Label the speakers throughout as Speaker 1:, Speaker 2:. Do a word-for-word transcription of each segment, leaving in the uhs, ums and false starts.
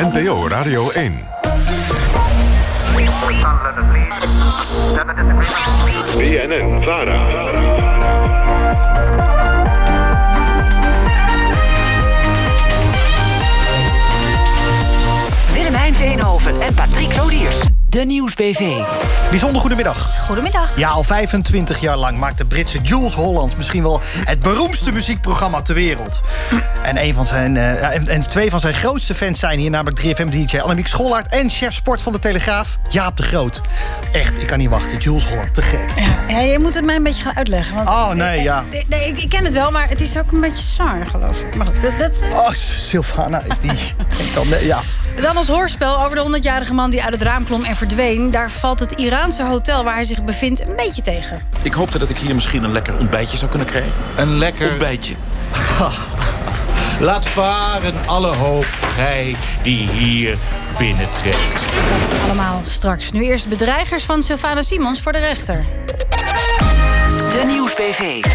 Speaker 1: N P O Radio één. B N N-Vara.
Speaker 2: Willemijn Veenhoven en Patrick Lodiers. De Nieuws B V.
Speaker 3: Bijzonder goedemiddag.
Speaker 4: Goedemiddag.
Speaker 3: Ja, al vijfentwintig jaar lang maakt de Britse Jools Holland misschien wel het beroemdste muziekprogramma ter wereld. En, een van zijn, uh, en, en twee van zijn grootste fans zijn hier, namelijk drie F M-D J Annemiek Schollaert en chef sport van de Telegraaf, Jaap de Groot. Echt, ik kan niet wachten. Jools Holland, te gek.
Speaker 4: Ja, ja, je moet het mij een beetje gaan uitleggen. Want,
Speaker 3: oh, nee,
Speaker 4: eh,
Speaker 3: ja.
Speaker 4: Nee, nee, ik, ik ken het wel, maar het is ook een beetje saai, geloof ik. Maar goed, dat... dat uh...
Speaker 3: Oh, Sylvana is die... dan, ja.
Speaker 4: Dan als hoorspel over de honderdjarige man die uit het raam klom en verdween. Daar valt het Iraanse hotel waar hij zich bevindt een beetje tegen.
Speaker 5: Ik hoopte dat ik hier misschien een lekker ontbijtje zou kunnen krijgen.
Speaker 6: Een lekker...
Speaker 5: Ontbijtje.
Speaker 6: Laat varen alle hoop, gij die hier binnentrekt.
Speaker 4: Dat allemaal straks. Nu eerst bedreigers van Sylvana Simons voor de rechter.
Speaker 2: De Nieuws B V.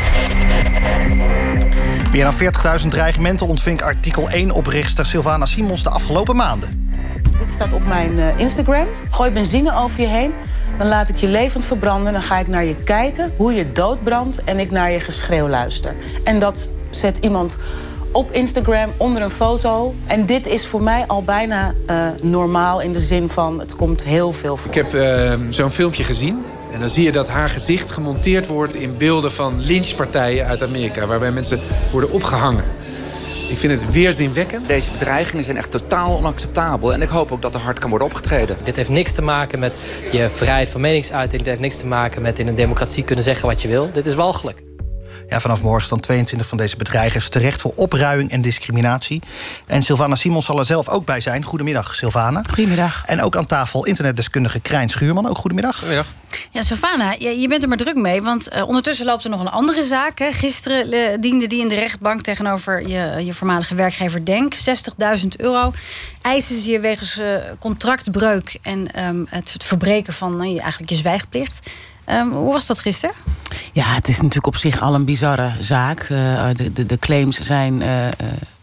Speaker 3: Meer dan veertigduizend dreigementen ontving artikel één-oprichter Sylvana Simons de afgelopen maanden.
Speaker 7: Dit staat op mijn uh, Instagram. Gooi benzine over je heen. Dan laat ik je levend verbranden. Dan ga ik naar je kijken, hoe je doodbrandt. En ik naar je geschreeuw luister. En dat zet iemand op Instagram onder een foto. En dit is voor mij al bijna uh, normaal in de zin van het komt heel veel voor.
Speaker 8: Ik heb uh, zo'n filmpje gezien. En dan zie je dat haar gezicht gemonteerd wordt in beelden van lynchpartijen uit Amerika. Waarbij mensen worden opgehangen. Ik vind het weerzinwekkend.
Speaker 9: Deze bedreigingen zijn echt totaal onacceptabel. En ik hoop ook dat er hard kan worden opgetreden.
Speaker 10: Dit heeft niks te maken met je vrijheid van meningsuiting. Dit heeft niks te maken met in een democratie kunnen zeggen wat je wil. Dit is walgelijk.
Speaker 3: Ja, vanaf morgen staan tweeëntwintig van deze bedreigers terecht voor opruiing en discriminatie. En Sylvana Simons zal er zelf ook bij zijn. Goedemiddag, Sylvana.
Speaker 7: Goedemiddag.
Speaker 3: En ook aan tafel internetdeskundige Krijn Schuurman. Ook goedemiddag.
Speaker 6: Goedemiddag.
Speaker 4: Ja, Sylvana, je, je bent er maar druk mee. Want uh, ondertussen loopt er nog een andere zaak. Hè. Gisteren uh, diende die in de rechtbank tegenover je, je voormalige werkgever Denk. zestigduizend euro eisen ze je wegens uh, contractbreuk en um, het, het verbreken van uh, eigenlijk je zwijgplicht. Um, hoe was dat gisteren?
Speaker 7: Ja, het is natuurlijk op zich al een bizarre zaak. Uh, de, de, de claims zijn uh, uh,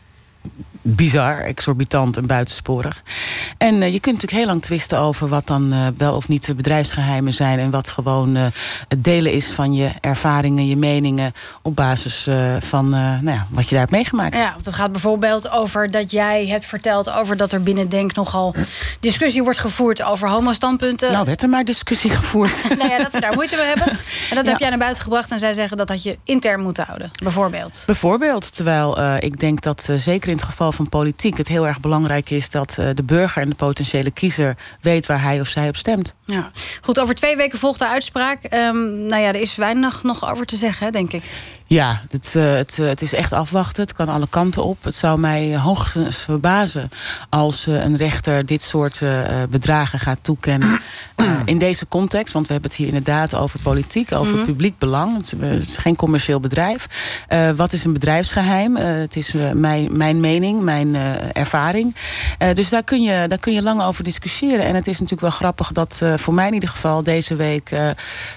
Speaker 7: bizar, exorbitant en buitensporig. En uh, je kunt natuurlijk heel lang twisten over wat dan uh, wel of niet bedrijfsgeheimen zijn en wat gewoon uh, het delen is van je ervaringen, je meningen op basis uh, van uh, nou ja, wat je daar hebt meegemaakt.
Speaker 4: Ja, want het gaat bijvoorbeeld over dat jij hebt verteld over dat er binnen Denk nogal discussie wordt gevoerd over homo-standpunten.
Speaker 7: Nou, werd er maar discussie gevoerd.
Speaker 4: Nou ja, dat ze daar moeite mee hebben. En dat
Speaker 7: ja.
Speaker 4: heb jij naar buiten gebracht en zij zeggen dat had je intern moeten houden, bijvoorbeeld.
Speaker 7: Bijvoorbeeld, terwijl uh, ik denk dat uh, zeker in het geval van politiek het heel erg belangrijk is dat uh, de burger en de potentiële kiezer weet waar hij of zij op stemt.
Speaker 4: Ja. Goed, over twee weken volgt de uitspraak. Um, nou ja, er is weinig nog over te zeggen, denk ik.
Speaker 7: Ja, het, uh, het, uh, het is echt afwachten. Het kan alle kanten op. Het zou mij hoogstens verbazen als uh, een rechter dit soort uh, bedragen gaat toekennen. Uh, in deze context, want we hebben het hier inderdaad over politiek, over mm-hmm. publiek belang. Het is, uh, het is geen commercieel bedrijf. Uh, wat is een bedrijfsgeheim? Uh, het is uh, mijn, mijn mening, mijn uh, ervaring. Uh, dus daar kun, je, daar kun je lang over discussiëren. En het is natuurlijk wel grappig dat uh, voor mij in ieder geval deze week uh, uh,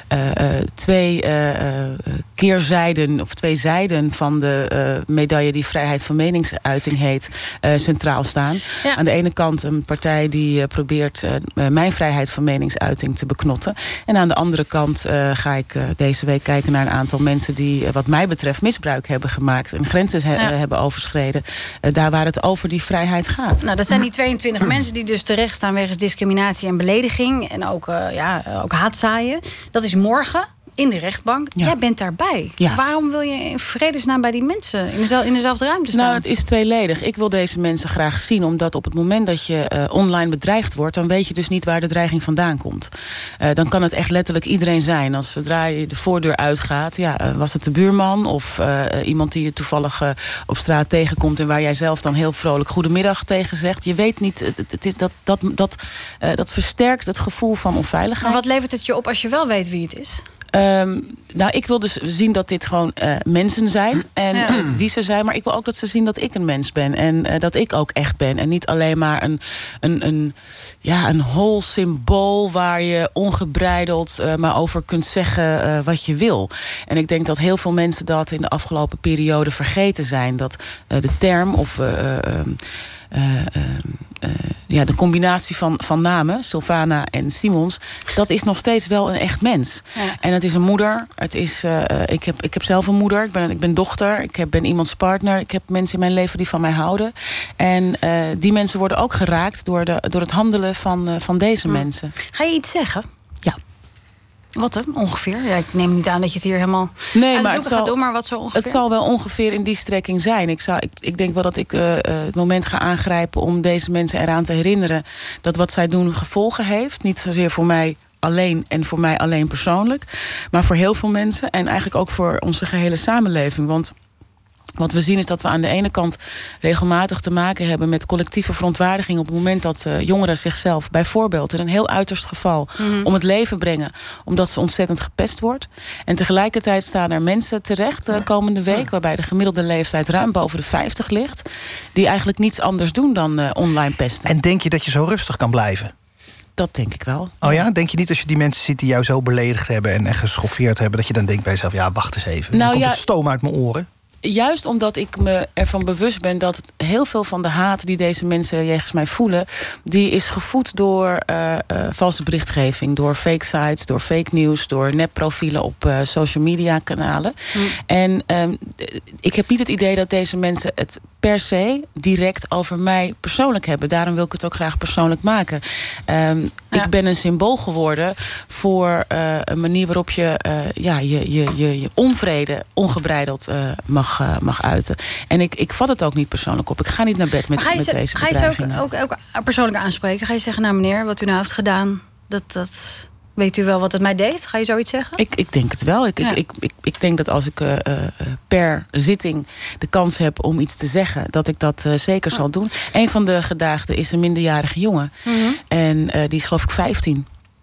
Speaker 7: uh, twee uh, uh, keerzijden of twee zijden van de uh, medaille die vrijheid van meningsuiting heet, uh, centraal staan. Ja. Aan de ene kant een partij die uh, probeert uh, mijn vrijheid van meningsuiting te beknotten. En aan de andere kant uh, ga ik uh, deze week kijken naar een aantal mensen die uh, wat mij betreft misbruik hebben gemaakt en grenzen he- ja. hebben overschreden. Uh, daar waar het over die vrijheid gaat.
Speaker 4: Nou, dat zijn die tweeëntwintig mensen die dus terecht staan wegens discriminatie en belediging en ook, uh, ja, ook haatzaaien. Dat is morgen in de rechtbank. Ja. Jij bent daarbij. Ja. Waarom wil je in vredesnaam bij die mensen in dezelfde, in dezelfde ruimte staan?
Speaker 7: Nou, het is tweeledig. Ik wil deze mensen graag zien, omdat op het moment dat je uh, online bedreigd wordt, dan weet je dus niet waar de dreiging vandaan komt. Uh, dan kan het echt letterlijk iedereen zijn. Als zodra je de voordeur uitgaat, ja, uh, was het de buurman of uh, iemand die je toevallig uh, op straat tegenkomt en waar jij zelf dan heel vrolijk goedemiddag tegen zegt. Je weet niet, het, het is dat, dat, dat, uh, dat versterkt het gevoel van onveiligheid.
Speaker 4: Maar wat levert het je op als je wel weet wie het is?
Speaker 7: Um, nou, ik wil dus zien dat dit gewoon uh, mensen zijn en ja. uh, wie ze zijn. Maar ik wil ook dat ze zien dat ik een mens ben en uh, dat ik ook echt ben. En niet alleen maar een, een, een, ja, een hol symbool waar je ongebreideld uh, maar over kunt zeggen uh, wat je wil. En ik denk dat heel veel mensen dat in de afgelopen periode vergeten zijn. Dat uh, de term of Uh, uh, uh, uh, uh, ja, de combinatie van, van namen, Sylvana en Simons, dat is nog steeds wel een echt mens. Ja. En het is een moeder. Het is, uh, ik, heb, ik heb zelf een moeder. Ik ben, ik ben dochter. Ik heb, ben iemands partner. Ik heb mensen in mijn leven die van mij houden. En uh, die mensen worden ook geraakt door, de, door het handelen van, uh, van deze hm. mensen.
Speaker 4: Ga je iets zeggen?
Speaker 7: Ja.
Speaker 4: Wat dan, ongeveer? Ja, ik neem niet aan dat je het hier helemaal
Speaker 7: nee, maar het zal,
Speaker 4: gaat doen, maar wat zo ongeveer?
Speaker 7: Het zal wel ongeveer in die strekking zijn. Ik, zou, ik, ik denk wel dat ik uh, het moment ga aangrijpen om deze mensen eraan te herinneren dat wat zij doen gevolgen heeft. Niet zozeer voor mij alleen en voor mij alleen persoonlijk, maar voor heel veel mensen en eigenlijk ook voor onze gehele samenleving. Want wat we zien is dat we aan de ene kant regelmatig te maken hebben met collectieve verontwaardiging op het moment dat uh, jongeren zichzelf bijvoorbeeld in een heel uiterst geval mm-hmm. om het leven brengen omdat ze ontzettend gepest wordt. En tegelijkertijd staan er mensen terecht uh, komende week waarbij de gemiddelde leeftijd ruim boven de vijftig ligt, die eigenlijk niets anders doen dan uh, online pesten.
Speaker 3: En denk je dat je zo rustig kan blijven?
Speaker 7: Dat denk ik wel.
Speaker 3: Oh ja? Denk je niet als je die mensen ziet die jou zo beledigd hebben en, en geschoffeerd hebben, dat je dan denkt bij jezelf, ja, wacht eens even. Nou, dan komt ja, het stoom uit mijn oren.
Speaker 7: Juist omdat ik me ervan bewust ben dat heel veel van de haat die deze mensen jegens mij voelen, die is gevoed door uh, uh, valse berichtgeving, door fake sites, door fake nieuws, door nepprofielen op uh, social media kanalen. Mm. En um, ik heb niet het idee dat deze mensen het per se direct over mij persoonlijk hebben. Daarom wil ik het ook graag persoonlijk maken. Um, ja. Ik ben een symbool geworden voor uh, een manier waarop je uh, ja, je, je, je, je onvrede ongebreideld uh, mag, uh, mag uiten. En ik, ik vat het ook niet persoonlijk op. Ik ga niet naar bed met, met
Speaker 4: ze,
Speaker 7: deze
Speaker 4: ga
Speaker 7: bedreigingen.
Speaker 4: Ga je ze ook, ook, ook persoonlijk aanspreken? Ga je zeggen, nou meneer, wat u nou heeft gedaan, dat... dat... Weet u wel wat het mij deed? Ga je zoiets zeggen?
Speaker 7: Ik, ik denk het wel. Ik, ja. ik, ik, ik, ik denk dat als ik uh, uh, per zitting de kans heb om iets te zeggen, dat ik dat uh, zeker oh. zal doen. Een van de gedaagden is een minderjarige jongen. Mm-hmm. En uh, die is geloof ik vijftien.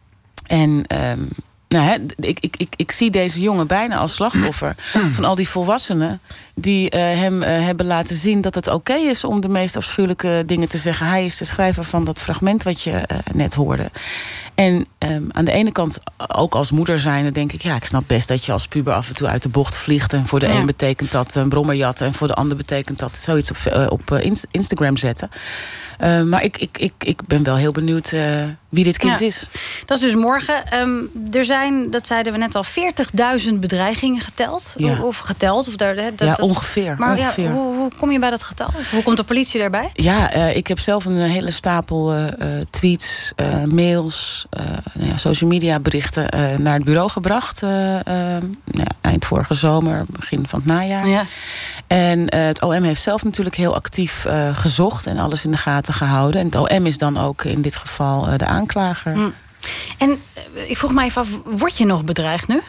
Speaker 7: En um, nou, hè, ik, ik, ik, ik zie deze jongen bijna als slachtoffer van al die volwassenen die uh, hem uh, hebben laten zien dat het oké is om de meest afschuwelijke dingen te zeggen. Hij is de schrijver van dat fragment wat je uh, net hoorde. En um, aan de ene kant, ook als moeder zijnde, denk ik, ja, ik snap best dat je als puber af en toe uit de bocht vliegt. En voor de ja. een betekent dat een brommer jatten en voor de ander betekent dat zoiets op, uh, op uh, Instagram zetten. Uh, maar ik, ik, ik, ik ben wel heel benieuwd uh, wie dit kind
Speaker 4: ja.
Speaker 7: is.
Speaker 4: Dat is dus morgen. Um, er zijn, dat zeiden we net al, veertigduizend bedreigingen geteld.
Speaker 7: Ja.
Speaker 4: Of geteld. Of daar, dat,
Speaker 7: ja,
Speaker 4: dat,
Speaker 7: ongeveer.
Speaker 4: Maar
Speaker 7: ongeveer.
Speaker 4: Ja, hoe, hoe kom je bij dat getal? Of hoe komt de politie daarbij? Ja,
Speaker 7: uh, ik heb zelf een hele stapel uh, tweets, uh, mails, uh, nou ja, social media berichten uh, naar het bureau gebracht. Uh, uh, nou ja, eind vorige zomer, begin van het najaar. Ja. En uh, het O M heeft zelf natuurlijk heel actief uh, gezocht en alles in de gaten gehouden. En het O M is dan ook in dit geval uh, de aanklager. Mm.
Speaker 4: En uh, ik vroeg mij even af, word je nog bedreigd nu?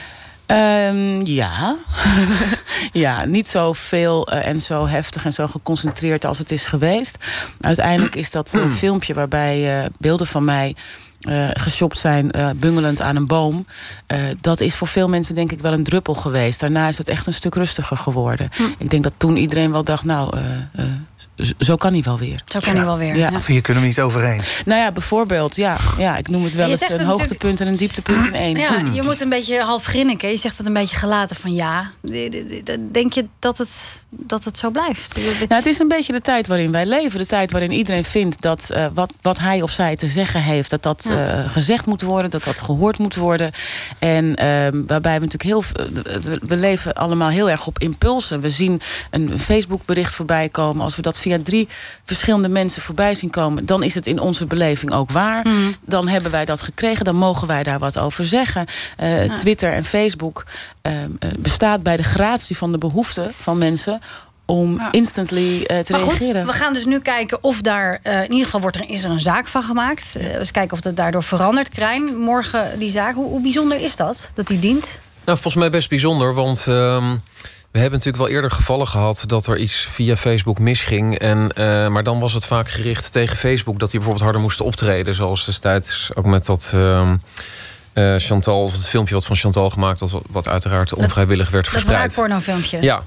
Speaker 7: Um, ja. ja, niet zo veel uh, en zo heftig en zo geconcentreerd als het is geweest. Uiteindelijk is dat uh, filmpje waarbij uh, beelden van mij Uh, geshopt zijn, uh, bungelend aan een boom. Uh, dat is voor veel mensen denk ik wel een druppel geweest. Daarna is het echt een stuk rustiger geworden. Hm. Ik denk dat toen iedereen wel dacht, nou, uh, uh, zo kan hij wel weer.
Speaker 4: Zo kan hij wel weer.
Speaker 3: Ja. Of hier kunnen we niet overheen.
Speaker 7: Nou ja, bijvoorbeeld, ja, ja ik noem het wel eens een hoogtepunt en een dieptepunt in één.
Speaker 4: Ja, je moet een beetje half grinniken. Je zegt het een beetje gelaten van ja. Denk je dat het, dat het zo blijft?
Speaker 7: Nou, het is een beetje de tijd waarin wij leven. De tijd waarin iedereen vindt dat uh, wat, wat hij of zij te zeggen heeft, dat dat ja. uh, gezegd moet worden, dat dat gehoord moet worden. En uh, waarbij we natuurlijk heel we, we leven allemaal heel erg op impulsen. We zien een Facebook bericht voorbij komen. Als we dat via drie verschillende mensen voorbij zien komen, dan is het in onze beleving ook waar. Mm. Dan hebben wij dat gekregen, dan mogen wij daar wat over zeggen. Uh, ja. Twitter en Facebook uh, bestaat bij de gratie van de behoefte van mensen om ja. instantly uh, te maar reageren.
Speaker 4: Goed, we gaan dus nu kijken of daar uh, in ieder geval wordt er, is er een zaak van gemaakt. Uh, eens kijken of dat daardoor verandert. Krijn, morgen die zaak. Hoe, hoe bijzonder is dat, dat die dient?
Speaker 11: Nou, volgens mij best bijzonder, want Uh... we hebben natuurlijk wel eerder gevallen gehad dat er iets via Facebook misging. En, uh, maar dan was het vaak gericht tegen Facebook dat die bijvoorbeeld harder moesten optreden. Zoals destijds ook met dat uh, uh, Chantal, of het filmpje wat van Chantal gemaakt had, wat uiteraard onvrijwillig werd verspreid.
Speaker 4: Dat pornofilmpje.
Speaker 11: Ja.
Speaker 4: ja.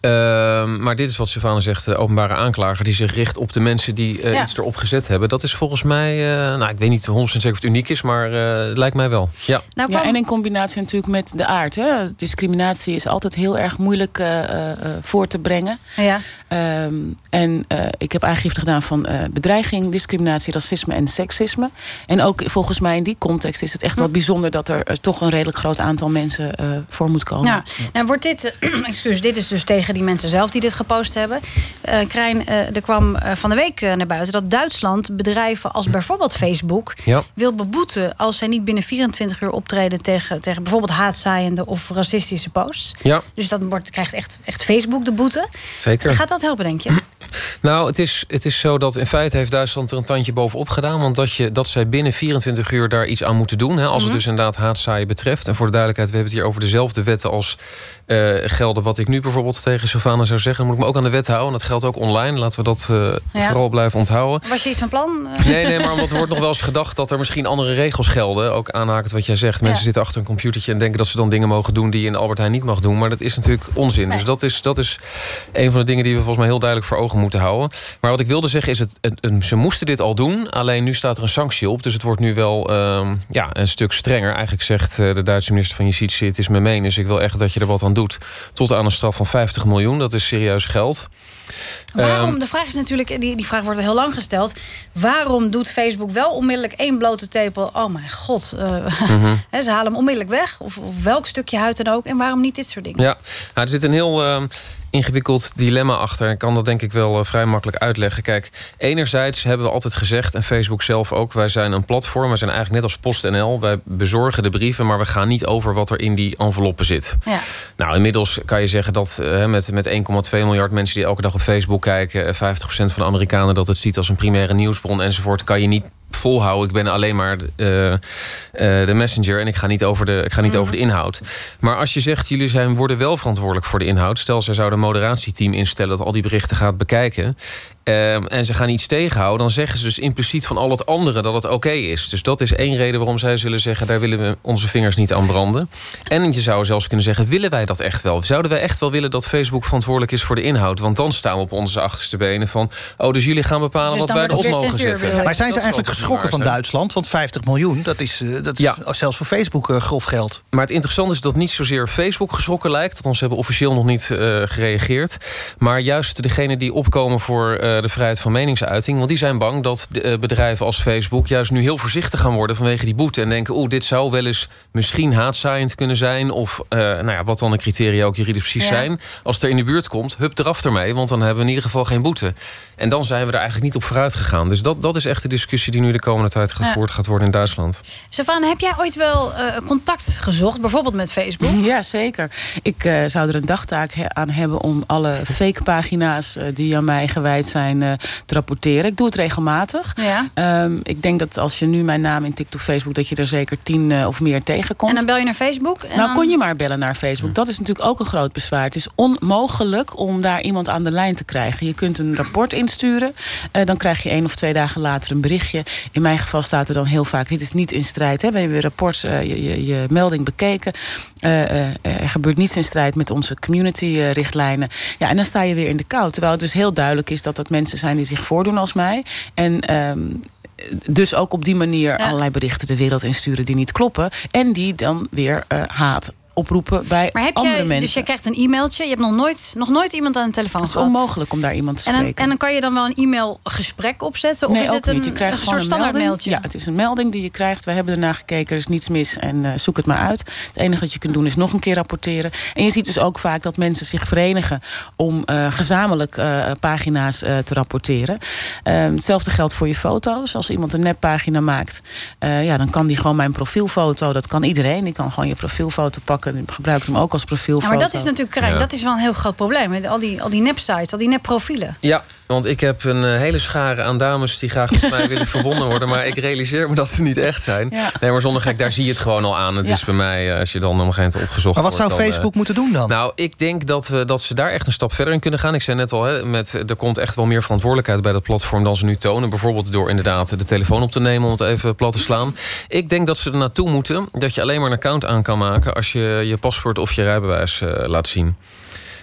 Speaker 11: Uh, maar dit is wat Sylvana zegt, de openbare aanklager... die zich richt op de mensen die uh, ja. iets erop gezet hebben. Dat is volgens mij, uh, nou, ik weet niet honderd procent zeker of het uniek is... maar uh, het lijkt mij wel. Ja.
Speaker 7: Nou, ja, en in combinatie natuurlijk met de aard. Hè. Discriminatie is altijd heel erg moeilijk uh, uh, voor te brengen.
Speaker 4: Ja.
Speaker 7: Um, en uh, ik heb aangifte gedaan van uh, bedreiging, discriminatie, racisme en seksisme. En ook volgens mij in die context is het echt wel bijzonder... dat er uh, toch een redelijk groot aantal mensen uh, voor moet komen.
Speaker 4: Ja. Nou, wordt dit, uh, excuus, dit is dus tegen die mensen zelf die dit gepost hebben. Uh, Krijn, uh, er kwam uh, van de week uh, naar buiten dat Duitsland bedrijven als bijvoorbeeld Facebook...
Speaker 11: Ja.
Speaker 4: wil beboeten als zij niet binnen vierentwintig uur optreden... tegen, tegen bijvoorbeeld haatzaaiende of racistische posts.
Speaker 11: Ja.
Speaker 4: Dus dan wordt, krijgt echt, echt Facebook de boete.
Speaker 11: Zeker.
Speaker 4: Gaat dat helpen, denk je?
Speaker 11: Nou, het is, het is zo dat in feite heeft Duitsland er een tandje bovenop gedaan. Want dat, je, dat zij binnen vierentwintig uur daar iets aan moeten doen. Hè, als mm-hmm. het dus inderdaad haatzaaien betreft. En voor de duidelijkheid, we hebben het hier over dezelfde wetten als uh, gelden. Wat ik nu bijvoorbeeld tegen Sylvana zou zeggen. Dan moet ik me ook aan de wet houden. En dat geldt ook online. Laten we dat uh, ja. vooral blijven onthouden.
Speaker 4: Was je iets van plan?
Speaker 11: Nee, nee, maar omdat er wordt nog wel eens gedacht dat er misschien andere regels gelden. Ook aanhakend wat jij zegt. Mensen ja. zitten achter een computertje en denken dat ze dan dingen mogen doen die je in Albert Heijn niet mag doen. Maar dat is natuurlijk onzin. Nee. Dus dat is, dat is een van de dingen die we volgens mij heel duidelijk voor ogen moeten houden. Maar wat ik wilde zeggen is, het, het, het, ze moesten dit al doen. Alleen nu staat er een sanctie op. Dus het wordt nu wel um, ja, een stuk strenger. Eigenlijk zegt uh, de Duitse minister van Justitie, het is met meen. Dus ik wil echt dat je er wat aan doet. Tot aan een straf van vijftig miljoen. Dat is serieus geld.
Speaker 4: Waarom,
Speaker 11: um,
Speaker 4: de vraag is natuurlijk, die, die vraag wordt heel lang gesteld. Waarom doet Facebook wel onmiddellijk één blote tepel? Oh mijn god, uh, mm-hmm. ze halen hem onmiddellijk weg. Of, of welk stukje huid dan ook. En waarom niet dit soort dingen?
Speaker 11: Ja, nou, er zit een heel... Uh, ingewikkeld dilemma achter. Ik kan dat denk ik wel uh, vrij makkelijk uitleggen. Kijk, enerzijds hebben we altijd gezegd, en Facebook zelf ook, wij zijn een platform, wij zijn eigenlijk net als PostNL. Wij bezorgen de brieven, maar we gaan niet over wat er in die enveloppen zit.
Speaker 4: Ja.
Speaker 11: Nou, inmiddels kan je zeggen dat uh, met, met één komma twee miljard mensen die elke dag op Facebook kijken, vijftig procent van de Amerikanen dat het ziet als een primaire nieuwsbron enzovoort, kan je niet volhouden. Ik ben alleen maar uh, uh, de messenger en ik ga niet over de, ik ga niet mm. over de inhoud. Maar als je zegt, jullie zijn, worden wel verantwoordelijk voor de inhoud. Stel, ze zouden een moderatieteam instellen dat al die berichten gaat bekijken. Uh, en ze gaan iets tegenhouden, dan zeggen ze dus impliciet van al het andere dat het oké okay is. Dus dat is één reden waarom zij zullen zeggen, daar willen we onze vingers niet aan branden. En je zou zelfs kunnen zeggen, willen wij dat echt wel? Zouden wij echt wel willen dat Facebook verantwoordelijk is voor de inhoud? Want dan staan we op onze achterste benen van, oh, dus jullie gaan bepalen dus wat wij erop mogen zetten.
Speaker 3: Maar zijn ze eigenlijk geschrokken van Duitsland? Want vijftig miljoen, dat is, uh, dat is ja. zelfs voor Facebook uh, grof geld.
Speaker 11: Maar het interessante is dat niet zozeer Facebook geschrokken lijkt. Althans, ze hebben officieel nog niet uh, gereageerd. Maar juist degene die opkomen voor uh, de vrijheid van meningsuiting. Want die zijn bang dat de, uh, bedrijven als Facebook juist nu heel voorzichtig gaan worden vanwege die boete. En denken, oeh, dit zou wel eens misschien haatzaaiend kunnen zijn. Of uh, nou ja, wat dan de criteria ook juridisch precies ja. zijn. Als het er in de buurt komt, hup eraf ermee. Want dan hebben we in ieder geval geen boete. En dan zijn we er eigenlijk niet op vooruit gegaan. Dus dat, dat is echt de discussie die nu de komende tijd gevoerd ja. gaat worden in Duitsland.
Speaker 4: Sylvana, heb jij ooit wel uh, contact gezocht, bijvoorbeeld met Facebook?
Speaker 7: Ja, zeker. Ik uh, zou er een dagtaak he- aan hebben om alle fake pagina's uh, die aan mij gewijd zijn uh, te rapporteren. Ik doe het regelmatig.
Speaker 4: Ja.
Speaker 7: Um, ik denk dat als je nu mijn naam intikt op Facebook, dat je er zeker tien uh, of meer tegenkomt.
Speaker 4: En dan bel je naar Facebook? En
Speaker 7: nou,
Speaker 4: dan...
Speaker 7: kon je maar bellen naar Facebook. Dat is natuurlijk ook een groot bezwaar. Het is onmogelijk om daar iemand aan de lijn te krijgen. Je kunt een rapport insturen. Uh, dan krijg je één of twee dagen later een berichtje. In mijn geval staat er dan heel vaak, dit is niet in strijd. Hè? We hebben je rapport, uh, je, je, je melding bekeken. Uh, uh, er gebeurt niets in strijd met onze community-richtlijnen. Ja, en dan sta je weer in de kou. Terwijl het dus heel duidelijk is dat dat mensen zijn die zich voordoen als mij. En um, dus ook op die manier ja. allerlei berichten de wereld insturen die niet kloppen. En die dan weer uh, haat oproepen bij
Speaker 4: maar heb
Speaker 7: andere
Speaker 4: jij,
Speaker 7: mensen.
Speaker 4: Dus je krijgt een e-mailtje. Je hebt nog nooit, nog nooit iemand aan de telefoon
Speaker 7: gehad.
Speaker 4: gehad.
Speaker 7: Het is onmogelijk om daar iemand te spreken.
Speaker 4: En dan, en dan kan je dan wel een e-mailgesprek opzetten? Of
Speaker 7: nee,
Speaker 4: is
Speaker 7: ook
Speaker 4: het een,
Speaker 7: niet. Je krijgt
Speaker 4: een
Speaker 7: gewoon
Speaker 4: soort
Speaker 7: een
Speaker 4: standaard
Speaker 7: melding.
Speaker 4: mailtje?
Speaker 7: Ja, het is een melding die je krijgt. We hebben ernaar gekeken, er is niets mis en uh, zoek het maar uit. Het enige wat je kunt doen is nog een keer rapporteren. En je ziet dus ook vaak dat mensen zich verenigen om uh, gezamenlijk uh, pagina's uh, te rapporteren. Uh, hetzelfde geldt voor je foto's. Als iemand een neppagina maakt, uh, ja, dan kan die gewoon mijn profielfoto, dat kan iedereen. Die kan gewoon je profielfoto pakken en gebruikt hem ook als profielfoto.
Speaker 4: Ja, maar dat is natuurlijk, Krijn,
Speaker 11: ja.
Speaker 4: dat is wel een heel groot probleem. Met al die, al die nepsites, al die nepprofielen.
Speaker 11: Ja, want ik heb een uh, hele schare aan dames die graag met mij willen verbonden worden. Maar ik realiseer me dat ze niet echt zijn. Ja. Nee, maar zonder gek, daar zie je het gewoon al aan. Het ja. is bij mij, uh, als je dan op een gegeven moment opgezocht
Speaker 3: Maar wat
Speaker 11: wordt,
Speaker 3: zou
Speaker 11: dan,
Speaker 3: Facebook
Speaker 11: uh,
Speaker 3: moeten doen dan?
Speaker 11: Nou, ik denk dat, we, dat ze daar echt een stap verder in kunnen gaan. Ik zei net al, hè, met, er komt echt wel meer verantwoordelijkheid bij dat platform dan ze nu tonen. Bijvoorbeeld door inderdaad de telefoon op te nemen, om het even plat te slaan. Ik denk dat ze er naartoe moeten dat je alleen maar een account aan kan maken als je je paspoort of je rijbewijs uh, laat zien.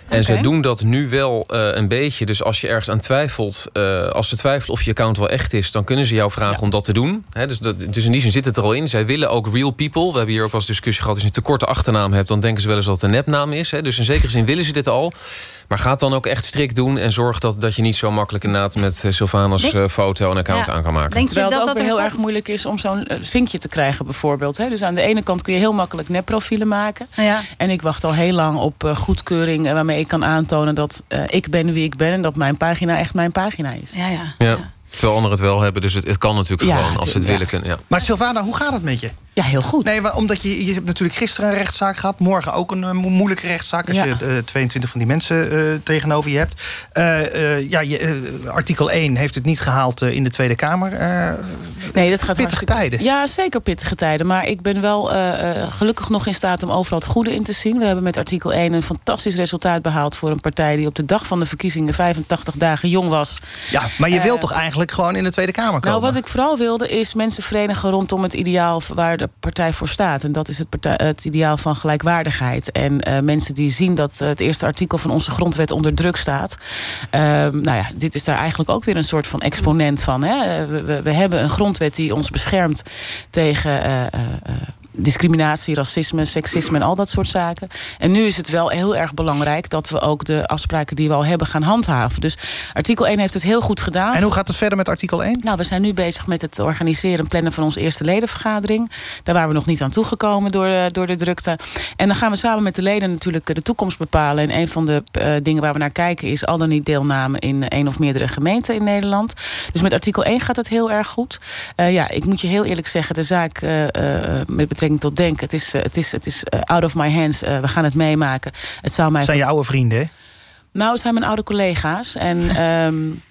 Speaker 11: En okay. Ze doen dat nu wel uh, een beetje. Dus als je ergens aan twijfelt... Uh, als ze twijfelt of je account wel echt is... dan kunnen ze jou vragen ja. om dat te doen. He, dus, dat, dus in die zin zit het er al in. Zij willen ook real people. We hebben hier ook wel eens discussie gehad. Als je een te korte achternaam hebt... dan denken ze wel eens dat het een nepnaam is. He. Dus in zekere zin willen ze dit al... Maar ga het dan ook echt strikt doen en zorg dat, dat je niet zo makkelijk inderdaad met uh, Sylvana's uh, foto een account ja. aan kan maken.
Speaker 7: Denk je Terwijl dat het ook dat heel ook... erg moeilijk is om zo'n uh, vinkje te krijgen bijvoorbeeld. Hè? Dus aan de ene kant kun je heel makkelijk nepprofielen maken. Ja. En ik wacht al heel lang op uh, goedkeuring uh, waarmee ik kan aantonen dat uh, ik ben wie ik ben en dat mijn pagina echt mijn pagina is.
Speaker 4: Ja, ja.
Speaker 11: ja. ja. Terwijl anderen het wel hebben, dus het, het kan natuurlijk ja, gewoon als ze het ja. willen kunnen. Ja.
Speaker 3: Maar Sylvana, hoe gaat het met je?
Speaker 7: Ja, heel goed.
Speaker 3: Nee, omdat je, je hebt natuurlijk gisteren een rechtszaak gehad. Morgen ook een uh, moeilijke rechtszaak. Als ja. je uh, tweeëntwintig van die mensen uh, tegenover je hebt. Uh, uh, ja, je, uh, artikel één heeft het niet gehaald uh, in de Tweede Kamer. Uh,
Speaker 7: nee, dat gaat
Speaker 3: pittige tijden.
Speaker 7: Ja, zeker pittige tijden. Maar ik ben wel uh, uh, gelukkig nog in staat om overal het goede in te zien. We hebben met artikel één een fantastisch resultaat behaald voor een partij die op de dag van de verkiezingen vijfentachtig dagen jong was.
Speaker 3: Ja, maar je
Speaker 7: uh,
Speaker 3: wilt toch eigenlijk gewoon in de Tweede Kamer komen?
Speaker 7: Nou, wat ik vooral wilde is mensen verenigen rondom het ideaal waar de partij voor staat. En dat is het, partij, het ideaal van gelijkwaardigheid. En uh, mensen die zien dat uh, het eerste artikel van onze grondwet onder druk staat. Uh, nou ja, dit is daar eigenlijk ook weer een soort van exponent van. Hè? We, we, we hebben een grondwet die ons beschermt tegen Uh, uh, discriminatie, racisme, seksisme en al dat soort zaken. En nu is het wel heel erg belangrijk dat we ook de afspraken die we al hebben gaan handhaven. Dus artikel één heeft het heel goed gedaan.
Speaker 3: En hoe gaat het verder met artikel één?
Speaker 7: Nou, we zijn nu bezig met het organiseren en plannen van onze eerste ledenvergadering. Daar waren we nog niet aan toegekomen door de, door de drukte. En dan gaan we samen met de leden natuurlijk de toekomst bepalen. En een van de uh, dingen waar we naar kijken is al dan niet deelname in één of meerdere gemeenten in Nederland. Dus met artikel één gaat het heel erg goed. Uh, ja, ik moet je heel eerlijk zeggen, de zaak uh, uh, met betrekking tot denken. Het is, het is, het is out of my hands. Uh, we gaan het meemaken. Het zou mij
Speaker 3: het zijn je oude vrienden, hè?
Speaker 7: Nou, het zijn mijn oude collega's. En Um,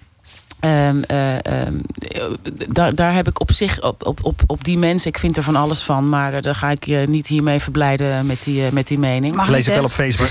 Speaker 7: Um, uh, um, daar, daar heb ik op zich, op, op, op, op die mensen, ik vind er van alles van, maar uh, daar ga ik je niet hiermee verblijden met die, uh, met die mening.
Speaker 3: Mag lees het wel op Facebook.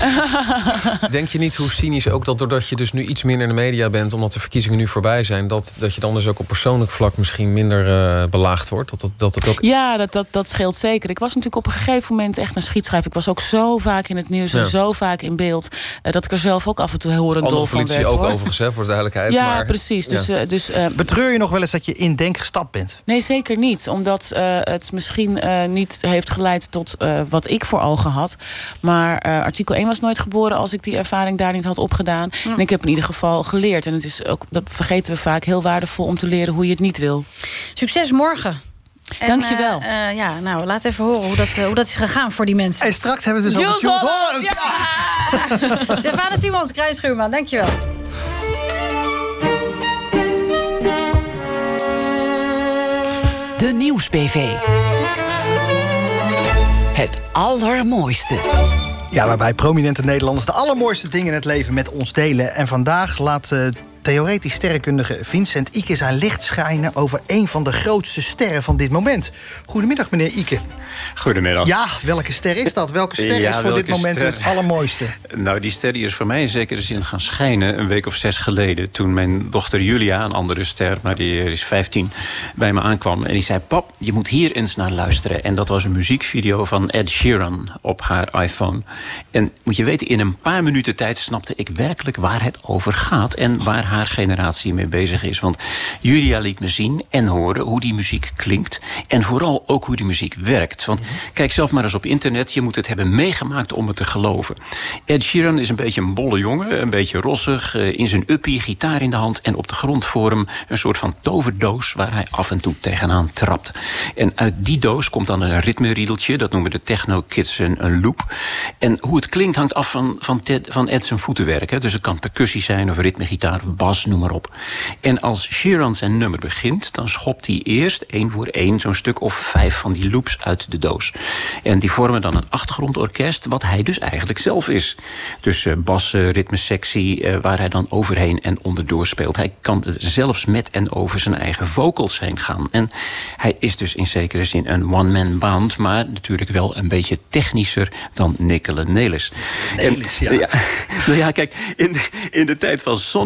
Speaker 11: Denk je niet hoe cynisch ook dat doordat je dus nu iets minder in de media bent, omdat de verkiezingen nu voorbij zijn, dat, dat je dan dus ook op persoonlijk vlak misschien minder uh, belaagd wordt? Dat, dat, dat het ook...
Speaker 7: Ja, dat, dat, dat scheelt zeker. Ik was natuurlijk op een gegeven moment echt een schietschrijf. Ik was ook zo vaak in het nieuws en ja. zo vaak in beeld, uh, dat ik er zelf ook af en toe horend dol van werd.
Speaker 11: Andere politie ook overigens, hè, voor de duidelijkheid.
Speaker 7: Ja,
Speaker 11: maar,
Speaker 7: precies. Dus,
Speaker 11: ja.
Speaker 7: uh, dus, uh,
Speaker 3: Betreur je nog wel eens dat je in denk gestapt bent?
Speaker 7: Nee, zeker niet. Omdat uh, het misschien uh, niet heeft geleid tot uh, wat ik voor ogen had. Maar uh, artikel één was nooit geboren als ik die ervaring daar niet had opgedaan. Ja. En ik heb in ieder geval geleerd. En het is ook, dat vergeten we vaak, heel waardevol om te leren hoe je het niet wil.
Speaker 4: Succes morgen.
Speaker 7: Dank je wel.
Speaker 4: Uh, uh, ja, nou, laat even horen hoe dat, uh, hoe dat is gegaan voor die mensen.
Speaker 3: En straks hebben we dus
Speaker 4: Jules
Speaker 3: over Jules Holland.
Speaker 4: Ja! Sylvana Simons, Krijn Schuurman, dank je wel.
Speaker 2: De Nieuws-B V. Het allermooiste.
Speaker 3: Ja, waarbij prominente Nederlanders de allermooiste dingen in het leven met ons delen. En vandaag laat uh, theoretisch sterrenkundige Vincent Ike zijn licht schijnen over een van de grootste sterren van dit moment. Goedemiddag, meneer Ike.
Speaker 12: Goedemiddag.
Speaker 3: Ja, welke ster is dat? Welke ster ja, is voor dit moment ster... het allermooiste?
Speaker 12: Nou, die ster die is voor mij in zekere zin gaan schijnen een week of zes geleden. Toen mijn dochter Julia, een andere ster, maar die is vijftien, bij me aankwam. En die zei, pap, je moet hier eens naar luisteren. En dat was een muziekvideo van Ed Sheeran op haar iPhone. En moet je weten, in een paar minuten tijd snapte ik werkelijk waar het over gaat. En waar haar generatie mee bezig is. Want Julia liet me zien en horen hoe die muziek klinkt. En vooral ook hoe die muziek werkt. Want kijk zelf maar eens op internet. Je moet het hebben meegemaakt om het te geloven. Ed Sheeran is een beetje een bolle jongen. Een beetje rossig. In zijn uppie, gitaar in de hand. En op de grond voor hem een soort van toverdoos waar hij af en toe tegenaan trapt. En uit die doos komt dan een ritmeriedeltje. Dat noemen de techno-kids een, een loop. En hoe het klinkt hangt af van, van, Ted, van Ed zijn voetenwerk. Hè. Dus het kan percussie zijn of ritmegitaar of bas, noem maar op. En als Sheeran zijn nummer begint, dan schopt hij eerst één voor één zo'n stuk of vijf van die loops uit de doos. En die vormen dan een achtergrondorkest, wat hij dus eigenlijk zelf is. Dus uh, bassen, ritmesectie, uh, waar hij dan overheen en onderdoor speelt. Hij kan zelfs met en over zijn eigen vocals heen gaan. En hij is dus in zekere zin een one-man band, maar natuurlijk wel een beetje technischer dan Nicola Nelis.
Speaker 3: Nelis, ja.
Speaker 12: ja. Nou ja, kijk, in de, in de tijd van Zonneveld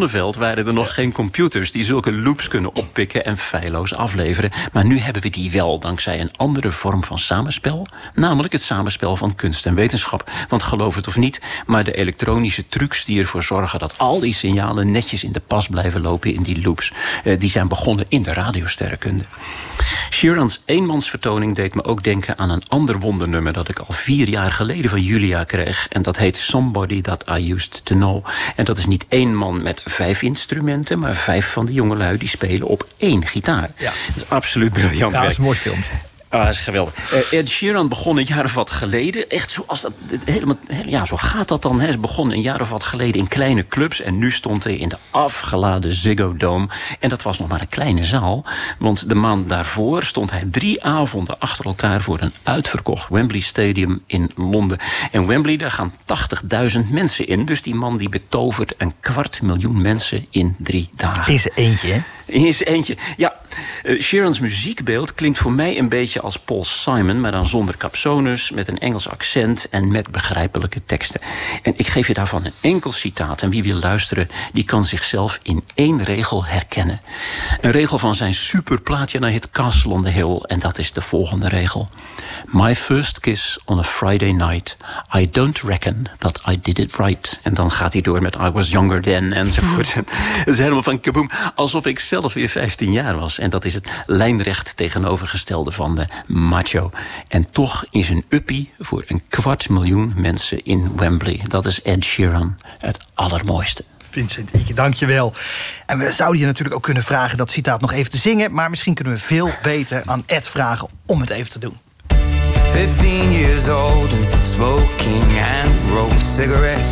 Speaker 12: waren er nog geen computers die zulke loops kunnen oppikken en feilloos afleveren. Maar nu hebben we die wel, dankzij een andere vorm van samenspel. Namelijk het samenspel van kunst en wetenschap. Want geloof het of niet, maar de elektronische trucs die ervoor zorgen dat al die signalen netjes in de pas blijven lopen in die loops, die zijn begonnen in de radiosterrenkunde. Sheerans eenmansvertoning deed me ook denken aan een ander wondernummer dat ik al vier jaar geleden van Julia kreeg. En dat heet Somebody That I Used To Know. En dat is niet één man met vijf instrumenten, maar vijf van die jongelui die spelen op één gitaar. Ja. Dat is absoluut briljant.
Speaker 3: Ja, dat is een mooi film.
Speaker 12: Ah, dat is geweldig. Uh, Ed Sheeran begon een jaar of wat geleden. Echt zoals dat. Helemaal, ja, zo gaat dat dan. Hij begon een jaar of wat geleden in kleine clubs. En nu stond hij in de afgeladen Ziggo Dome. En dat was nog maar een kleine zaal. Want de maand daarvoor stond hij drie avonden achter elkaar voor een uitverkocht Wembley Stadium in Londen. En Wembley, daar gaan tachtigduizend mensen in. Dus die man die betovert een kwart miljoen mensen in drie dagen.
Speaker 3: Is eentje, hè?
Speaker 12: Is eentje. Ja, uh, Sheerans muziekbeeld klinkt voor mij een beetje als Paul Simon, maar dan zonder capsones, met een Engels accent en met begrijpelijke teksten. En ik geef je daarvan een enkel citaat. En wie wil luisteren, die kan zichzelf in één regel herkennen. Een regel van zijn superplaatje naar hit Castle on the Hill. En dat is de volgende regel. My first kiss on a Friday night. I don't reckon that I did it right. En dan gaat hij door met I was younger then, enzovoort. Het is helemaal van kaboom. Alsof ik zelf weer vijftien jaar was. En dat is het lijnrecht tegenovergestelde van de macho. En toch is een uppie voor een kwart miljoen mensen in Wembley. Dat is Ed Sheeran, het allermooiste.
Speaker 3: Vincent, ik dank je wel. En we zouden je natuurlijk ook kunnen vragen dat citaat nog even te zingen, maar misschien kunnen we veel beter aan Ed vragen om het even te doen.
Speaker 13: fifteen years old and smoking and rolled cigarettes.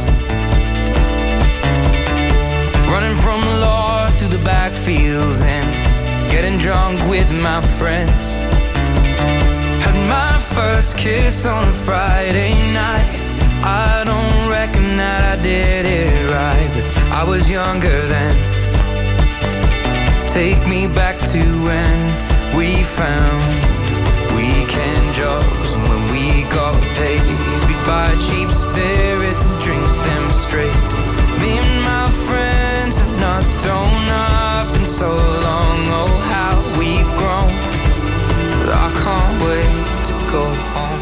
Speaker 13: Running from the law through the backfields and getting drunk with my friends. Had my first kiss on a Friday night. I don't reckon that I did it right, but I was younger then. Take me back to when we found weekend jobs, and when we got paid, we'd buy cheap spirits and drink them straight. Me and my friends have not thrown up in so long. Oh, how we've grown, but I can't wait to go home.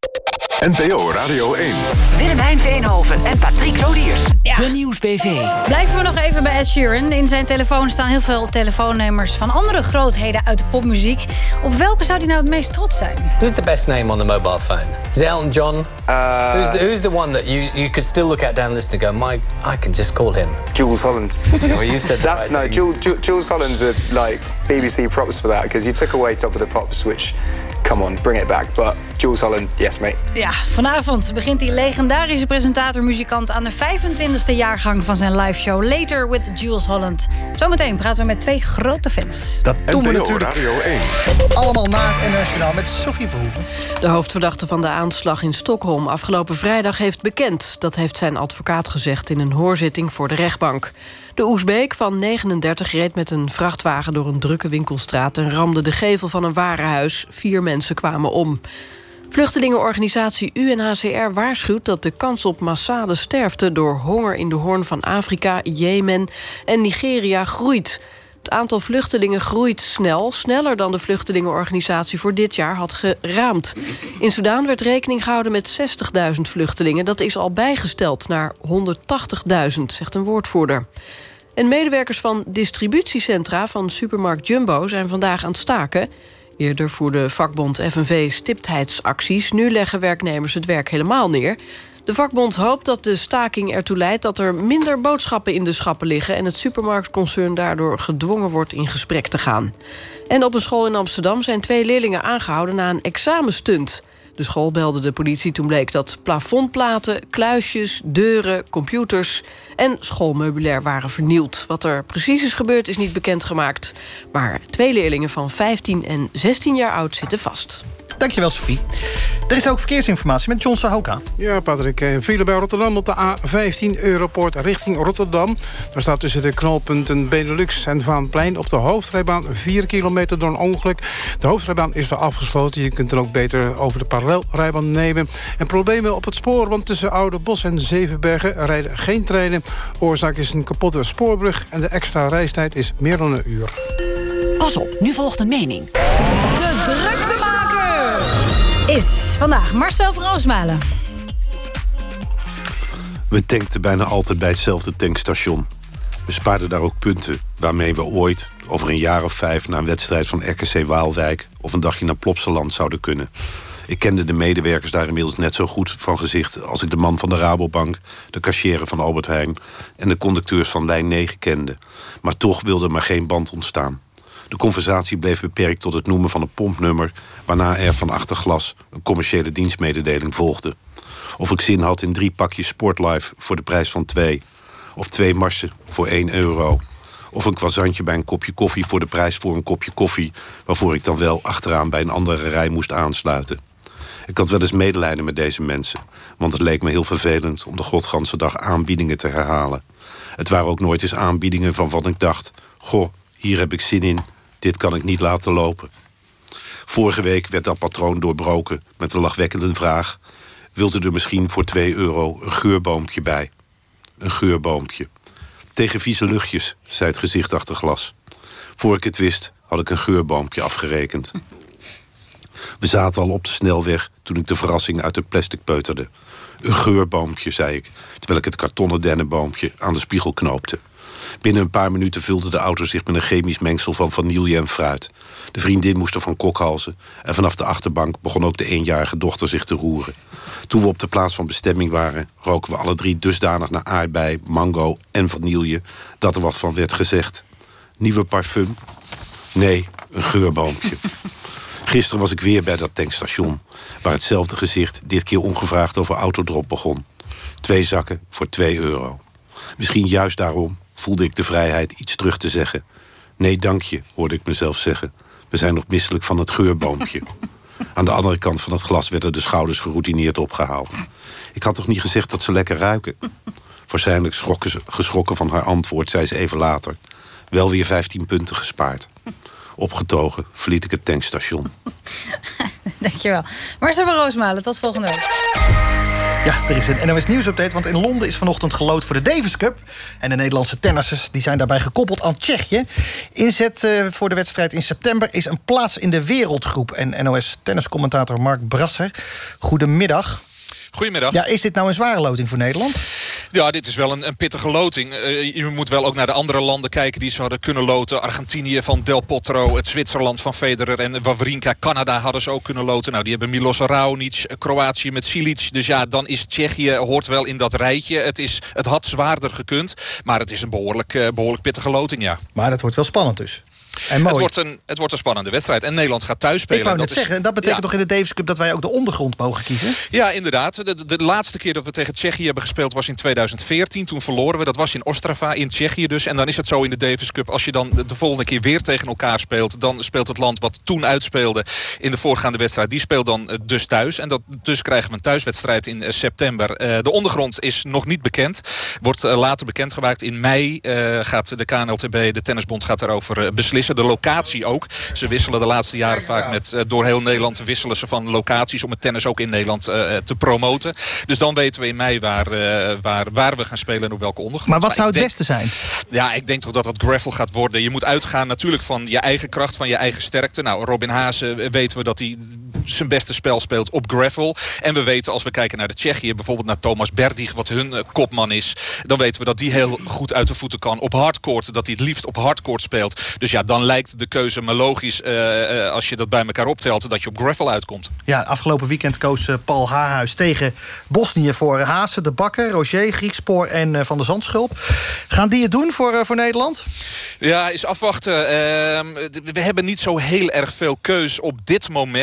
Speaker 1: N P O Radio één.
Speaker 2: Willemijn Veenhoven en Patrick Lodiers.
Speaker 4: Ja.
Speaker 2: De Nieuws-B V.
Speaker 4: Blijven we nog even bij Ed Sheeran. In zijn telefoon staan heel veel telefoonnummers van andere grootheden uit de popmuziek. Op welke zou hij nou het meest trots zijn?
Speaker 14: Who's the best name on the mobile phone? Is it Elton John?
Speaker 15: Uh,
Speaker 14: who's, the, who's the one that you, you could still look at down the list and go, my, I can just call him?
Speaker 15: Jools Holland.
Speaker 14: Yeah, well, you said
Speaker 15: That's
Speaker 14: right,
Speaker 15: no Jools, Jools Holland's a, like B B C props for that, because you took away Top of the Pops, which, come on, bring it back. But Jools Holland, yes mate.
Speaker 4: Ja, vanavond begint die legendarische presentator-muzikant aan de vijfentwintigste jaargang van zijn liveshow Later with Jools Holland. Zometeen praten we met twee grote fans.
Speaker 3: Dat doen we natuurlijk
Speaker 1: Radio één.
Speaker 3: allemaal na het N O S Journaal met Sophie Verhoeven.
Speaker 16: De hoofdverdachte van de aanslag in Stockholm afgelopen vrijdag heeft bekend. Dat heeft zijn advocaat gezegd in een hoorzitting voor de rechtbank. De Oezbeek van negenendertig reed met een vrachtwagen door een drukke winkelstraat en ramde de gevel van een warenhuis. Vier mensen kwamen om. Vluchtelingenorganisatie U N H C R waarschuwt dat de kans op massale sterfte door honger in de Hoorn van Afrika, Jemen en Nigeria groeit. Het aantal vluchtelingen groeit snel, sneller dan de vluchtelingenorganisatie voor dit jaar had geraamd. In Sudan werd rekening gehouden met zestigduizend vluchtelingen. Dat is al bijgesteld naar honderdtachtigduizend, zegt een woordvoerder. En medewerkers van distributiecentra van supermarkt Jumbo zijn vandaag aan het staken. Eerder voerde vakbond F N V stiptheidsacties. Nu leggen werknemers het werk helemaal neer. De vakbond hoopt dat de staking ertoe leidt dat er minder boodschappen in de schappen liggen en het supermarktconcern daardoor gedwongen wordt in gesprek te gaan. En op een school in Amsterdam zijn twee leerlingen aangehouden na een examenstunt. De school belde de politie toen bleek dat plafondplaten, kluisjes, deuren, computers en schoolmeubilair waren vernield. Wat er precies is gebeurd is niet bekendgemaakt. Maar twee leerlingen van vijftien en zestien jaar oud zitten vast.
Speaker 3: Dankjewel, Sophie. Er is ook verkeersinformatie met John Sahoka.
Speaker 17: Ja, Patrick. Een file bij Rotterdam op de A vijftien Europoort richting Rotterdam. Daar staat tussen de knooppunten Benelux en Vaanplein op de hoofdrijbaan vier kilometer door een ongeluk. De hoofdrijbaan is er afgesloten. Je kunt er ook beter over de parallelrijbaan nemen. En problemen op het spoor, want tussen Oudenbosch en Zevenbergen rijden geen treinen. Oorzaak is een kapotte spoorbrug en de extra reistijd is meer dan een uur.
Speaker 2: Pas op, nu volgt een mening.
Speaker 4: De druktemaker is vandaag Marcel van Roosmalen.
Speaker 18: We tankten bijna altijd bij hetzelfde tankstation. We spaarden daar ook punten waarmee we ooit, over een jaar of vijf... naar een wedstrijd van R K C Waalwijk of een dagje naar Plopsaland zouden kunnen. Ik kende de medewerkers daar inmiddels net zo goed van gezicht... als ik de man van de Rabobank, de cashier van Albert Heijn... en de conducteurs van lijn negen kende. Maar toch wilde er maar geen band ontstaan. De conversatie bleef beperkt tot het noemen van een pompnummer... waarna er van achter glas een commerciële dienstmededeling volgde. Of ik zin had in drie pakjes Sportlife voor de prijs van twee... of twee marsen voor één euro... of een croissantje bij een kopje koffie voor de prijs voor een kopje koffie... waarvoor ik dan wel achteraan bij een andere rij moest aansluiten. Ik had wel eens medelijden met deze mensen... want het leek me heel vervelend om de godganse dag aanbiedingen te herhalen. Het waren ook nooit eens aanbiedingen van wat ik dacht... goh, hier heb ik zin in, dit kan ik niet laten lopen. Vorige week werd dat patroon doorbroken met de lachwekkende vraag... wilt u er misschien voor twee euro een geurboompje bij? Een geurboompje. Tegen vieze luchtjes, zei het gezicht achter glas. Voor ik het wist, had ik een geurboompje afgerekend. We zaten al op de snelweg toen ik de verrassing uit het plastic peuterde. Een geurboompje, zei ik, terwijl ik het kartonnen dennenboompje aan de spiegel knoopte. Binnen een paar minuten vulde de auto zich met een chemisch mengsel van vanille en fruit. De vriendin moest ervan kokhalzen en vanaf de achterbank begon ook de eenjarige dochter zich te roeren. Toen we op de plaats van bestemming waren, roken we alle drie dusdanig naar aardbei, mango en vanille dat er wat van werd gezegd. Nieuwe parfum? Nee, een geurboompje. Gisteren was ik weer bij dat tankstation, waar hetzelfde gezicht dit keer ongevraagd over autodrop begon. Twee zakken voor twee euro. Misschien juist daarom voelde ik de vrijheid iets terug te zeggen. Nee, dank je, hoorde ik mezelf zeggen. We zijn nog misselijk van het geurboompje. Aan de andere kant van het glas werden de schouders geroutineerd opgehaald. Ik had toch niet gezegd dat ze lekker ruiken? Waarschijnlijk schrokken ze, geschrokken van haar antwoord, zei ze even later. Wel weer vijftien punten gespaard. Opgetogen verliet ik het tankstation.
Speaker 4: Dankjewel. Marcel van Roosmalen, tot volgende week.
Speaker 3: Ja, er is een N O S Nieuws-update, want in Londen is vanochtend geloot voor de Davis Cup. En de Nederlandse tennissers die zijn daarbij gekoppeld aan Tsjechië. Inzet uh, voor de wedstrijd in september is een plaats in de wereldgroep. En N O S-tenniscommentator Mark Brasser, goedemiddag.
Speaker 19: Goedemiddag.
Speaker 3: Ja, is dit nou een zware loting voor Nederland?
Speaker 19: Ja, dit is wel een, een pittige loting. Uh, je moet wel ook naar de andere landen kijken die zouden kunnen loten. Argentinië van Del Potro, het Zwitserland van Federer en Wawrinka. Canada hadden ze ook kunnen loten. Nou, die hebben Milos Raonic, Kroatië met Silic. Dus ja, dan is Tsjechië, hoort wel in dat rijtje. Het, is, het had zwaarder gekund, maar het is een behoorlijk, uh, behoorlijk pittige loting, ja.
Speaker 3: Maar het wordt wel spannend dus. En mooi.
Speaker 19: Het wordt, een, het wordt een spannende wedstrijd. En Nederland gaat thuis spelen.
Speaker 3: Ik wou net
Speaker 19: dat
Speaker 3: zeggen,
Speaker 19: is,
Speaker 3: dat betekent
Speaker 19: ja.
Speaker 3: toch in de Davis Cup dat wij ook de ondergrond mogen kiezen?
Speaker 19: Ja, inderdaad. De, de, de laatste keer dat we tegen Tsjechië hebben gespeeld was in tweeduizend veertien. Toen verloren we. Dat was in Ostrava in Tsjechië dus. En dan is het zo in de Davis Cup. Als je dan de, de volgende keer weer tegen elkaar speelt, dan speelt het land wat toen uitspeelde in de voorgaande wedstrijd, die speelt dan uh, dus thuis. En dat, dus krijgen we een thuiswedstrijd in uh, september. Uh, de ondergrond is nog niet bekend. Wordt uh, later bekendgemaakt. In mei uh, gaat de K N L T B, de Tennisbond, gaat daarover uh, beslissen. De locatie ook. Ze wisselen de laatste jaren vaak met uh, door heel Nederland wisselen ze van locaties om het tennis ook in Nederland uh, te promoten. Dus dan weten we in mei waar, uh, waar, waar we gaan spelen en op welke ondergrond.
Speaker 3: Maar wat
Speaker 19: maar
Speaker 3: zou het
Speaker 19: denk,
Speaker 3: beste zijn?
Speaker 19: Ja, ik denk toch dat het gravel gaat worden. Je moet uitgaan natuurlijk van je eigen kracht, van je eigen sterkte. Nou, Robin Haase weten we dat hij zijn beste spel speelt op gravel. En we weten, als we kijken naar de Tsjechië, bijvoorbeeld naar Thomas Berdych, wat hun uh, kopman is, dan weten we dat die heel goed uit de voeten kan. Op hardcourt, dat hij het liefst op hardcourt speelt. Dus ja, dan lijkt de keuze maar logisch, uh, uh, als je dat bij elkaar optelt, dat je op gravel uitkomt.
Speaker 3: Ja, afgelopen weekend koos uh, Paul Haarhuis tegen Bosnië voor Haase, De Bakker, Roger, Griekspoor en uh, Van der Zandschulp. Gaan die het doen voor, uh, voor Nederland?
Speaker 19: Ja, is afwachten. Uh, we hebben niet zo heel erg veel keus op dit moment. Uh,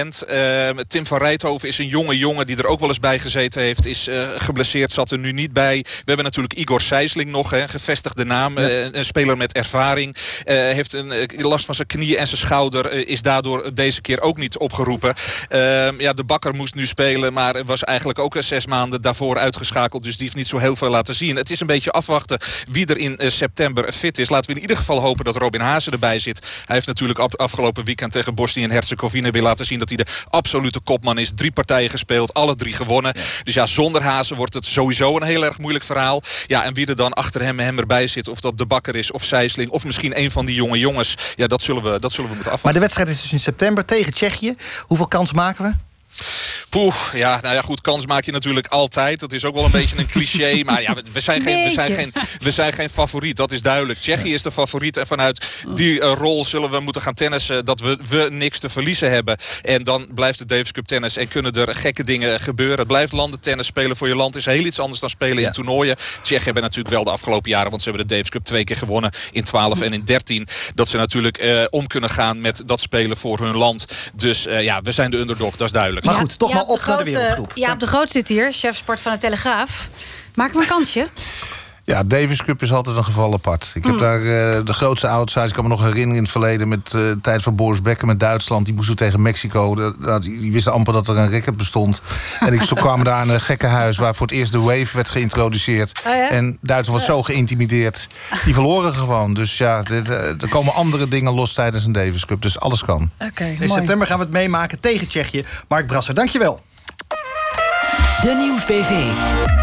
Speaker 19: Uh, Tim van Rijthoven is een jonge jongen die er ook wel eens bij gezeten heeft. Is uh, geblesseerd, zat er nu niet bij. We hebben natuurlijk Igor Sijsling nog, hè, gevestigde naam. Ja. Uh, een speler met ervaring. Uh, heeft een uh, last van zijn knieën en zijn schouder. Uh, is daardoor deze keer ook niet opgeroepen. Uh, ja, de Bakker moest nu spelen, maar was eigenlijk ook uh, zes maanden daarvoor uitgeschakeld. Dus die heeft niet zo heel veel laten zien. Het is een beetje afwachten wie er in uh, september fit is. Laten we in ieder geval hopen dat Robin Haase erbij zit. Hij heeft natuurlijk af, afgelopen weekend tegen Bosnië en Herzegovina weer laten zien dat hij de absolute kopman is. Drie partijen gespeeld, alle drie gewonnen. Ja. Dus ja, zonder Haase wordt het sowieso een heel erg moeilijk verhaal. Ja, en wie er dan achter hem, hem erbij zit, of dat de Bakker is of Sijsling, of misschien een van die jonge jongens. Ja, dat zullen we, dat zullen we moeten afwachten.
Speaker 3: Maar de wedstrijd is dus in september tegen Tsjechië. Hoeveel kans maken we?
Speaker 19: Poeh, ja, nou ja, goed, kans maak je natuurlijk altijd. Dat is ook wel een beetje een cliché. Maar ja, we zijn geen, we zijn geen, we zijn geen favoriet, dat is duidelijk. Tsjechië is de favoriet en vanuit die uh, rol zullen we moeten gaan tennissen. Dat we, we niks te verliezen hebben. En dan blijft het Davis Cup tennis en kunnen er gekke dingen gebeuren. Het blijft landentennis. Spelen voor je land is heel iets anders dan spelen ja. in toernooien. Tsjechië hebben natuurlijk wel de afgelopen jaren, want ze hebben de Davis Cup twee keer gewonnen. In twaalf en in dertien. Dat ze natuurlijk uh, om kunnen gaan met dat spelen voor hun land. Dus uh, ja, we zijn de underdog, dat is duidelijk.
Speaker 3: Maar goed, toch
Speaker 4: ja,
Speaker 3: maar op
Speaker 4: de
Speaker 3: naar de
Speaker 4: grote,
Speaker 3: wereldgroep.
Speaker 4: Ja, op de groot zit hier, chef sport van de Telegraaf. Maak maar een kansje.
Speaker 20: Ja, Davis Cup is altijd een geval apart. Ik heb mm. daar uh, de grootste outsiders. Ik kan me nog herinneren in het verleden met uh, de tijd van Boris Becker met Duitsland. Die moesten tegen Mexico. De, uh, die, die wisten amper dat er een racket bestond. En ik, zo kwamen daar in een gekkenhuis waar voor het eerst de wave werd geïntroduceerd. Oh ja? En Duitsland was zo geïntimideerd. Die verloren gewoon. Dus ja, dit, uh, er komen andere dingen los tijdens een Davis Cup. Dus alles kan.
Speaker 3: Okay, in september gaan we het meemaken tegen Tsjechië. Mark Brasser, dankjewel.
Speaker 2: De Nieuws-B V.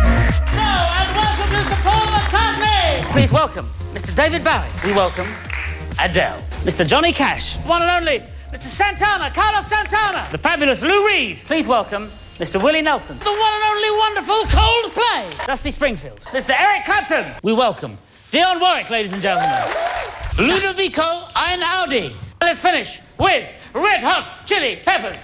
Speaker 21: Please welcome Mister David Bowie. We welcome Adele. Mister Johnny Cash. One and only Mister Santana, Carlos Santana. The fabulous Lou Reed. Please welcome Mister Willie Nelson. The one and only wonderful Coldplay. Dusty Springfield. Mister Eric Clapton. We welcome Dionne Warwick, ladies and gentlemen. Ludovico Einaudi. Let's finish with Red Hot Chili Peppers.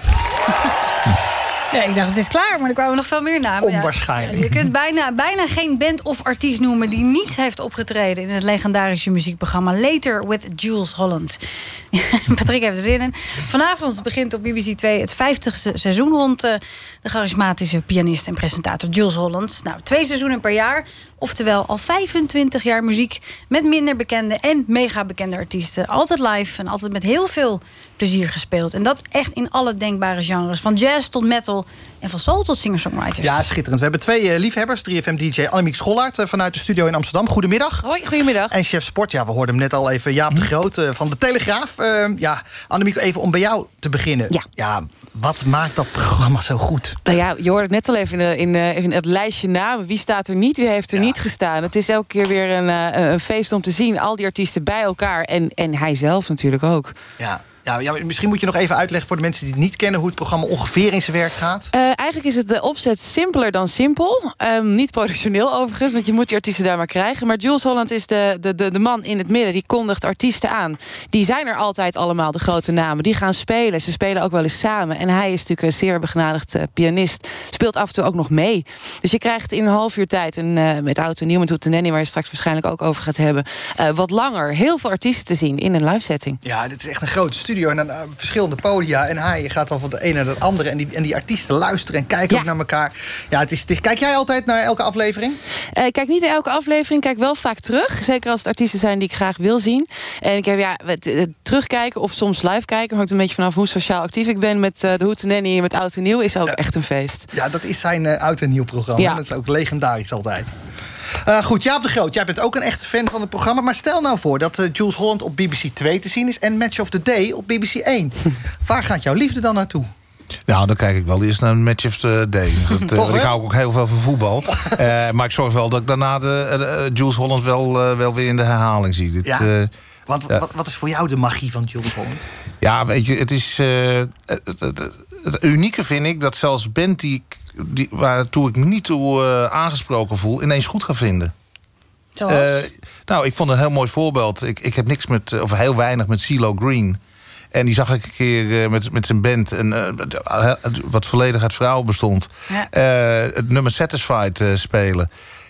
Speaker 4: Ja, ik dacht, het is klaar, maar er kwamen nog veel meer namen.
Speaker 3: Onwaarschijnlijk.
Speaker 4: Ja, je kunt bijna, bijna geen band of artiest noemen die niet heeft opgetreden in het legendarische muziekprogramma Later with Jules Holland. Patrick heeft er zin in. Vanavond begint op B B C twee het vijftigste seizoen rond uh, de charismatische pianist en presentator Jules Holland. Nou, twee seizoenen per jaar. Oftewel al vijfentwintig jaar muziek met minder bekende en mega bekende artiesten. Altijd live en altijd met heel veel plezier gespeeld. En dat echt in alle denkbare genres. Van jazz tot metal en van soul tot singer-songwriters.
Speaker 3: Ja, schitterend. We hebben twee uh, liefhebbers. drie F M D J Annemiek Schollaert uh, vanuit de studio in Amsterdam. Goedemiddag.
Speaker 4: Hoi, goedemiddag.
Speaker 3: En chef sport, ja, we hoorden hem net al even. Jaap de Groot uh, van de Telegraaf. Uh, ja, Annemiek, even om bij jou te beginnen. Ja. ja, wat maakt dat programma zo goed?
Speaker 7: Nou ja, je hoorde het net al even in, de, in, de, in het lijstje namen. Wie staat er niet, wie heeft er ja. niet gestaan? Het is elke keer weer een, uh, een feest om te zien. Al die artiesten bij elkaar. En, en hij zelf natuurlijk ook.
Speaker 3: Ja. Ja, ja, misschien moet je nog even uitleggen voor de mensen die het niet kennen hoe het programma ongeveer in zijn werk gaat.
Speaker 7: Uh, eigenlijk is het de opzet simpeler dan simpel. Um, niet productioneel overigens, want je moet die artiesten daar maar krijgen. Maar Jules Holland is de, de, de, de man in het midden. Die kondigt artiesten aan. Die zijn er altijd allemaal, de grote namen. Die gaan spelen. Ze spelen ook wel eens samen. En hij is natuurlijk een zeer begenadigd uh, pianist. Speelt af en toe ook nog mee. Dus je krijgt in een half uur tijd een, uh, met Oud en Nieuw, met Hootenanny, waar je straks waarschijnlijk ook over gaat hebben, uh, wat langer heel veel artiesten te zien in een live setting.
Speaker 3: Ja, dit is echt een grote studio en dan uh, verschillende podia. En hij gaat dan van de ene naar het andere. En die, en die artiesten luisteren en kijken ja. ook naar elkaar. Ja, het is, het is, kijk jij altijd naar elke aflevering?
Speaker 7: Uh, ik kijk niet naar elke aflevering. Kijk wel vaak terug. Zeker als het artiesten zijn die ik graag wil zien. En ik heb ja, het, het, terugkijken of soms live kijken. Hangt een beetje vanaf hoe sociaal actief ik ben. Met uh, de Hootenanny en met Oud en Nieuw is ook ja. echt een feest.
Speaker 3: Ja, dat is zijn uh, Oud en Nieuw programma. Ja. Dat is ook legendarisch altijd. Uh, goed, Jaap de Groot, jij bent ook een echte fan van het programma. Maar stel nou voor dat uh, Jules Holland op B B C twee te zien is en Match of the Day op B B C één. Waar gaat jouw liefde dan naartoe?
Speaker 20: Nou, dan kijk ik wel eerst naar een Match of the Day. Dat, uh, Toch, ik hou ook heel veel van voetbal. uh, maar ik zorg wel dat ik daarna de, uh, Jules Holland wel, uh, wel weer in de herhaling zie. Dit,
Speaker 3: ja?
Speaker 20: uh,
Speaker 3: Want ja. wat, wat is voor jou de magie van Jules Holland?
Speaker 20: Ja, weet je, het is... Uh, het, het, het unieke vind ik dat zelfs band die, die waartoe ik me niet toe uh, aangesproken voel, ineens goed gaan vinden.
Speaker 4: Zoals?
Speaker 20: Uh, nou, ik vond een heel mooi voorbeeld. Ik, ik heb niks met, of heel weinig met CeeLo Green. En die zag ik een keer uh, met, met zijn band, een, uh, wat volledig uit vrouwen bestond. Ja. Uh, het nummer Satisfied uh, spelen.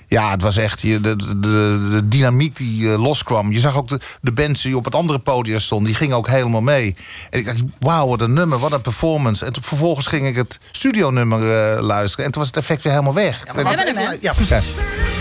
Speaker 20: Ja, het was echt de, de, de, de dynamiek die uh, loskwam. Je zag ook de, de bands die op het andere podium stonden, die gingen ook helemaal mee. En ik dacht, wauw, wat een nummer, wat een performance. En toen, vervolgens ging ik het studionummer uh, luisteren. En toen was het effect weer helemaal weg.
Speaker 3: Ja, maar even, even, ja, precies. Ja.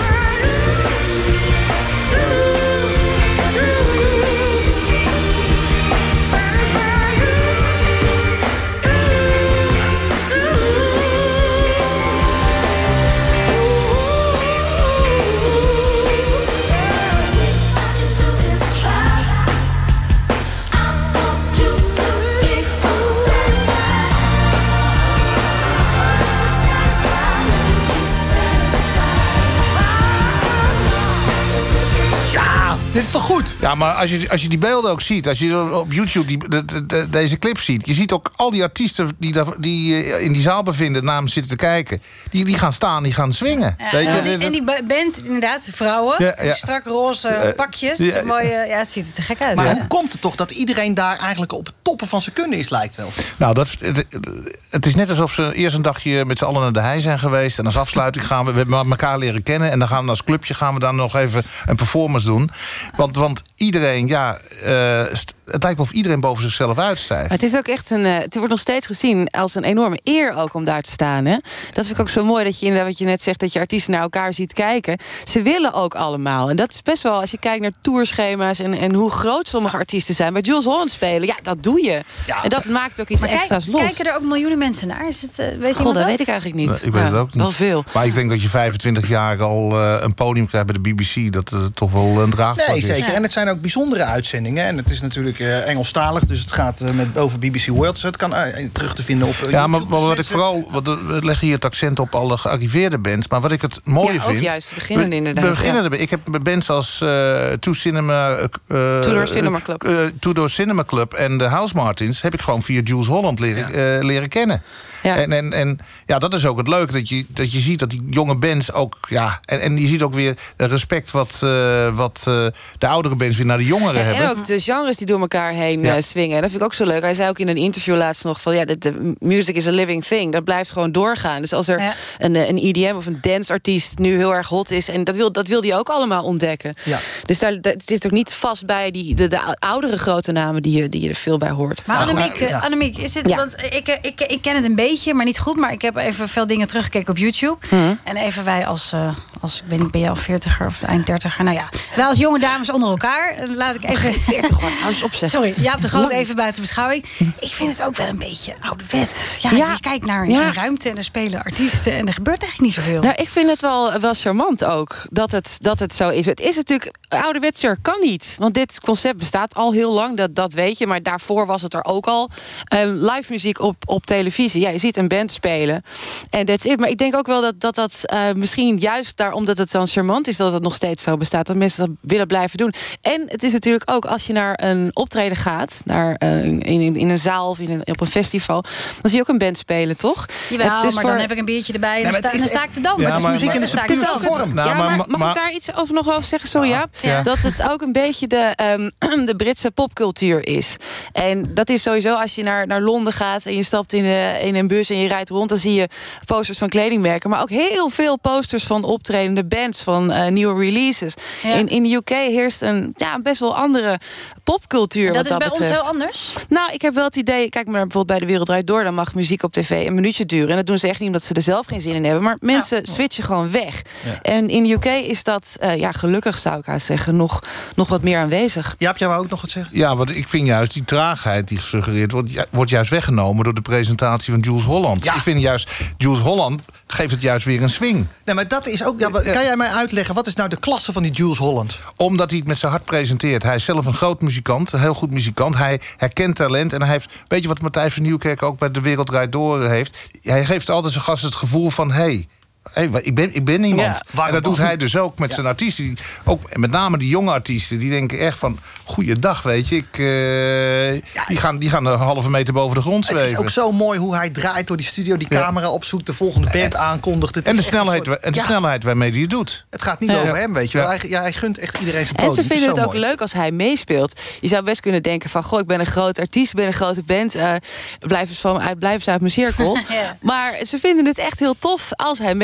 Speaker 3: Dit is toch goed?
Speaker 20: Ja, maar als je, als je die beelden ook ziet, als je op YouTube die, de, de, de, deze clip ziet, je ziet ook al die artiesten die, daar, die in die zaal bevinden, naar hem zitten te kijken, die, die gaan staan, die gaan swingen.
Speaker 4: Ja,
Speaker 20: weet je?
Speaker 4: En, die, en die band, inderdaad, vrouwen,
Speaker 20: ja, ja.
Speaker 4: strak roze uh, pakjes, ja, mooie, ja, het ziet er te gek uit.
Speaker 3: Maar
Speaker 4: ja.
Speaker 3: hoe komt het toch dat iedereen daar eigenlijk op het toppen van zijn kunnen is, lijkt wel?
Speaker 20: Nou, dat, het, het is net alsof ze eerst een dagje met z'n allen naar de hei zijn geweest, en als afsluiting gaan we, we hebben elkaar leren kennen, en dan gaan we als clubje gaan we dan nog even een performance doen. Want, want iedereen, ja, uh, het lijkt wel of iedereen boven zichzelf uitstijgt.
Speaker 7: Het is ook echt een, uh, het wordt nog steeds gezien als een enorme eer ook om daar te staan. Hè? Dat vind ik ook zo mooi, dat je inderdaad, wat je net zegt, dat je artiesten naar elkaar ziet kijken. Ze willen ook allemaal. En dat is best wel, als je kijkt naar tourschema's en, en hoe groot sommige artiesten zijn. Bij Jules Holland spelen, ja, dat doe je. Ja. En dat maakt ook iets
Speaker 4: maar
Speaker 7: extra's
Speaker 4: kijk,
Speaker 7: los.
Speaker 4: Kijken er ook miljoenen mensen naar? Is het, uh, weet
Speaker 7: God, dat, dat weet ik eigenlijk niet.
Speaker 20: Nee, ik weet
Speaker 7: ja,
Speaker 20: het ook niet.
Speaker 7: Wel veel.
Speaker 20: Maar ik denk dat je vijfentwintig jaar al uh, een podium krijgt bij de B B C. Dat het toch wel een draagvlak
Speaker 3: nee,
Speaker 20: is.
Speaker 3: Zeker. Ja. En het zijn ook bijzondere uitzendingen. En het is natuurlijk uh, Engelstalig, dus het gaat uh, met, over B B C World. Dus het kan uh, terug te vinden op uh,
Speaker 20: ja, maar, maar wat
Speaker 3: mensen...
Speaker 20: ik vooral... Wat, we leggen hier het accent op alle gearriveerde bands. Maar wat ik het mooie
Speaker 7: ja,
Speaker 20: vind...
Speaker 7: ook juist, de beginnende inderdaad.
Speaker 20: Beginnende, ja. Ik heb bands als uh, Two Cinema... Uh,
Speaker 7: Tudor Cinema Club.
Speaker 20: Uh, Tudor Cinema Club en de House Martins... heb ik gewoon via Jules Holland leren, ja. uh, leren kennen. Ja. En, en, en ja, dat is ook het leuke, dat je, dat je ziet dat die jonge bands ook... Ja, en, en je ziet ook weer respect wat, uh, wat uh, de oudere bands weer naar de jongeren
Speaker 7: ja,
Speaker 20: hebben.
Speaker 7: En ook de genres die door elkaar heen ja. uh, swingen. Dat vind ik ook zo leuk. Hij zei ook in een interview laatst nog van... ja, de, de music is a living thing. Dat blijft gewoon doorgaan. Dus als er ja. een, een E D M of een danceartiest nu heel erg hot is... en dat wil, dat wil die ook allemaal ontdekken. Ja. Dus daar, dat, het is ook niet vast bij die, de, de oudere grote namen die je, die je er veel bij hoort.
Speaker 4: Maar Annemiek, ja. Annemiek is het, ja. want ik, ik, ik ken het een beetje, maar niet goed... maar ik heb even veel dingen teruggekeken op YouTube. Mm-hmm. En even wij als, uh, als, ik weet niet, ben jij al veertiger of eind dertiger? Nou ja, wij als jonge dames onder elkaar. Laat ik even...
Speaker 7: veertig hoor, hou eens op zeg.
Speaker 4: Sorry, Jaap de Groot even buiten beschouwing. Ik vind het ook wel een beetje ouderwet. Ja, ja. Je kijkt naar een ja. ruimte en er spelen artiesten... en er gebeurt eigenlijk niet zoveel.
Speaker 7: Nou, ik vind het wel, wel charmant ook, dat het, dat het zo is. Het is natuurlijk, ouderwetser kan niet. Want dit concept bestaat al heel lang, dat, dat weet je. Maar daarvoor was het er ook al. Uh, live muziek op, op televisie. Ja, je ziet een band spelen. En that's it. Maar ik denk ook wel dat dat, dat uh, misschien juist daar, omdat het zo charmant is... dat het nog steeds zo bestaat, dat mensen dat willen blijven doen. En het is natuurlijk ook, als je naar een optreden gaat... Naar, uh, in, in, in een zaal of in een, op een festival... dan zie je ook een band spelen, toch?
Speaker 4: Jawel, maar voor... dan heb ik een biertje erbij en nee, dan, sta, dan sta ik te dansen.
Speaker 3: Ja, het is muziek in de puurste vorm.
Speaker 7: Nou, ja, maar, maar, mag maar, ik daar iets over nog over zeggen? Sorry, Jaap. Ja. Dat het ook een beetje de, um, de Britse popcultuur is. En dat is sowieso, als je naar, naar Londen gaat... en je stapt in, de, in een bus en je rijdt rond... dan zie je posters van kledingmerken... maar ook heel veel posters van optredende bands... van uh, nieuwe releases. Ja. In, in de U K heerst een ja, best wel andere popcultuur. En
Speaker 4: dat
Speaker 7: wat
Speaker 4: is
Speaker 7: dat
Speaker 4: bij
Speaker 7: betreft.
Speaker 4: ons heel anders?
Speaker 7: Nou, ik heb wel het idee... Kijk maar bijvoorbeeld bij De Wereld Draait Door... dan mag muziek op tv een minuutje duren. En dat doen ze echt niet omdat ze er zelf geen zin in hebben. Maar mensen ja. switchen gewoon weg. Ja. En in de U K is dat, uh, ja, gelukkig zou ik haast zeggen... nog, nog wat meer aanwezig.
Speaker 3: Jaap, jij wou ook nog wat zeggen?
Speaker 20: Ja, want ik vind juist die traagheid die gesuggereerd wordt... wordt juist weggenomen door de presentatie van Jules Holland. Ja. Ik vind juist, Jules Holland geeft het juist weer een swing.
Speaker 3: Nee, maar dat is ook... Ja, kan jij mij uitleggen, wat is nou de klasse van die Jules Holland?
Speaker 20: Omdat hij het met zijn hart presenteert. Hij is zelf een groot muzikant, een heel goed muzikant. Hij herkent talent en hij heeft... Weet je wat Matthijs van Nieuwkerk ook bij De Wereld Draait Door heeft? Hij geeft altijd zijn gast het gevoel van... Hey, Hey, ik, ben, ik ben iemand. Ja, en dat doet hij dus ook met ja. zijn artiesten. Ook met name die jonge artiesten. Die denken echt van, goeiedag, weet je. Ik, uh, ja, die, gaan, die gaan een halve meter boven de grond zweven.
Speaker 3: Het is ook zo mooi hoe hij draait door die studio. Die camera ja. opzoekt, de volgende band aankondigt. Het
Speaker 20: en
Speaker 3: is
Speaker 20: de snelheid,
Speaker 3: soort,
Speaker 20: en de ja. snelheid waarmee hij het doet.
Speaker 3: Het gaat niet ja. over hem, weet je wel. Hij, ja, hij gunt echt iedereen zijn podium.
Speaker 7: En ze vinden het,
Speaker 3: het
Speaker 7: ook
Speaker 3: mooi.
Speaker 7: leuk als hij meespeelt. Je zou best kunnen denken van, goh, ik ben een groot artiest, ik ben een grote band. Uh, blijf eens van, blijf eens uit mijn cirkel. ja. Maar ze vinden het echt heel tof als hij meespeelt.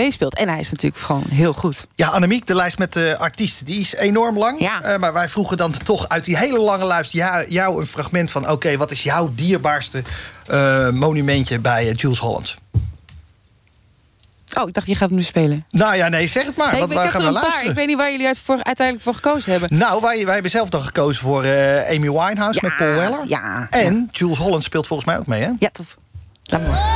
Speaker 7: meespeelt. En hij is natuurlijk gewoon heel goed.
Speaker 3: Ja, Annemiek, de lijst met de artiesten, die is enorm lang.
Speaker 7: Ja.
Speaker 3: Uh, maar wij vroegen dan toch uit die hele lange lijst jou, jou een fragment van... oké, okay, wat is jouw dierbaarste uh, monumentje bij uh, Jools Holland?
Speaker 7: Oh, ik dacht, je gaat hem nu spelen.
Speaker 3: Nou ja, nee, zeg het maar.
Speaker 7: Nee,
Speaker 3: wat,
Speaker 7: ik,
Speaker 3: waar
Speaker 7: ik heb
Speaker 3: gaan
Speaker 7: er
Speaker 3: we
Speaker 7: een
Speaker 3: luisteren?
Speaker 7: paar. Ik weet niet waar jullie uit voor, uiteindelijk voor gekozen hebben.
Speaker 3: Nou, wij, wij hebben zelf dan gekozen voor uh, Amy Winehouse
Speaker 7: ja,
Speaker 3: met Paul Weller.
Speaker 7: Ja.
Speaker 3: En
Speaker 7: ja.
Speaker 3: Jools Holland speelt volgens mij ook mee, hè?
Speaker 7: Ja, tof. Laat maar.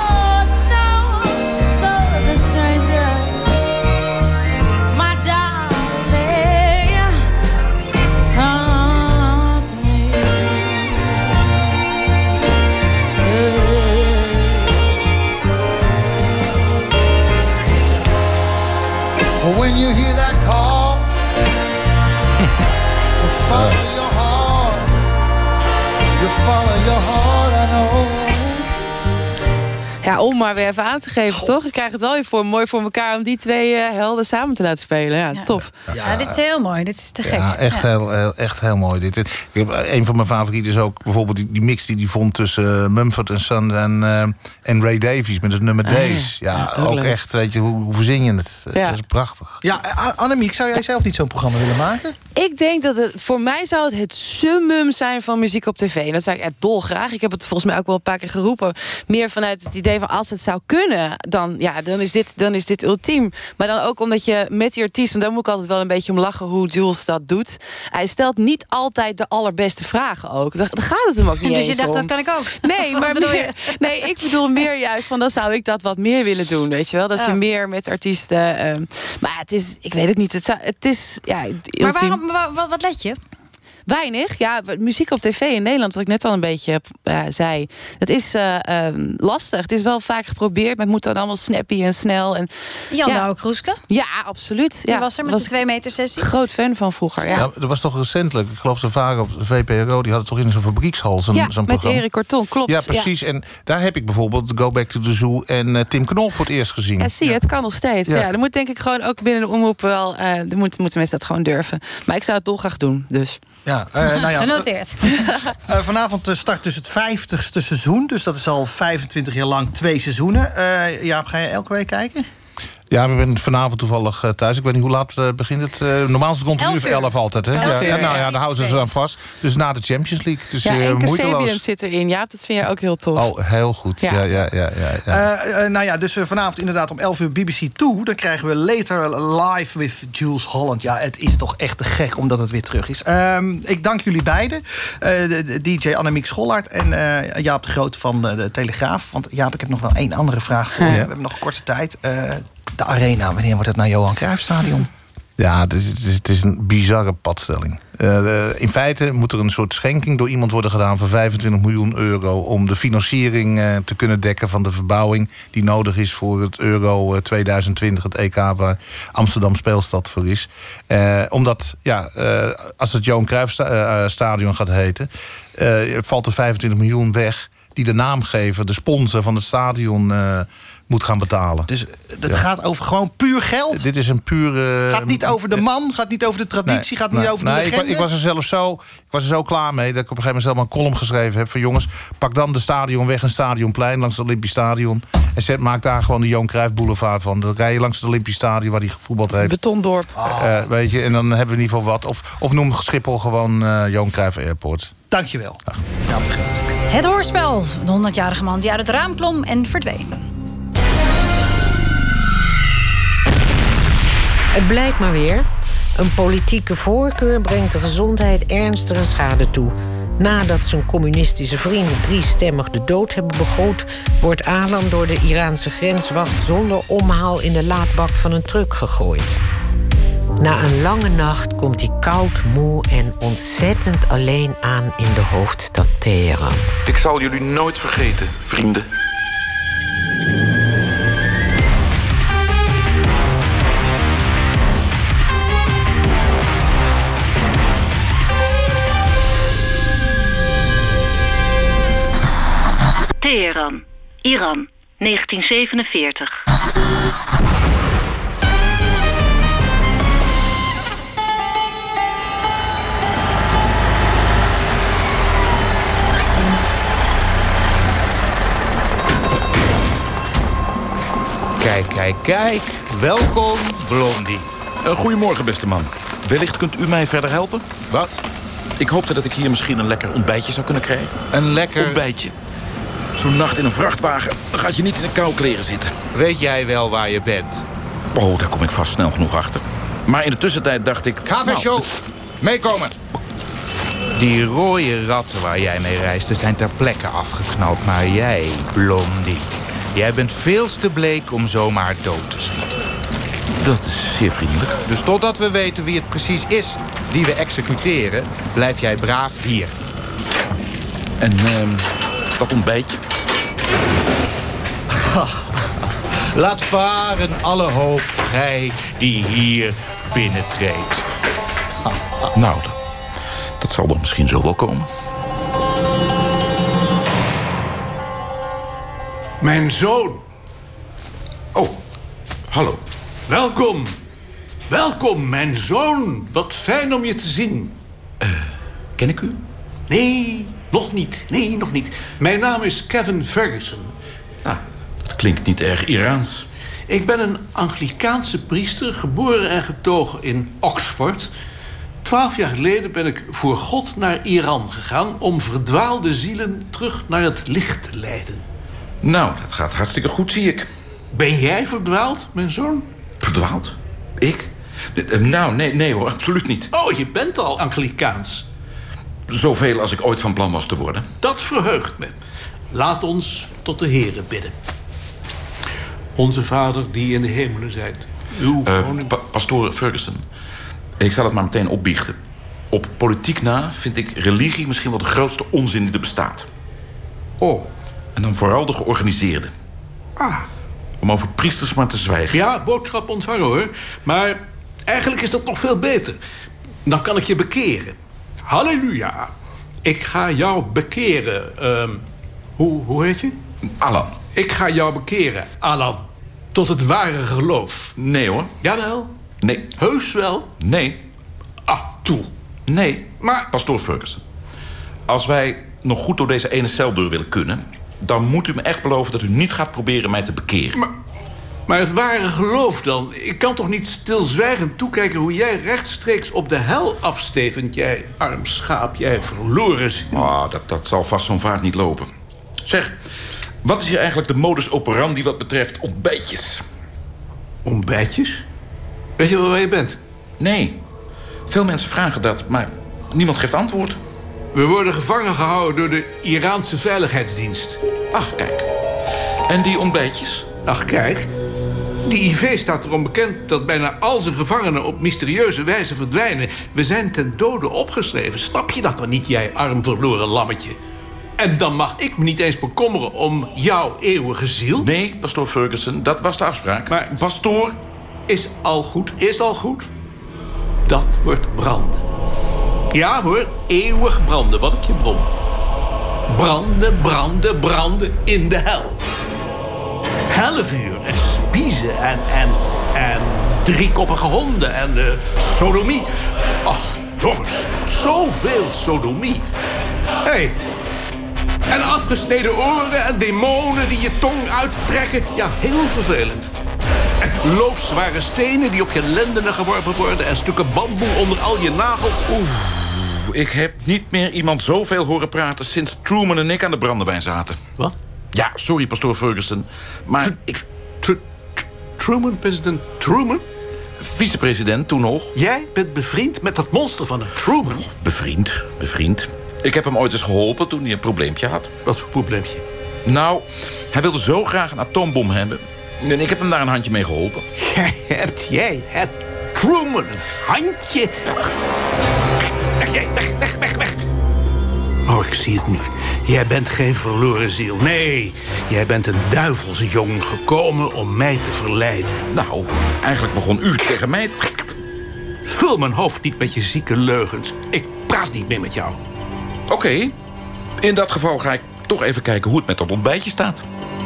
Speaker 5: When you hear that call to follow your heart, you follow your heart, I know.
Speaker 7: Ja, om maar weer even aan te geven, toch? Ik krijg het wel weer voor, mooi voor elkaar om die twee uh, helden samen te laten spelen. Ja,
Speaker 4: ja.
Speaker 7: tof.
Speaker 4: Ja, ja, dit is heel mooi. Dit is te gek.
Speaker 20: Ja, echt,
Speaker 4: ja.
Speaker 20: Heel, heel, echt heel mooi. Dit. Ik heb, een van mijn favorieten is ook bijvoorbeeld die, die mix die hij vond tussen uh, Mumford and Sons en, uh, en Ray Davies met het nummer Days. Ja, ja, ook, ook echt, weet je, hoe, hoe verzin je het? Ja. Het is prachtig.
Speaker 3: Ja, Annemiek, zou jij zelf niet zo'n programma willen maken?
Speaker 7: Ik denk dat het, voor mij zou het het summum zijn van muziek op tv. En dat zou ik echt dolgraag. Ik heb het volgens mij ook wel een paar keer geroepen. Meer vanuit het idee van als het zou kunnen, dan, ja, dan, is, dit, dan is dit ultiem. Maar dan ook omdat je met die artiest, en daar moet ik altijd wel een beetje om lachen hoe Jools dat doet. Hij stelt niet altijd de allerbeste vragen ook. Daar, daar gaat het hem ook niet
Speaker 4: dus
Speaker 7: eens
Speaker 4: je dacht,
Speaker 7: om.
Speaker 4: dat kan ik ook?
Speaker 7: Nee, maar meer, nee, ik bedoel meer juist van dan zou ik dat wat meer willen doen, weet je wel? Dat
Speaker 4: oh.
Speaker 7: je meer met artiesten. Um, maar het is, ik weet het niet. Het, zou, het is, ja, ultiem.
Speaker 4: Maar waarom, wat, wat let je?
Speaker 7: Weinig. Ja, muziek op tv in Nederland, wat ik net al een beetje uh, zei, dat is uh, uh, lastig. Het is wel vaak geprobeerd, maar het moet dan allemaal snappy en snel. En,
Speaker 4: Jan
Speaker 7: ja.
Speaker 4: Douwe Kroeske?
Speaker 7: Ja, absoluut.
Speaker 4: Die
Speaker 7: ja.
Speaker 4: was er met zijn twee meter sessies.
Speaker 7: Groot fan van vroeger, ja.
Speaker 20: ja. Er was toch recentelijk, ik geloof ze vaak op de V P R O, die hadden toch in zo'n fabriekshal zo'n
Speaker 7: ja,
Speaker 20: zo'n
Speaker 7: met
Speaker 20: programma.
Speaker 7: Erik Korton, klopt.
Speaker 20: Ja, precies. Ja. En daar heb ik bijvoorbeeld Go Back to the Zoo en uh, Tim Knol voor het eerst gezien.
Speaker 7: Ja, zie je, het kan nog steeds. Ja. Ja, dan moet denk ik gewoon ook binnen de omroep wel, uh, dan moeten, moeten mensen dat gewoon durven. Maar ik zou het dolgraag doen, dus.
Speaker 3: Ja, uh, nou ja,
Speaker 4: genoteerd.
Speaker 3: Uh, vanavond start dus het vijftigste seizoen. Dus dat is al vijfentwintig jaar lang twee seizoenen. Uh, Jaap, ga je elke week kijken?
Speaker 20: Ja, we zijn vanavond toevallig uh, thuis. Ik weet niet hoe laat uh, begint het. Uh, normaal is het rond een uur of elf altijd. Hè? Ja, ja, nou ja, daar houden ze dan vast. Dus na de Champions League. Dus,
Speaker 7: ja,
Speaker 20: uh,
Speaker 7: en
Speaker 20: moeiteloos.
Speaker 7: Kasabian zit erin. Ja, dat vind je ook heel tof.
Speaker 20: Oh, heel goed. Ja, ja, ja. ja, ja, ja.
Speaker 3: Uh, uh, nou ja, dus uh, vanavond inderdaad om elf uur B B C twee. Dan krijgen we Later Live with Jools Holland. Ja, het is toch echt te gek omdat het weer terug is. Uh, ik dank jullie beiden. Uh, de, de D J Annemiek Schollaert en uh, Jaap de Groot van de, de Telegraaf. Want Jaap, ik heb nog wel één andere vraag voor je. Ja. We hebben nog een korte tijd. Uh, de Arena, wanneer wordt het nou Johan Cruijffstadion?
Speaker 20: Ja, het is, het is, het is een bizarre padstelling. Uh, de, in feite moet er een soort schenking door iemand worden gedaan van vijfentwintig miljoen euro... om de financiering uh, te kunnen dekken van de verbouwing die nodig is voor het Euro tweeduizend twintig, het E K waar Amsterdam speelstad voor is. Uh, omdat, ja, uh, als het Johan Cruijffstadion gaat heten, uh, valt er vijfentwintig miljoen weg die de naamgever, de sponsor van het stadion, Uh, moet gaan betalen.
Speaker 3: Dus het ja. gaat over gewoon puur geld?
Speaker 20: Dit is een pure...
Speaker 3: Gaat niet over de man, gaat niet over de traditie, nee, gaat niet
Speaker 20: nee,
Speaker 3: over de
Speaker 20: nee,
Speaker 3: legende?
Speaker 20: Ik, ik was er zelf zo, ik was er zo klaar mee dat ik op een gegeven moment zelf een column geschreven heb van jongens, pak dan de stadion weg, een stadionplein langs het Olympisch Stadion en zet, maak daar gewoon de Johan Cruijff Boulevard van. Dan rij je langs het Olympisch Stadion waar hij gevoetbald heeft.
Speaker 7: Betondorp.
Speaker 20: Oh. Uh, weet je, en dan hebben we in ieder geval wat. Of, of noem Schiphol gewoon uh, Johan Cruijff Airport.
Speaker 3: Dankjewel.
Speaker 20: Ach.
Speaker 3: Ja,
Speaker 4: het hoorspel. De honderdjarige man die uit het raam klom en verdween.
Speaker 22: Het blijkt maar weer. Een politieke voorkeur brengt de gezondheid ernstige schade toe. Nadat zijn communistische vrienden driestemmig de dood hebben begroet, wordt Alan door de Iraanse grenswacht zonder omhaal in de laadbak van een truck gegooid. Na een lange nacht komt hij koud, moe en ontzettend alleen aan in de hoofdstad Teheran.
Speaker 1: Ik zal jullie nooit vergeten, vrienden.
Speaker 23: Teheran, Iran, negentien zevenenveertig.
Speaker 6: Kijk, kijk, kijk. Welkom, Blondie.
Speaker 1: Uh, goedemorgen, beste man. Wellicht kunt u mij verder helpen?
Speaker 6: Wat?
Speaker 1: Ik hoopte dat ik hier misschien een lekker ontbijtje zou kunnen krijgen.
Speaker 6: Een lekker...
Speaker 1: Ontbijtje. Zo'n nacht in een vrachtwagen, dan gaat je niet in de koude kleren zitten.
Speaker 6: Weet jij wel waar je bent?
Speaker 1: Oh, daar kom ik vast snel genoeg achter. Maar in de tussentijd dacht ik...
Speaker 6: Ga show. Meekomen. Die rode ratten waar jij mee reisde zijn ter plekke afgeknald. Maar jij, Blondie, jij bent veel te bleek om zomaar dood te schieten.
Speaker 1: Dat is zeer vriendelijk.
Speaker 6: Dus totdat we weten wie het precies is die we executeren, blijf jij braaf hier.
Speaker 1: En uh, dat ontbijtje?
Speaker 6: Laat varen alle hoop, gij die hier binnentreedt.
Speaker 1: Nou, dat zal dan misschien zo wel komen.
Speaker 8: Mijn zoon.
Speaker 1: Oh, hallo.
Speaker 8: Welkom. Welkom, mijn zoon. Wat fijn om je te zien.
Speaker 1: Uh, ken ik u?
Speaker 8: Nee, nog niet. Nee, nog niet. Mijn naam is Kevin Ferguson.
Speaker 1: Ah, dat klinkt niet erg Iraans.
Speaker 8: Ik ben een Anglikaanse priester, geboren en getogen in Oxford. Twaalf jaar geleden ben ik voor God naar Iran gegaan om verdwaalde zielen terug naar het licht te leiden.
Speaker 1: Nou, dat gaat hartstikke goed, zie ik.
Speaker 8: Ben jij verdwaald, mijn zoon?
Speaker 1: Verdwaald? Ik? Nou, nee, nee hoor, absoluut niet.
Speaker 8: Oh, je bent al Anglikaans.
Speaker 1: Zoveel als ik ooit van plan was te worden.
Speaker 8: Dat verheugt me. Laat ons tot de Here bidden. Onze Vader die in de hemelen zijt. Uw
Speaker 1: uh,
Speaker 8: koning...
Speaker 1: pa Pastoor Ferguson, ik zal het maar meteen opbiechten. Op politiek na vind ik religie misschien wel de grootste onzin die er bestaat.
Speaker 8: Oh.
Speaker 1: En dan vooral de georganiseerde.
Speaker 8: Ah.
Speaker 1: Om over priesters maar te zwijgen.
Speaker 8: Ja, boodschap ontvangen hoor. Maar eigenlijk is dat nog veel beter. Dan kan ik je bekeren. Halleluja. Ik ga jou bekeren. Um, hoe, hoe heet je?
Speaker 1: Alan.
Speaker 8: Ik ga jou bekeren, Alan. Tot het ware geloof.
Speaker 1: Nee hoor.
Speaker 8: Jawel.
Speaker 1: Nee.
Speaker 8: Heus wel.
Speaker 1: Nee.
Speaker 8: Ah, toe.
Speaker 1: Nee. Maar, Pastoor Ferguson, als wij nog goed door deze ene celdeur willen kunnen, dan moet u me echt beloven dat u niet gaat proberen mij te bekeren.
Speaker 8: Maar, maar het ware geloof dan? Ik kan toch niet stilzwijgend toekijken hoe jij rechtstreeks op de hel afstevend, jij arm schaap, jij verloren ziel.
Speaker 1: Oh, dat, dat zal vast zo'n vaart niet lopen. Zeg, wat is hier eigenlijk de modus operandi wat betreft ontbijtjes?
Speaker 8: Ontbijtjes? Weet je wel waar je bent?
Speaker 1: Nee. Veel mensen vragen dat, maar niemand geeft antwoord.
Speaker 8: We worden gevangen gehouden door de Iraanse veiligheidsdienst.
Speaker 1: Ach, kijk. En die ontbijtjes?
Speaker 8: Ach, kijk. Die I V staat erom bekend dat bijna al zijn gevangenen op mysterieuze wijze verdwijnen. We zijn ten dode opgeschreven. Snap je dat dan niet, jij arm verloren lammetje? En dan mag ik me niet eens bekommeren om jouw eeuwige ziel?
Speaker 1: Nee, pastoor Ferguson, dat was de afspraak.
Speaker 8: Maar
Speaker 1: pastoor,
Speaker 8: is al goed, is al goed. Dat wordt branden. Ja hoor, eeuwig branden, wat ik je brom. Branden, branden, branden in de hel. Hellevuur en spiezen en, en, en driekoppige honden en uh, sodomie. Ach, jongens, zoveel sodomie. Hé, hey. En afgesneden oren en demonen die je tong uittrekken. Ja, heel vervelend. En loodzware stenen die op je lendenen geworpen worden en stukken bamboe onder al je nagels.
Speaker 1: Oeh, ik heb niet meer iemand zoveel horen praten sinds Truman en ik aan de brandewijn zaten.
Speaker 8: Wat?
Speaker 1: Ja, sorry, pastoor Ferguson, maar ik...
Speaker 8: Truman, president Truman?
Speaker 1: Vicepresident toen nog.
Speaker 8: Jij bent bevriend met dat monster van een Truman?
Speaker 1: Bevriend, bevriend. Ik heb hem ooit eens geholpen toen hij een probleempje had.
Speaker 8: Wat voor probleempje?
Speaker 1: Nou, hij wilde zo graag een atoombom hebben. En ik heb hem daar een handje mee geholpen.
Speaker 8: Jij hebt, jij hebt Truman een handje. Weg, jij, weg, weg, weg, weg. Oh, ik zie het nu. Jij bent geen verloren ziel. Nee, jij bent een duivelsjong gekomen om mij te verleiden.
Speaker 1: Nou, eigenlijk begon u tegen mij...
Speaker 8: Vul mijn hoofd niet met je zieke leugens. Ik praat niet meer met jou.
Speaker 1: Oké, okay. In dat geval ga ik toch even kijken hoe het met dat ontbijtje staat.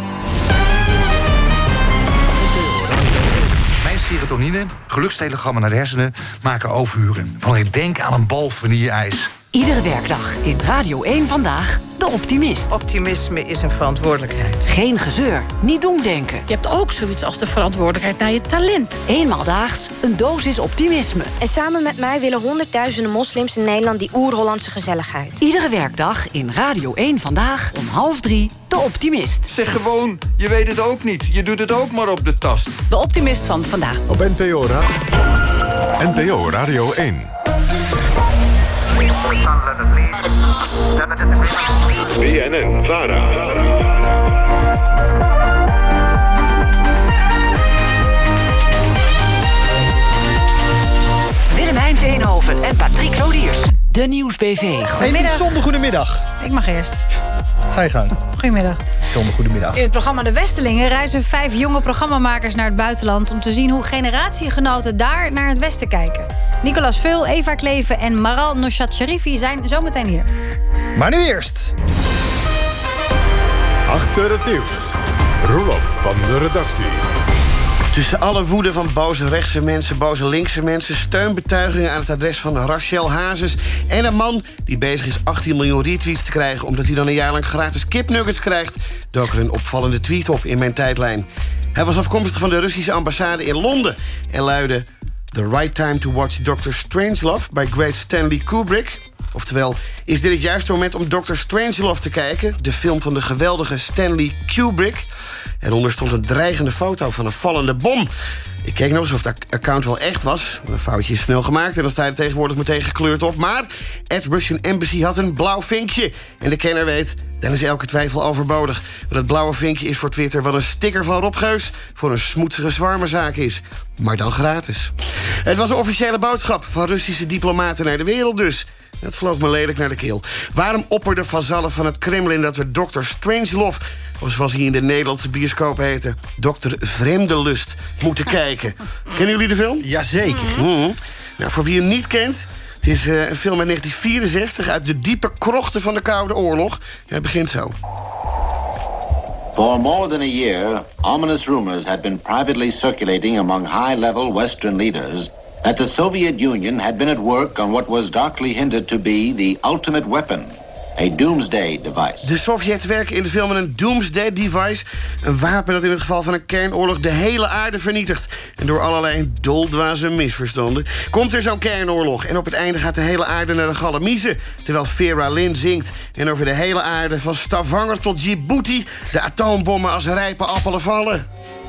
Speaker 9: Mijn serotonine, gelukstelegrammen naar de hersenen, maken overuren. Wanneer ik denk aan een bal vanille-ijs.
Speaker 2: Iedere werkdag in Radio één Vandaag, De Optimist.
Speaker 9: Optimisme is een verantwoordelijkheid.
Speaker 2: Geen gezeur, niet doemdenken.
Speaker 10: Je hebt ook zoiets als de verantwoordelijkheid naar je talent.
Speaker 2: Eenmaal daags, een dosis optimisme.
Speaker 11: En samen met mij willen honderdduizenden moslims in Nederland die oer-Hollandse gezelligheid.
Speaker 2: Iedere werkdag in Radio één Vandaag om half drie, De Optimist.
Speaker 24: Zeg gewoon, je weet het ook niet. Je doet het ook maar op de tast.
Speaker 2: De Optimist van vandaag.
Speaker 25: Op N P O, Ra- N P O Radio één. B N N Vara.
Speaker 2: Willemijn Veenhoven en Patrick Lodiers. De Nieuws-B V.
Speaker 3: Goedemiddag. Zonder goedemiddag.
Speaker 4: Ik mag eerst.
Speaker 3: Ga je gang.
Speaker 4: Goedemiddag.
Speaker 3: Zonder goedemiddag.
Speaker 4: In het programma De Westelingen reizen vijf jonge programmamakers naar het buitenland om te zien hoe generatiegenoten daar naar het Westen kijken. Nicolas Veul, Eva Kleven en Maral Noshat Sharifi zijn zometeen hier.
Speaker 3: Maar nu eerst.
Speaker 25: Achter het nieuws. Roelof van de redactie.
Speaker 26: Tussen alle woede van boze rechtse mensen, boze linkse mensen, steunbetuigingen aan het adres van Rachel Hazes en een man die bezig is achttien miljoen retweets te krijgen omdat hij dan een jaar lang gratis kipnuggets krijgt, dook er een opvallende tweet op in mijn tijdlijn. Hij was afkomstig van de Russische ambassade in Londen en luidde: The right time to watch doctor Strangelove by great Stanley Kubrick. Oftewel, is dit het juiste moment om doctor Strangelove te kijken? De film van de geweldige Stanley Kubrick. Eronder stond een dreigende foto van een vallende bom. Ik keek nog eens of het account wel echt was. Een foutje is snel gemaakt en dan sta je er tegenwoordig meteen gekleurd op. Maar at Russian Embassy had een blauw vinkje. En de kenner weet, dan is elke twijfel overbodig. Want het blauwe vinkje is voor Twitter wat een sticker van Rob Geus voor een smoetsige zwarmerzaak is. Maar dan gratis. Het was een officiële boodschap van Russische diplomaten naar de wereld dus. Dat vloog me lelijk naar de keel. Waarom opperde Vazallen van het Kremlin dat we dokter Strangelove, of zoals hij in de Nederlandse bioscoop heette, dokter Vreemdelust, moeten kijken? Kennen jullie de film?
Speaker 3: Jazeker.
Speaker 26: Mm-hmm. Nou, voor wie hem niet kent, het is uh, een film uit negentien vierenzestig uit de diepe krochten van de Koude Oorlog. Ja, het begint zo.
Speaker 27: For more than a year, ominous rumors had been privately circulating among high-level Western leaders that the Soviet Union had been at work on what was darkly hinted to be the ultimate weapon, a doomsday device.
Speaker 26: De Sovjets werken in de film met een doomsday device, een wapen dat in het geval van een kernoorlog de hele aarde vernietigt. En door allerlei doldwaze misverstanden komt er zo'n kernoorlog. En op het einde gaat de hele aarde naar de galamiezen, terwijl Vera Lynn zingt en over de hele aarde van Stavanger tot Djibouti de atoombommen als rijpe appelen vallen.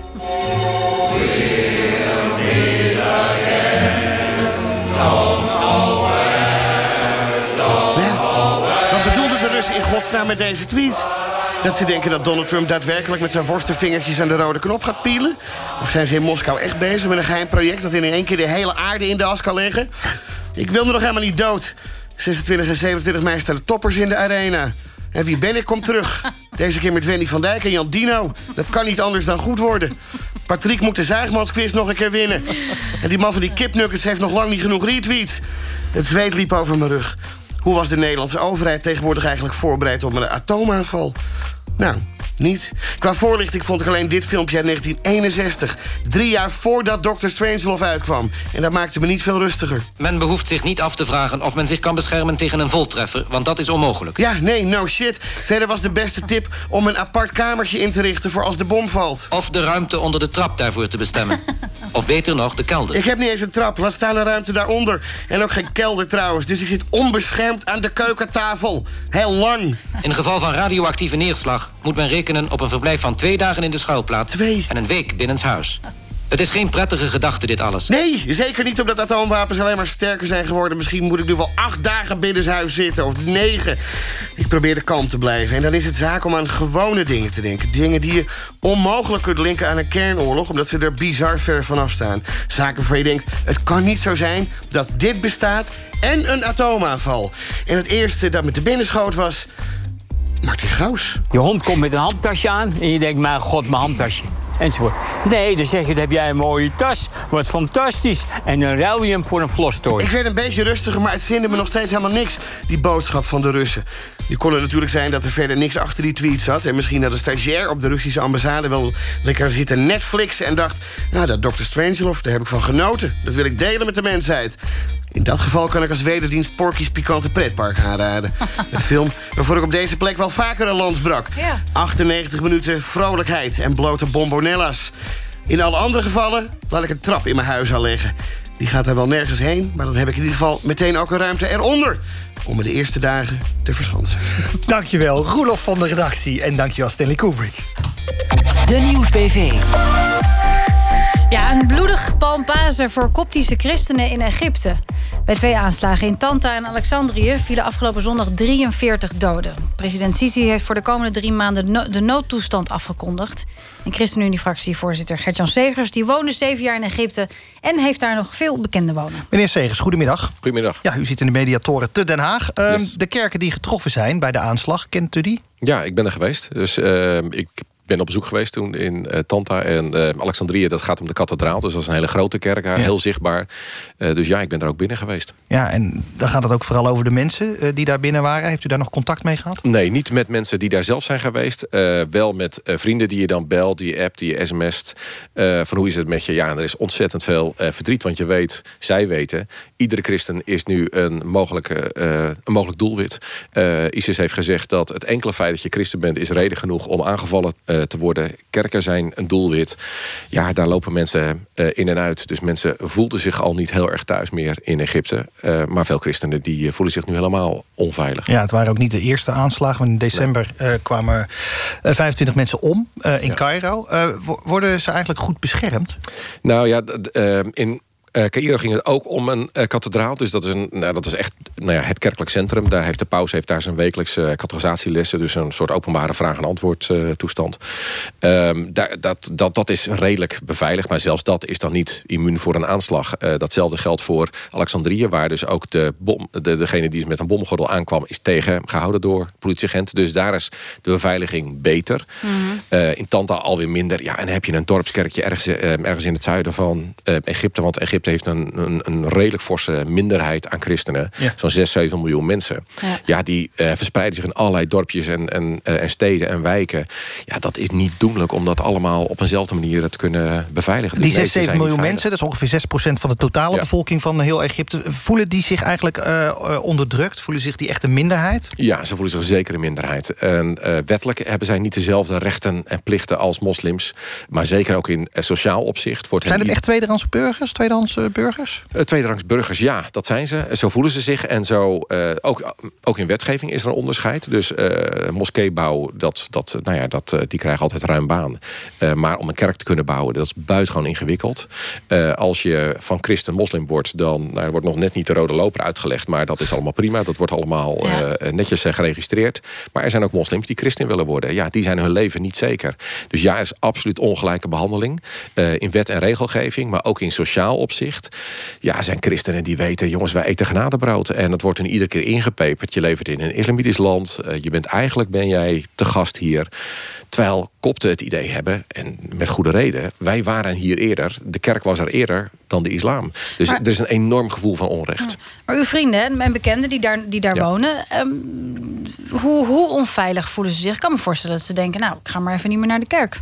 Speaker 26: Wat bedoelde de Russen in godsnaam met deze tweet? Dat ze denken dat Donald Trump daadwerkelijk met zijn worstenvingertjes aan de rode knop gaat pielen? Of zijn ze in Moskou echt bezig met een geheim project dat in één keer de hele aarde in de as kan leggen? Ik wilde nog helemaal niet dood. zesentwintig en zevenentwintig mei staan de toppers in de arena. En wie ben ik komt terug. Deze keer met Wendy van Dijk en Jan Dino. Dat kan niet anders dan goed worden. Patrick moet de Zuigmansquiz nog een keer winnen. En die man van die kipnuggets heeft nog lang niet genoeg retweets. Het zweet liep over mijn rug. Hoe was de Nederlandse overheid tegenwoordig eigenlijk voorbereid op een atoomaanval? Nou, niet. Qua voorlichting vond ik alleen dit filmpje uit negentien eenenzestig. Drie jaar voordat dokter Strangelove uitkwam. En dat maakte me niet veel rustiger.
Speaker 28: Men behoeft zich niet af te vragen of men zich kan beschermen tegen een voltreffer, want dat is onmogelijk.
Speaker 26: Ja, nee, no shit. Verder was de beste tip om een apart kamertje in te richten voor als de bom valt.
Speaker 28: Of de ruimte onder de trap daarvoor te bestemmen. Of beter nog, de kelder.
Speaker 26: Ik heb niet eens een trap, laat staan een ruimte daaronder. En ook geen kelder trouwens, dus ik zit onbeschermd aan de keukentafel. Heel lang.
Speaker 28: In geval van radioactieve neerslag moet men rekenen op een verblijf van twee dagen in de schuilplaats.
Speaker 26: Twee.
Speaker 28: En een week binnenshuis. Het is geen prettige gedachte, dit alles.
Speaker 26: Nee, zeker niet omdat atoomwapens alleen maar sterker zijn geworden. Misschien moet ik nu wel acht dagen binnenshuis zitten, of negen. Ik probeer kalm te blijven. En dan is het zaak om aan gewone dingen te denken. Dingen die je onmogelijk kunt linken aan een kernoorlog, omdat ze er bizar ver vanaf staan. Zaken waarvan je denkt, het kan niet zo zijn dat dit bestaat en een atoomaanval. En het eerste dat me te binnen schoot was Martin Gauws.
Speaker 29: Je hond komt met een handtasje aan en je denkt, mijn god, mijn handtasje. Enzovoort. Nee, dan zeg je, dan heb jij een mooie tas. Wat fantastisch. En dan ruil je hem voor een flostooi.
Speaker 26: Ik werd een beetje rustiger, maar het zinde me nog steeds helemaal niks. Die boodschap van de Russen. Die kon het natuurlijk zijn dat er verder niks achter die tweet zat. En misschien dat een stagiair op de Russische ambassade wel lekker zitten Netflixen en dacht, nou, dat dokter Strangelove, daar heb ik van genoten. Dat wil ik delen met de mensheid. In dat geval kan ik als wederdienst Porky's Pikante Pretpark aanraden. Een film waarvoor ik op deze plek wel vaker een lans brak.
Speaker 4: Ja.
Speaker 26: achtennegentig minuten vrolijkheid en blote bombonella's. In alle andere gevallen laat ik een trap in mijn huis aanleggen. Die gaat er wel nergens heen, maar dan heb ik in ieder geval meteen ook een ruimte eronder om me de eerste dagen te verschansen.
Speaker 3: Dankjewel, Roelof van de redactie. En dankjewel, Stanley Kubrick.
Speaker 2: De Nieuwsbv.
Speaker 4: Ja, een bloedig palmpaser voor koptische christenen in Egypte. Bij twee aanslagen in Tanta en Alexandrië vielen afgelopen zondag drieënveertig doden. President Sisi heeft voor de komende drie maanden no- de noodtoestand afgekondigd. En ChristenUnie-fractievoorzitter Gert-Jan Segers die woonde zeven jaar in Egypte en heeft daar nog veel bekenden wonen.
Speaker 3: Meneer Segers, goedemiddag.
Speaker 12: Goedemiddag.
Speaker 3: Ja, u zit in de mediatoren te Den Haag. Uh,
Speaker 12: Yes.
Speaker 3: De kerken die getroffen zijn bij de aanslag, kent u die?
Speaker 12: Ja, ik ben er geweest. Dus uh, ik ben op bezoek geweest toen in uh, Tanta en uh, Alexandrië. Dat gaat om de kathedraal, dus dat is een hele grote kerk, ja. Heel zichtbaar. Uh, dus ja, ik ben er ook binnen geweest.
Speaker 3: Ja, en dan gaat het ook vooral over de mensen uh, die daar binnen waren. Heeft u daar nog contact mee gehad?
Speaker 12: Nee, niet met mensen die daar zelf zijn geweest. Uh, wel met uh, vrienden die je dan belt, die je appt, die je sms't. Uh, van hoe is het met je? Ja, en er is ontzettend veel uh, verdriet. Want je weet, zij weten, iedere christen is nu een, mogelijke, uh, een mogelijk doelwit. Uh, ISIS heeft gezegd dat het enkele feit dat je christen bent is reden genoeg om aangevallen uh, te worden. Kerken zijn een doelwit. Ja, daar lopen mensen uh, in en uit. Dus mensen voelden zich al niet heel erg thuis meer in Egypte. Uh, maar veel christenen die uh, voelen zich nu helemaal onveilig.
Speaker 3: Ja, het waren ook niet de eerste aanslagen. Want in december nee. uh, kwamen uh, vijfentwintig mensen om uh, in ja. Cairo. Uh, worden ze eigenlijk goed beschermd?
Speaker 12: Nou ja, uh, in... Uh, Caïro ging het ook om een uh, kathedraal. Dus dat is, een, nou, dat is echt nou ja, het kerkelijk centrum. Daar heeft de paus heeft daar zijn wekelijkse uh, categorisatielessen. Dus een soort openbare vraag- en antwoord uh, toestand. Um, daar, dat, dat, dat is redelijk beveiligd. Maar zelfs dat is dan niet immuun voor een aanslag. Uh, datzelfde geldt voor Alexandrië. Waar dus ook de bom, de, degene die met een bomgordel aankwam is tegengehouden door politieagenten. Dus daar is de beveiliging beter. Mm-hmm. Uh, in Tanta alweer minder. Ja, en dan heb je een dorpskerkje ergens, uh, ergens in het zuiden van uh, Egypte. Want Egypte heeft een, een, een redelijk forse minderheid aan christenen. Ja. Zo'n zes, zeven miljoen mensen. Ja, ja die uh, verspreiden zich in allerlei dorpjes en, en, uh, en steden en wijken. Ja, dat is niet doenlijk om dat allemaal op eenzelfde manier te kunnen beveiligen.
Speaker 3: Die zes, zeven miljoen mensen, dat is ongeveer zes procent van de totale ja. bevolking van heel Egypte. Voelen die zich eigenlijk uh, onderdrukt? Voelen zich die echt een minderheid?
Speaker 12: Ja, ze voelen zich zeker een minderheid. En uh, wettelijk hebben zij niet dezelfde rechten en plichten als moslims. Maar zeker ook in uh, sociaal opzicht. Wordt
Speaker 3: zijn het echt tweederangs burgers? Tweederangs burgers?
Speaker 12: Uh, tweederangs burgers, ja, dat zijn ze. Zo voelen ze zich. En zo, uh, ook, ook in wetgeving is er een onderscheid. Dus uh, moskeebouw, dat, dat, nou ja, dat, uh, die krijgen altijd ruim baan. Uh, maar om een kerk te kunnen bouwen, dat is buitengewoon ingewikkeld. Uh, als je van christen-moslim wordt, dan nou, er wordt nog net niet de rode loper uitgelegd. Maar dat is allemaal prima. Dat wordt allemaal ja. uh, netjes uh, geregistreerd. Maar er zijn ook moslims die christen willen worden. Ja, die zijn hun leven niet zeker. Dus ja, er is absoluut ongelijke behandeling. Uh, in wet en regelgeving, maar ook in sociaal opzicht. Ja, zijn christenen die weten, jongens, wij eten genadebrood. En het wordt hun iedere keer ingepeperd. Je levert in een islamitisch land. Uh, je bent eigenlijk, ben jij te gast hier. Terwijl kopten het idee hebben, en met goede reden, wij waren hier eerder, de kerk was er eerder dan de islam. Dus maar, er is een enorm gevoel van onrecht.
Speaker 4: Ja. Maar uw vrienden en bekenden die daar, die daar ja. wonen, um, hoe, hoe onveilig voelen ze zich? Ik kan me voorstellen dat ze denken, nou, ik ga maar even niet meer naar de kerk.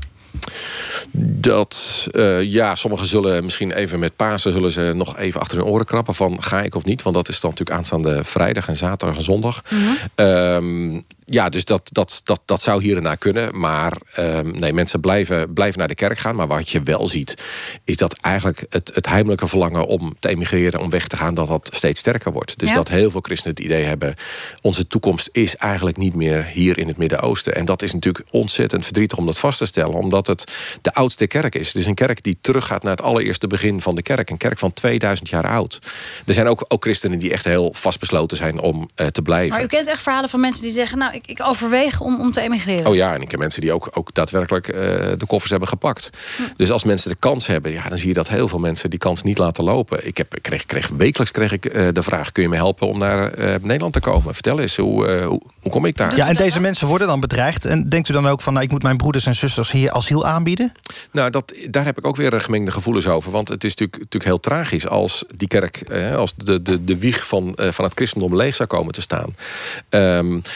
Speaker 12: Dat, uh, ja, sommigen zullen misschien even met Pasen zullen ze nog even achter hun oren krappen van ga ik of niet, want dat is dan natuurlijk aanstaande vrijdag en zaterdag en zondag. Mm-hmm. Um, ja, dus dat, dat, dat, dat zou hier en daar kunnen. Maar um, nee, mensen blijven, blijven naar de kerk gaan. Maar wat je wel ziet, is dat eigenlijk het, het heimelijke verlangen om te emigreren, om weg te gaan, dat dat steeds sterker wordt. Dus ja. dat heel veel christenen het idee hebben, onze toekomst is eigenlijk niet meer hier in het Midden-Oosten. En dat is natuurlijk ontzettend verdrietig om dat vast te stellen, omdat het de oudste kerk is. Het is een kerk die teruggaat naar het allereerste begin van de kerk. Een kerk van tweeduizend jaar oud. Er zijn ook, ook christenen die echt heel vastbesloten zijn om uh, te blijven.
Speaker 4: Maar u kent echt verhalen van mensen die zeggen, nou, ik, ik overweeg om, om te emigreren.
Speaker 12: Oh ja, en ik ken mensen die ook, ook daadwerkelijk uh, de koffers hebben gepakt. Hm. Dus als mensen de kans hebben, ja, dan zie je dat heel veel mensen die kans niet laten lopen. Ik, heb, ik kreeg, kreeg wekelijks kreeg ik uh, de vraag, kun je me helpen om naar uh, Nederland te komen? Vertel eens, hoe, uh, hoe, hoe kom ik daar?
Speaker 3: Ja, en deze mensen worden dan bedreigd. En denkt u dan ook van, nou, ik moet mijn broeders en zusters hier asiel aanbieden?
Speaker 12: Nou, dat, daar heb ik ook weer gemengde gevoelens over. Want het is natuurlijk, natuurlijk heel tragisch als die kerk, eh, als de, de, de wieg van, uh, van het christendom leeg zou komen te staan. Um,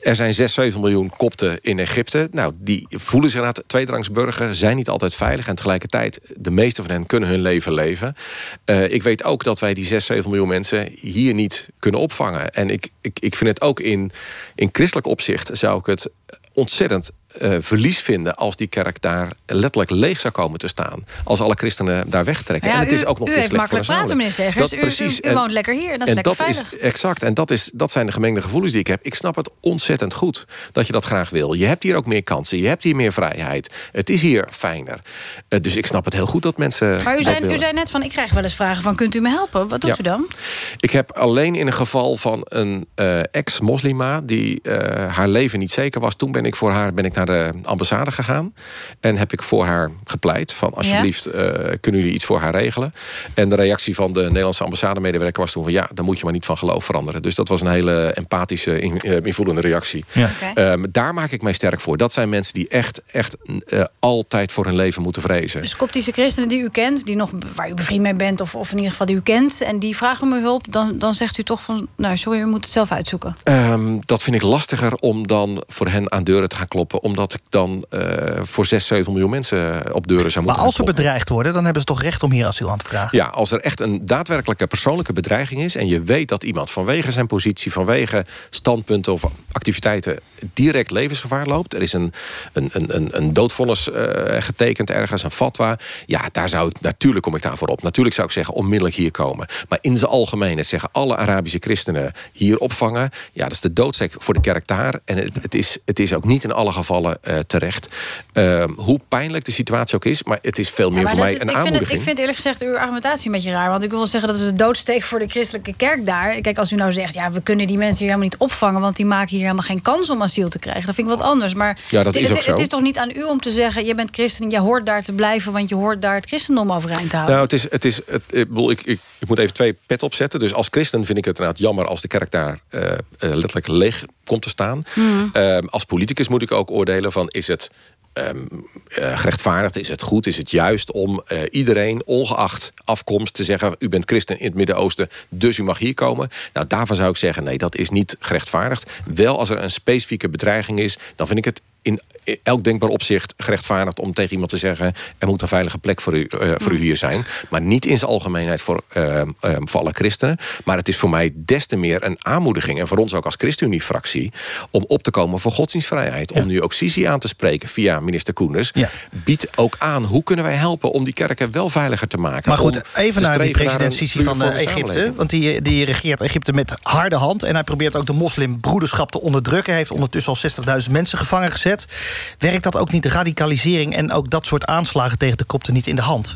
Speaker 12: Er zijn zes, zeven miljoen kopten in Egypte. Nou, die voelen zich inderdaad tweederangsburger, zijn niet altijd veilig. En tegelijkertijd, de meeste van hen kunnen hun leven leven. Uh, ik weet ook dat wij die zes, zeven miljoen mensen hier niet kunnen opvangen. En ik, ik, ik vind het ook in, in christelijk opzicht zou ik het ontzettend uh, verlies vinden als die kerk daar letterlijk leeg zou komen te staan. Als alle christenen daar wegtrekken.
Speaker 4: Ja,
Speaker 12: en het
Speaker 4: u,
Speaker 12: is ook nog
Speaker 4: u
Speaker 12: weer
Speaker 4: heeft
Speaker 12: slecht
Speaker 4: makkelijk
Speaker 12: voor de
Speaker 4: praten, meneer Segers.
Speaker 12: Dat,
Speaker 4: U,
Speaker 12: precies.
Speaker 4: u, u woont lekker hier, dat is
Speaker 12: en
Speaker 4: lekker
Speaker 12: dat
Speaker 4: veilig.
Speaker 12: Is, exact, en dat, is, dat zijn de gemengde gevoelens die ik heb. Ik snap het ontzettend goed dat je dat graag wil. Je hebt hier ook meer kansen, je hebt hier meer vrijheid. Het is hier fijner. Uh, dus ik snap het heel goed dat mensen.
Speaker 4: Maar u zei, u zei net van, ik krijg wel eens vragen van, kunt u me helpen? Wat doet
Speaker 12: ja.
Speaker 4: u dan?
Speaker 12: Ik heb alleen in een geval van een uh, ex-moslima die uh, haar leven niet zeker was. Toen ben ik voor haar ben ik naar de ambassade gegaan. En heb ik voor haar gepleit. Van alsjeblieft, ja. uh, kunnen jullie iets voor haar regelen? En de reactie van de Nederlandse ambassademedewerker was toen van ja, dan moet je maar niet van geloof veranderen. Dus dat was een hele empathische, in, uh, invoelende reactie. Ja. Okay. Um, daar maak ik mij sterk voor. Dat zijn mensen die echt, echt uh, altijd voor hun leven moeten vrezen.
Speaker 4: Dus koptische christenen die u kent, die nog waar u bevriend mee bent, of, of in ieder geval die u kent, en die vragen om uw hulp, dan, dan zegt u toch van, nou sorry, u moet het zelf uitzoeken.
Speaker 12: Um, dat vind ik lastiger om dan voor hen aan deuren te gaan kloppen, omdat ik dan Uh, voor zes, zeven miljoen mensen op deuren zou moeten.
Speaker 3: Maar als ze bedreigd worden, dan hebben ze toch recht om hier asiel aan te vragen?
Speaker 12: Ja, als er echt een daadwerkelijke persoonlijke bedreiging is en je weet dat iemand vanwege zijn positie, vanwege standpunten of activiteiten direct levensgevaar loopt. Er is een, een, een, een doodvonnis uh, getekend ergens, een fatwa. Ja, daar zou ik, natuurlijk kom ik daarvoor op. Natuurlijk zou ik zeggen, onmiddellijk hier komen. Maar in zijn algemeenheid zeggen alle Arabische christenen hier opvangen. Ja, dat is de doodsteek voor de kerk daar. En het, het, is, het is ook niet in alle gevallen uh, terecht. Uh, hoe pijnlijk de situatie ook is, maar het is veel meer ja, voor mij
Speaker 4: is,
Speaker 12: een
Speaker 4: ik
Speaker 12: aanmoediging.
Speaker 4: Vind het, ik vind eerlijk gezegd uw argumentatie een beetje raar. Want ik wil wel zeggen, dat is de doodsteek voor de christelijke kerk daar. Kijk, als u nou zegt, ja, we kunnen die mensen hier helemaal niet opvangen, want die maken hier helemaal geen kans om asiel te krijgen. Dat vind ik wat anders. Maar
Speaker 12: ja, dat is
Speaker 4: het,
Speaker 12: ook zo.
Speaker 4: Het is toch niet aan u om te zeggen, je bent christen, je hoort daar te blijven, want je hoort daar het christendom overeind te houden.
Speaker 12: Nou, het is, het is, het, ik, bedoel, ik, ik, ik moet even twee pet opzetten. Dus als christen vind ik het inderdaad jammer als de kerk daar uh, uh, letterlijk leeg komt te staan. Mm. Uh, als politicus moet ik ook oordelen van, is het Um, uh, gerechtvaardigd, is het goed, is het juist om uh, iedereen, ongeacht afkomst, te zeggen, u bent christen in het Midden-Oosten, dus u mag hier komen. Nou, daarvan zou ik zeggen, nee, dat is niet gerechtvaardigd. Wel, als er een specifieke bedreiging is, dan vind ik het in elk denkbaar opzicht gerechtvaardigd om tegen iemand te zeggen, er moet een veilige plek voor u, uh, voor u hier zijn. Maar niet in zijn algemeenheid voor, uh, uh, voor alle christenen. Maar het is voor mij des te meer een aanmoediging, en voor ons ook als ChristenUnie-fractie, om op te komen voor godsdienstvrijheid. Ja. Om nu ook Sisi aan te spreken via minister Koenders. Ja. Biedt ook aan, hoe kunnen wij helpen om die kerken wel veiliger te maken?
Speaker 3: Maar goed, even naar die president Sisi van Egypte. Want die, die regeert Egypte met harde hand. En hij probeert ook de moslimbroederschap te onderdrukken. Hij heeft ondertussen al zestigduizend mensen gevangen gezet. Werkt dat ook niet de radicalisering en ook dat soort aanslagen tegen de kopten niet in de hand?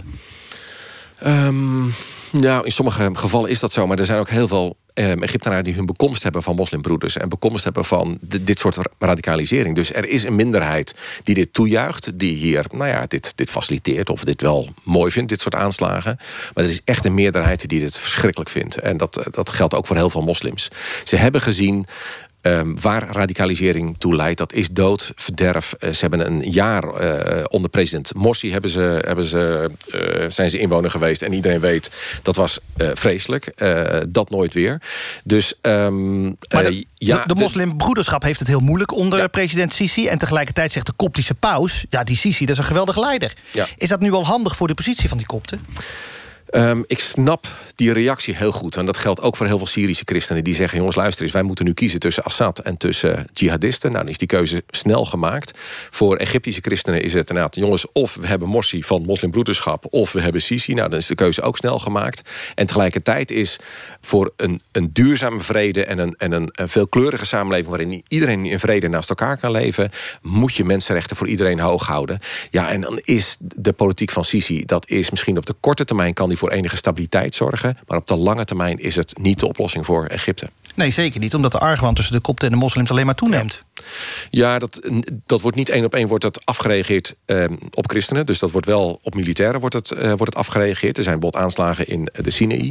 Speaker 12: Um, nou, in sommige gevallen is dat zo. Maar er zijn ook heel veel Um, Egyptenaren die hun bekomst hebben van moslimbroeders en bekomst hebben van de, dit soort radicalisering. Dus er is een minderheid die dit toejuicht, die hier, nou ja, dit, dit faciliteert of dit wel mooi vindt, dit soort aanslagen. Maar er is echt een meerderheid die dit verschrikkelijk vindt. En dat, dat geldt ook voor heel veel moslims. Ze hebben gezien Um, waar radicalisering toe leidt, dat is dood, verderf. Uh, ze hebben een jaar uh, onder president Morsi hebben ze, hebben ze, uh, zijn ze inwoner geweest. En iedereen weet, dat was uh, vreselijk. Uh, dat nooit weer. Dus, um,
Speaker 3: maar de, uh, ja, de, de moslimbroederschap heeft het heel moeilijk onder ja. president Sisi. En tegelijkertijd zegt de koptische paus, ja, die Sisi, dat is een geweldig leider. Ja. Is dat nu wel handig voor de positie van die kopten?
Speaker 12: Um, ik snap die reactie heel goed. En dat geldt ook voor heel veel Syrische christenen die zeggen, jongens, luister eens, wij moeten nu kiezen tussen Assad en tussen jihadisten. Nou, dan is die keuze snel gemaakt. Voor Egyptische christenen is het inderdaad, jongens, of we hebben Morsi van moslimbroederschap, of we hebben Sisi. Nou, dan is de keuze ook snel gemaakt. En tegelijkertijd is voor een, een duurzame vrede en, een, en een, een veelkleurige samenleving waarin iedereen in vrede naast elkaar kan leven, moet je mensenrechten voor iedereen hoog houden. Ja, en dan is de politiek van Sisi, dat is misschien op de korte termijn kan die voor enige stabiliteit zorgen, maar op de lange termijn is het niet de oplossing voor Egypte.
Speaker 3: Nee, zeker niet, omdat de argwaan tussen de kopten en de moslims alleen maar toeneemt.
Speaker 12: Ja, dat, dat wordt niet één op één wordt dat afgereageerd uh, op christenen. Dus dat wordt wel op militairen wordt het, uh, wordt het afgereageerd. Er zijn bijvoorbeeld aanslagen in de Sinaï.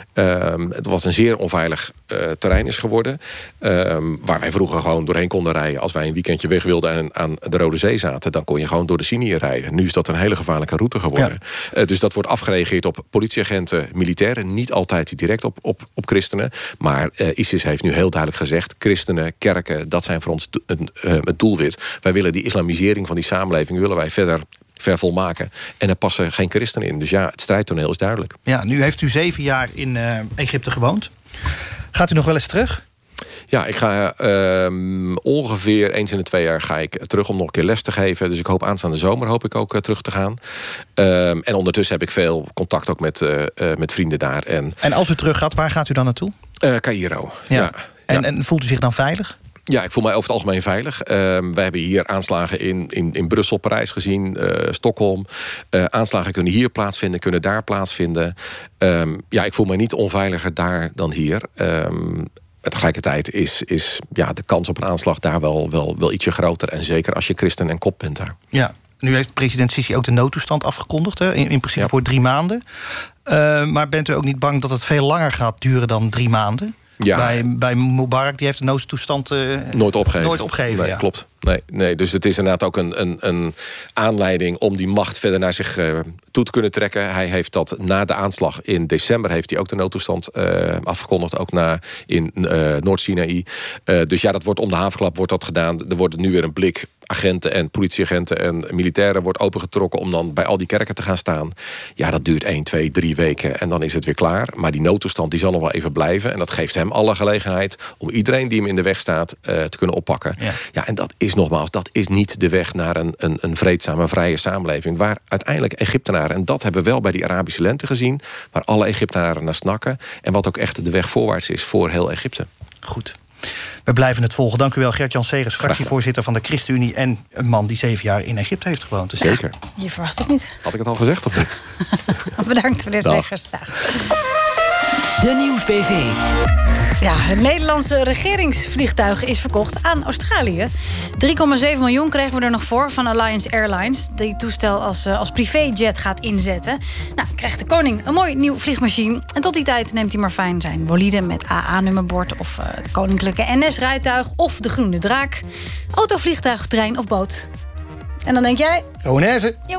Speaker 12: Um, het was een zeer onveilig uh, terrein is geworden. Um, waar wij vroeger gewoon doorheen konden rijden. Als wij een weekendje weg wilden en aan de Rode Zee zaten, dan kon je gewoon door de Sinaï rijden. Nu is dat een hele gevaarlijke route geworden. Ja. Uh, dus dat wordt afgereageerd op politieagenten, militairen. Niet altijd direct op, op, op christenen. Maar uh, ISIS heeft nu heel duidelijk gezegd, christenen, kerken, dat zijn voor ons een Uh, het doelwit. Wij willen die islamisering van die samenleving willen wij verder vervolmaken. En er passen geen christenen in. Dus ja, het strijdtoneel is duidelijk.
Speaker 3: Ja, nu heeft u zeven jaar in uh, Egypte gewoond. Gaat u nog wel eens terug?
Speaker 12: Ja, ik ga uh, ongeveer eens in de twee jaar ga ik terug om nog een keer les te geven. Dus ik hoop aanstaande zomer hoop ik ook uh, terug te gaan. Uh, en ondertussen heb ik veel contact ook met, uh, uh, met vrienden daar. En,
Speaker 3: en als u terug gaat, waar gaat u dan naartoe?
Speaker 12: Uh, Caïro.
Speaker 3: Ja.
Speaker 12: Ja.
Speaker 3: En,
Speaker 12: ja.
Speaker 3: en voelt u zich dan veilig?
Speaker 12: Ja, ik voel mij over het algemeen veilig. Uh, wij hebben hier aanslagen in, in, in Brussel, Parijs gezien, uh, Stockholm. Uh, aanslagen kunnen hier plaatsvinden, kunnen daar plaatsvinden. Um, ja, ik voel mij niet onveiliger daar dan hier. Um, tegelijkertijd is, is ja, de kans op een aanslag daar wel, wel, wel ietsje groter. En zeker als je christen en kop bent daar.
Speaker 3: Ja, nu heeft president Sisi ook de noodtoestand afgekondigd. Hè? In, in principe ja. voor drie maanden. Uh, maar bent u ook niet bang dat het veel langer gaat duren dan drie maanden? Ja. Bij, bij Mubarak, die heeft de noodtoestand uh,
Speaker 12: nooit opgegeven.
Speaker 3: Nooit opgegeven
Speaker 12: nee,
Speaker 3: ja.
Speaker 12: Klopt. Nee, nee, dus het is inderdaad ook een, een, een aanleiding om die macht verder naar zich uh, toe te kunnen trekken. Hij heeft dat na de aanslag in december heeft hij ook de noodtoestand uh, afgekondigd, ook na in uh, Noord-Sinaï. Uh, dus ja, dat wordt om de havenklap wordt dat gedaan. Er wordt nu weer een blik agenten en politieagenten en militairen wordt opengetrokken om dan bij al die kerken te gaan staan. Ja, dat duurt één, twee, drie weken en dan is het weer klaar. Maar die noodtoestand die zal nog wel even blijven en dat geeft hem alle gelegenheid om iedereen die hem in de weg staat uh, te kunnen oppakken. Ja. Ja, en dat is nogmaals, dat is niet de weg naar een, een, een vreedzame, vrije samenleving waar uiteindelijk Egyptenaren, en dat hebben we wel bij die Arabische lente gezien, waar alle Egyptenaren naar snakken en wat ook echt de weg voorwaarts is voor heel Egypte.
Speaker 3: Goed. We blijven het volgen. Dank u wel, Gert-Jan Segers, fractievoorzitter van de ChristenUnie en een man die zeven jaar in Egypte heeft gewoond. Dus
Speaker 12: zeker.
Speaker 4: Ja, je verwacht het niet.
Speaker 12: Had ik het al gezegd of niet?
Speaker 4: Bedankt, meneer Segers.
Speaker 2: De Nieuwsbv.
Speaker 4: Ja, het Nederlandse regeringsvliegtuig is verkocht aan Australië. drie komma zeven miljoen kregen we er nog voor van Alliance Airlines. Die het toestel als, als privéjet gaat inzetten. Nou, krijgt de koning een mooi nieuw vliegmachine. En tot die tijd neemt hij maar fijn zijn bolide met A A-nummerbord... of uh, het koninklijke N S-rijtuig of de groene draak. Auto, vliegtuig, trein of boot. En dan denk jij...
Speaker 3: Polonaise.
Speaker 4: Jo.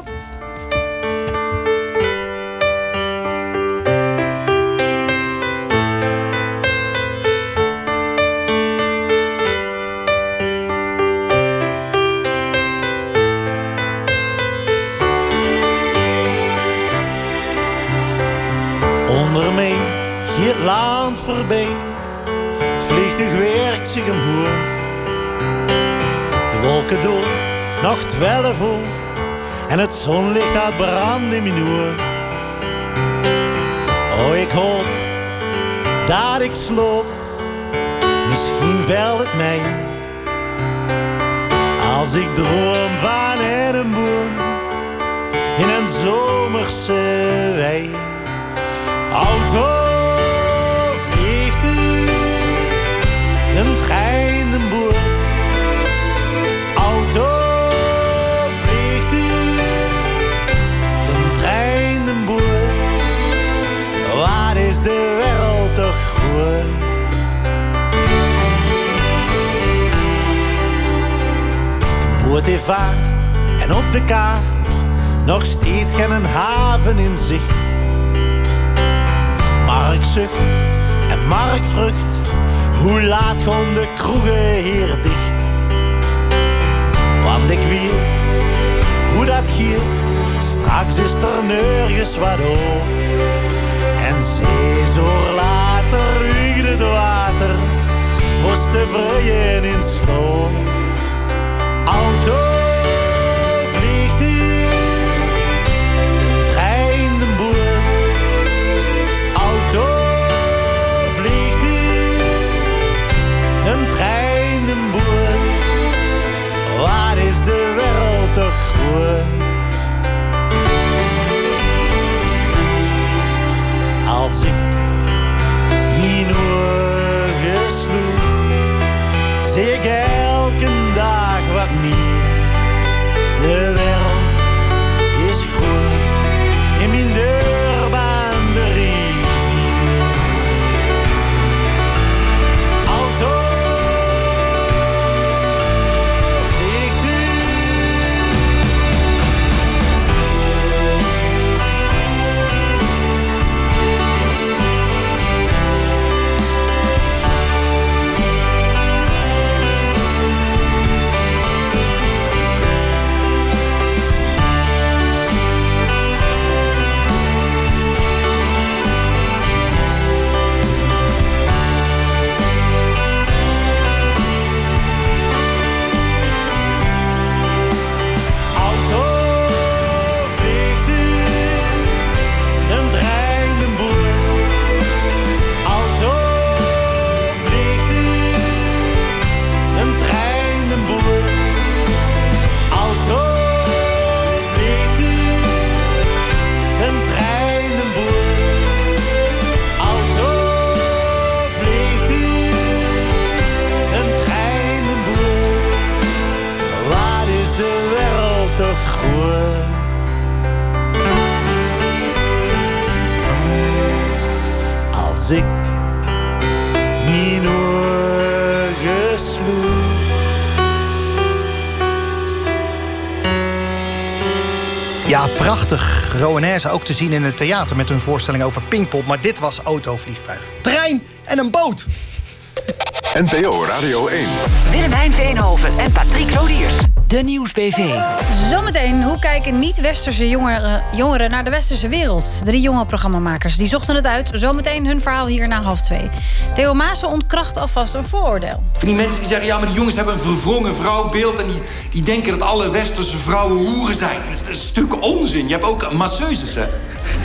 Speaker 5: Onder mij gaat land voorbij. Het vliegtuig werkt zich omhoog. De wolken door, nog twaalf uur. En het zonlicht gaat branden in mijn oor. Oh, ik hoop dat ik sloop. Misschien wel het mij. Als ik droom van een boom in een zomerse wei. Auto, vliegtuig, een trein, een boot. Auto, vliegtuig, een trein, een boot. Wat is de wereld toch groot? De boot heeft vaart en op de kaart nog steeds geen haven in zicht. Mark zucht en Mark vrucht. Hoe laat gaan de kroegen hier dicht? Want ik weet hoe dat gaat. Straks is er nergens wat op. En zes uur later uigt het water. Was te vrijen in sloom. Auto, vliegtuig, de trein, de boot. Auto, vliegtuig, een trein, een boot. Waar is de wereld toch groot? Als ik mijn ogen sloeg, zie ik elke deze wereld toch goed. Als ik mijn ogen sloeg.
Speaker 3: Ja, prachtig. Roanaise ook te zien in het theater met hun voorstelling over Pinkpop. Maar dit was autovliegtuig. Trein en een boot.
Speaker 25: N P O Radio één.
Speaker 2: Willemijn Veenhoven en Patrick Lodiers. De Nieuws B V.
Speaker 4: Zometeen, hoe kijken niet-westerse jongeren, jongeren naar de westerse wereld? Drie jonge programmamakers die zochten het uit. Zometeen hun verhaal hier na half twee. Theo Maassen ontkracht alvast een vooroordeel.
Speaker 7: Van die mensen die zeggen, ja, maar die jongens hebben een verwrongen vrouwbeeld en die, die denken dat alle westerse vrouwen hoeren zijn. Dat is, dat is een stuk onzin. Je hebt ook masseuses, hè?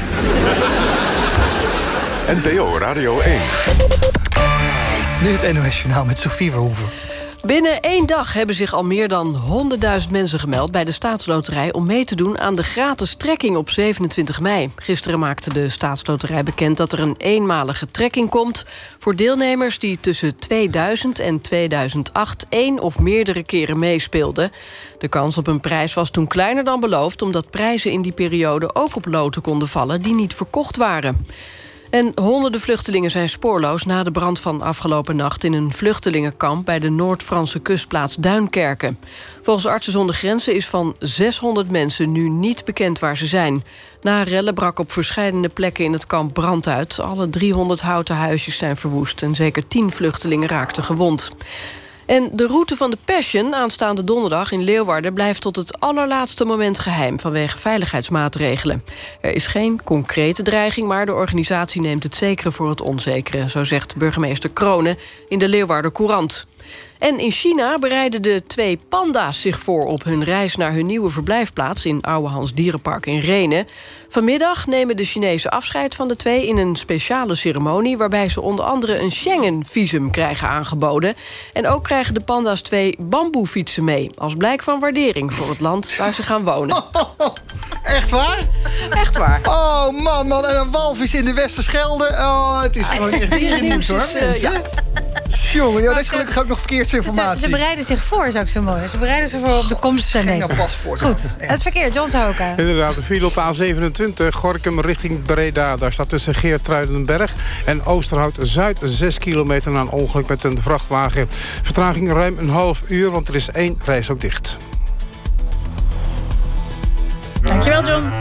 Speaker 25: N P O Radio één.
Speaker 3: Nu het N O S-journaal met Sophie Verhoeven.
Speaker 13: Binnen één dag hebben zich al meer dan honderdduizend mensen gemeld bij de Staatsloterij om mee te doen aan de gratis trekking op zevenentwintig mei. Gisteren maakte de Staatsloterij bekend dat er een eenmalige trekking komt voor deelnemers die tussen tweeduizend en tweeduizend acht één of meerdere keren meespeelden. De kans op een prijs was toen kleiner dan beloofd, omdat prijzen in die periode ook op loten konden vallen die niet verkocht waren. En honderden vluchtelingen zijn spoorloos na de brand van afgelopen nacht in een vluchtelingenkamp bij de Noord-Franse kustplaats Duinkerken. Volgens Artsen zonder Grenzen is van zeshonderd mensen nu niet bekend waar ze zijn. Na rellen brak op verschillende plekken in het kamp brand uit. Alle driehonderd houten huisjes zijn verwoest en zeker tien vluchtelingen raakten gewond. En de route van de Passion aanstaande donderdag in Leeuwarden blijft tot het allerlaatste moment geheim vanwege veiligheidsmaatregelen. Er is geen concrete dreiging, maar de organisatie neemt het zekere voor het onzekere, zo zegt burgemeester Kronen in de Leeuwarder Courant. En in China bereiden de twee panda's zich voor op hun reis naar hun nieuwe verblijfplaats in Ouwehands Dierenpark in Renen. Vanmiddag nemen de Chinezen afscheid van de twee in een speciale ceremonie waarbij ze onder andere een Schengen-visum krijgen aangeboden. En ook krijgen de panda's twee bamboefietsen mee als blijk van waardering voor het land waar ze gaan wonen.
Speaker 3: Echt waar?
Speaker 13: Echt waar.
Speaker 3: Oh man, man, en een walvis in de Westerschelde. Oh, het is gewoon echt dierennieuws, hoor.
Speaker 13: Uh, ja.
Speaker 3: Jongen, joh, dat is gelukkig ook nog verkeersinformatie.
Speaker 4: Ze, ze bereiden zich voor, is ook zo mooi. Ze bereiden zich voor op de komst ten nemen. Goed, het verkeer, John Sahoka.
Speaker 14: Inderdaad, de file op de A zevenentwintig, Gorinchem richting Breda. Daar staat tussen Geertruidenberg en Oosterhout-Zuid zes kilometer na een ongeluk met een vrachtwagen. Vertraging ruim een half uur, want er is één reis ook dicht.
Speaker 4: Dankjewel, John.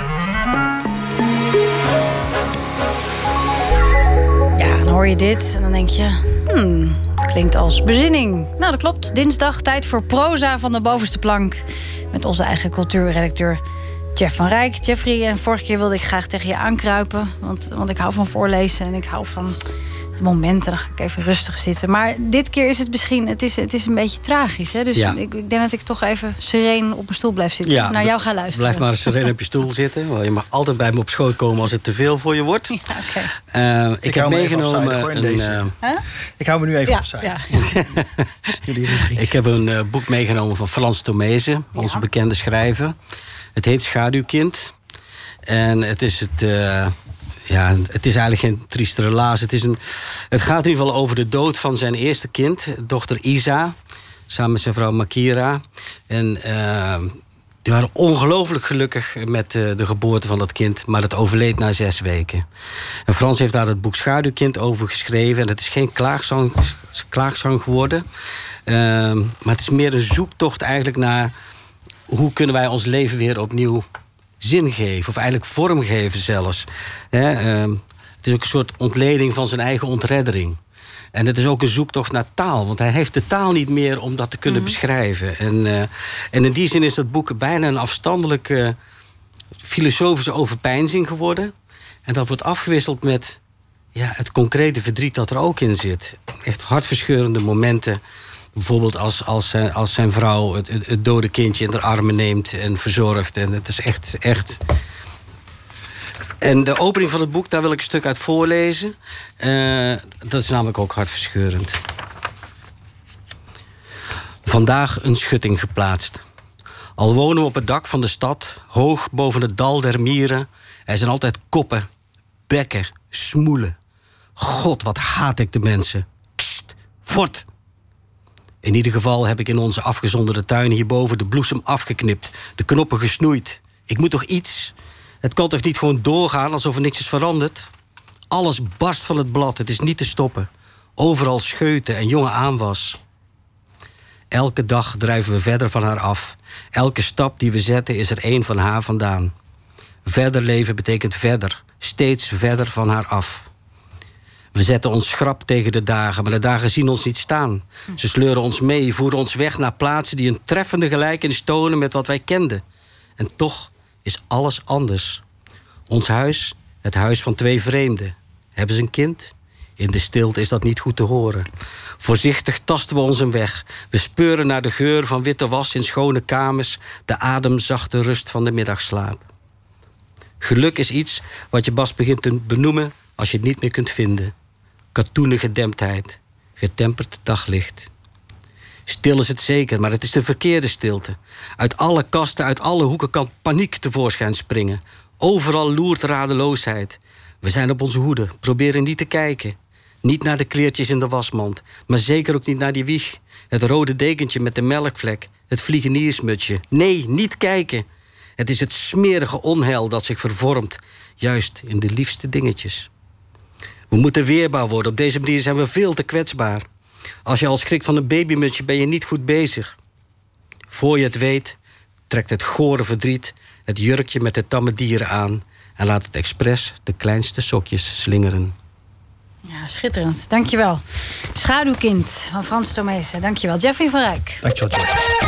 Speaker 4: Ja, dan hoor je dit en dan denk je... Hmm, klinkt als bezinning. Nou, dat klopt. Dinsdag, tijd voor proza van de bovenste plank. Met onze eigen cultuurredacteur Jeff van Rijk. Jeffrey, en vorige keer wilde ik graag tegen je aankruipen. Want, want ik hou van voorlezen en ik hou van de momenten. Dan ga ik even rustig zitten. Maar dit keer is het misschien... Het is, het is een beetje tragisch. Hè? Dus ja. ik, ik denk dat ik toch even sereen op mijn stoel blijf zitten. Ja, naar jou ga luisteren.
Speaker 15: Blijf maar sereen op je stoel zitten. Je mag altijd bij me op schoot komen als het te veel voor je wordt. Ja, okay. uh, ik, ik heb meegenomen een... Uh,
Speaker 3: huh? Ik hou me nu even ja, opzij. Ja.
Speaker 15: Ik heb een uh, boek meegenomen van Frans Tomezen. Onze ja. bekende schrijver. Het heet Schaduwkind. En het is het... Uh, Ja, het is eigenlijk geen trieste relaas. Het, is een, het gaat in ieder geval over de dood van zijn eerste kind, dochter Isa, samen met zijn vrouw Makira. En uh, die waren ongelooflijk gelukkig met uh, de geboorte van dat kind, maar het overleed na zes weken. En Frans heeft daar het boek Schaduwkind over geschreven. En het is geen klaagzang, klaagzang geworden, uh, maar het is meer een zoektocht eigenlijk naar hoe kunnen wij ons leven weer opnieuw zin geven, of eigenlijk vorm geven zelfs. He, uh, het is ook een soort ontleding van zijn eigen ontreddering. En het is ook een zoektocht naar taal, want hij heeft de taal niet meer om dat te kunnen mm-hmm. beschrijven. En, uh, en in die zin is dat boek bijna een afstandelijke filosofische overpeinzing geworden. En dat wordt afgewisseld met ja, het concrete verdriet dat er ook in zit. Echt hartverscheurende momenten. Bijvoorbeeld als, als, als zijn vrouw het, het dode kindje in haar armen neemt en verzorgt. En het is echt, echt... En de opening van het boek, daar wil ik een stuk uit voorlezen. Uh, dat is namelijk ook hartverscheurend. Vandaag een schutting geplaatst. Al wonen we op het dak van de stad, hoog boven het dal der mieren. Er zijn altijd koppen, bekken, smoelen. God, wat haat ik de mensen. Kst, fort. In ieder geval heb ik in onze afgezonderde tuin hierboven de bloesem afgeknipt, de knoppen gesnoeid. Ik moet toch iets? Het kan toch niet gewoon doorgaan alsof er niks is veranderd? Alles barst van het blad, het is niet te stoppen. Overal scheuten en jonge aanwas. Elke dag drijven we verder van haar af. Elke stap die we zetten is er één van haar vandaan. Verder leven betekent verder, steeds verder van haar af. We zetten ons schrap tegen de dagen, maar de dagen zien ons niet staan. Ze sleuren ons mee, voeren ons weg naar plaatsen die een treffende gelijkenis tonen met wat wij kenden. En toch is alles anders. Ons huis, het huis van twee vreemden. Hebben ze een kind? In de stilte is dat niet goed te horen. Voorzichtig tasten we ons een weg. We speuren naar de geur van witte was in schone kamers, de ademzachte rust van de middagslaap. Geluk is iets wat je pas begint te benoemen als je het niet meer kunt vinden. Katoenen gedemptheid, getemperd daglicht. Stil is het zeker, maar het is de verkeerde stilte. Uit alle kasten, uit alle hoeken kan paniek tevoorschijn springen. Overal loert radeloosheid. We zijn op onze hoede, proberen niet te kijken. Niet naar de kleertjes in de wasmand, maar zeker ook niet naar die wieg. Het rode dekentje met de melkvlek, het vliegeniersmutsje. Nee, niet kijken. Het is het smerige onheil dat zich vervormt, juist in de liefste dingetjes. We moeten weerbaar worden, op deze manier zijn we veel te kwetsbaar. Als je al schrikt van een babymutsje ben je niet goed bezig. Voor je het weet, trekt het gore verdriet het jurkje met de tamme dieren aan en laat het expres de kleinste sokjes slingeren.
Speaker 4: Ja, schitterend. Dankjewel. Schaduwkind van Frans Tomezen. Dankjewel. Jeffrey van Rijk.
Speaker 3: Dankjewel, Jeff.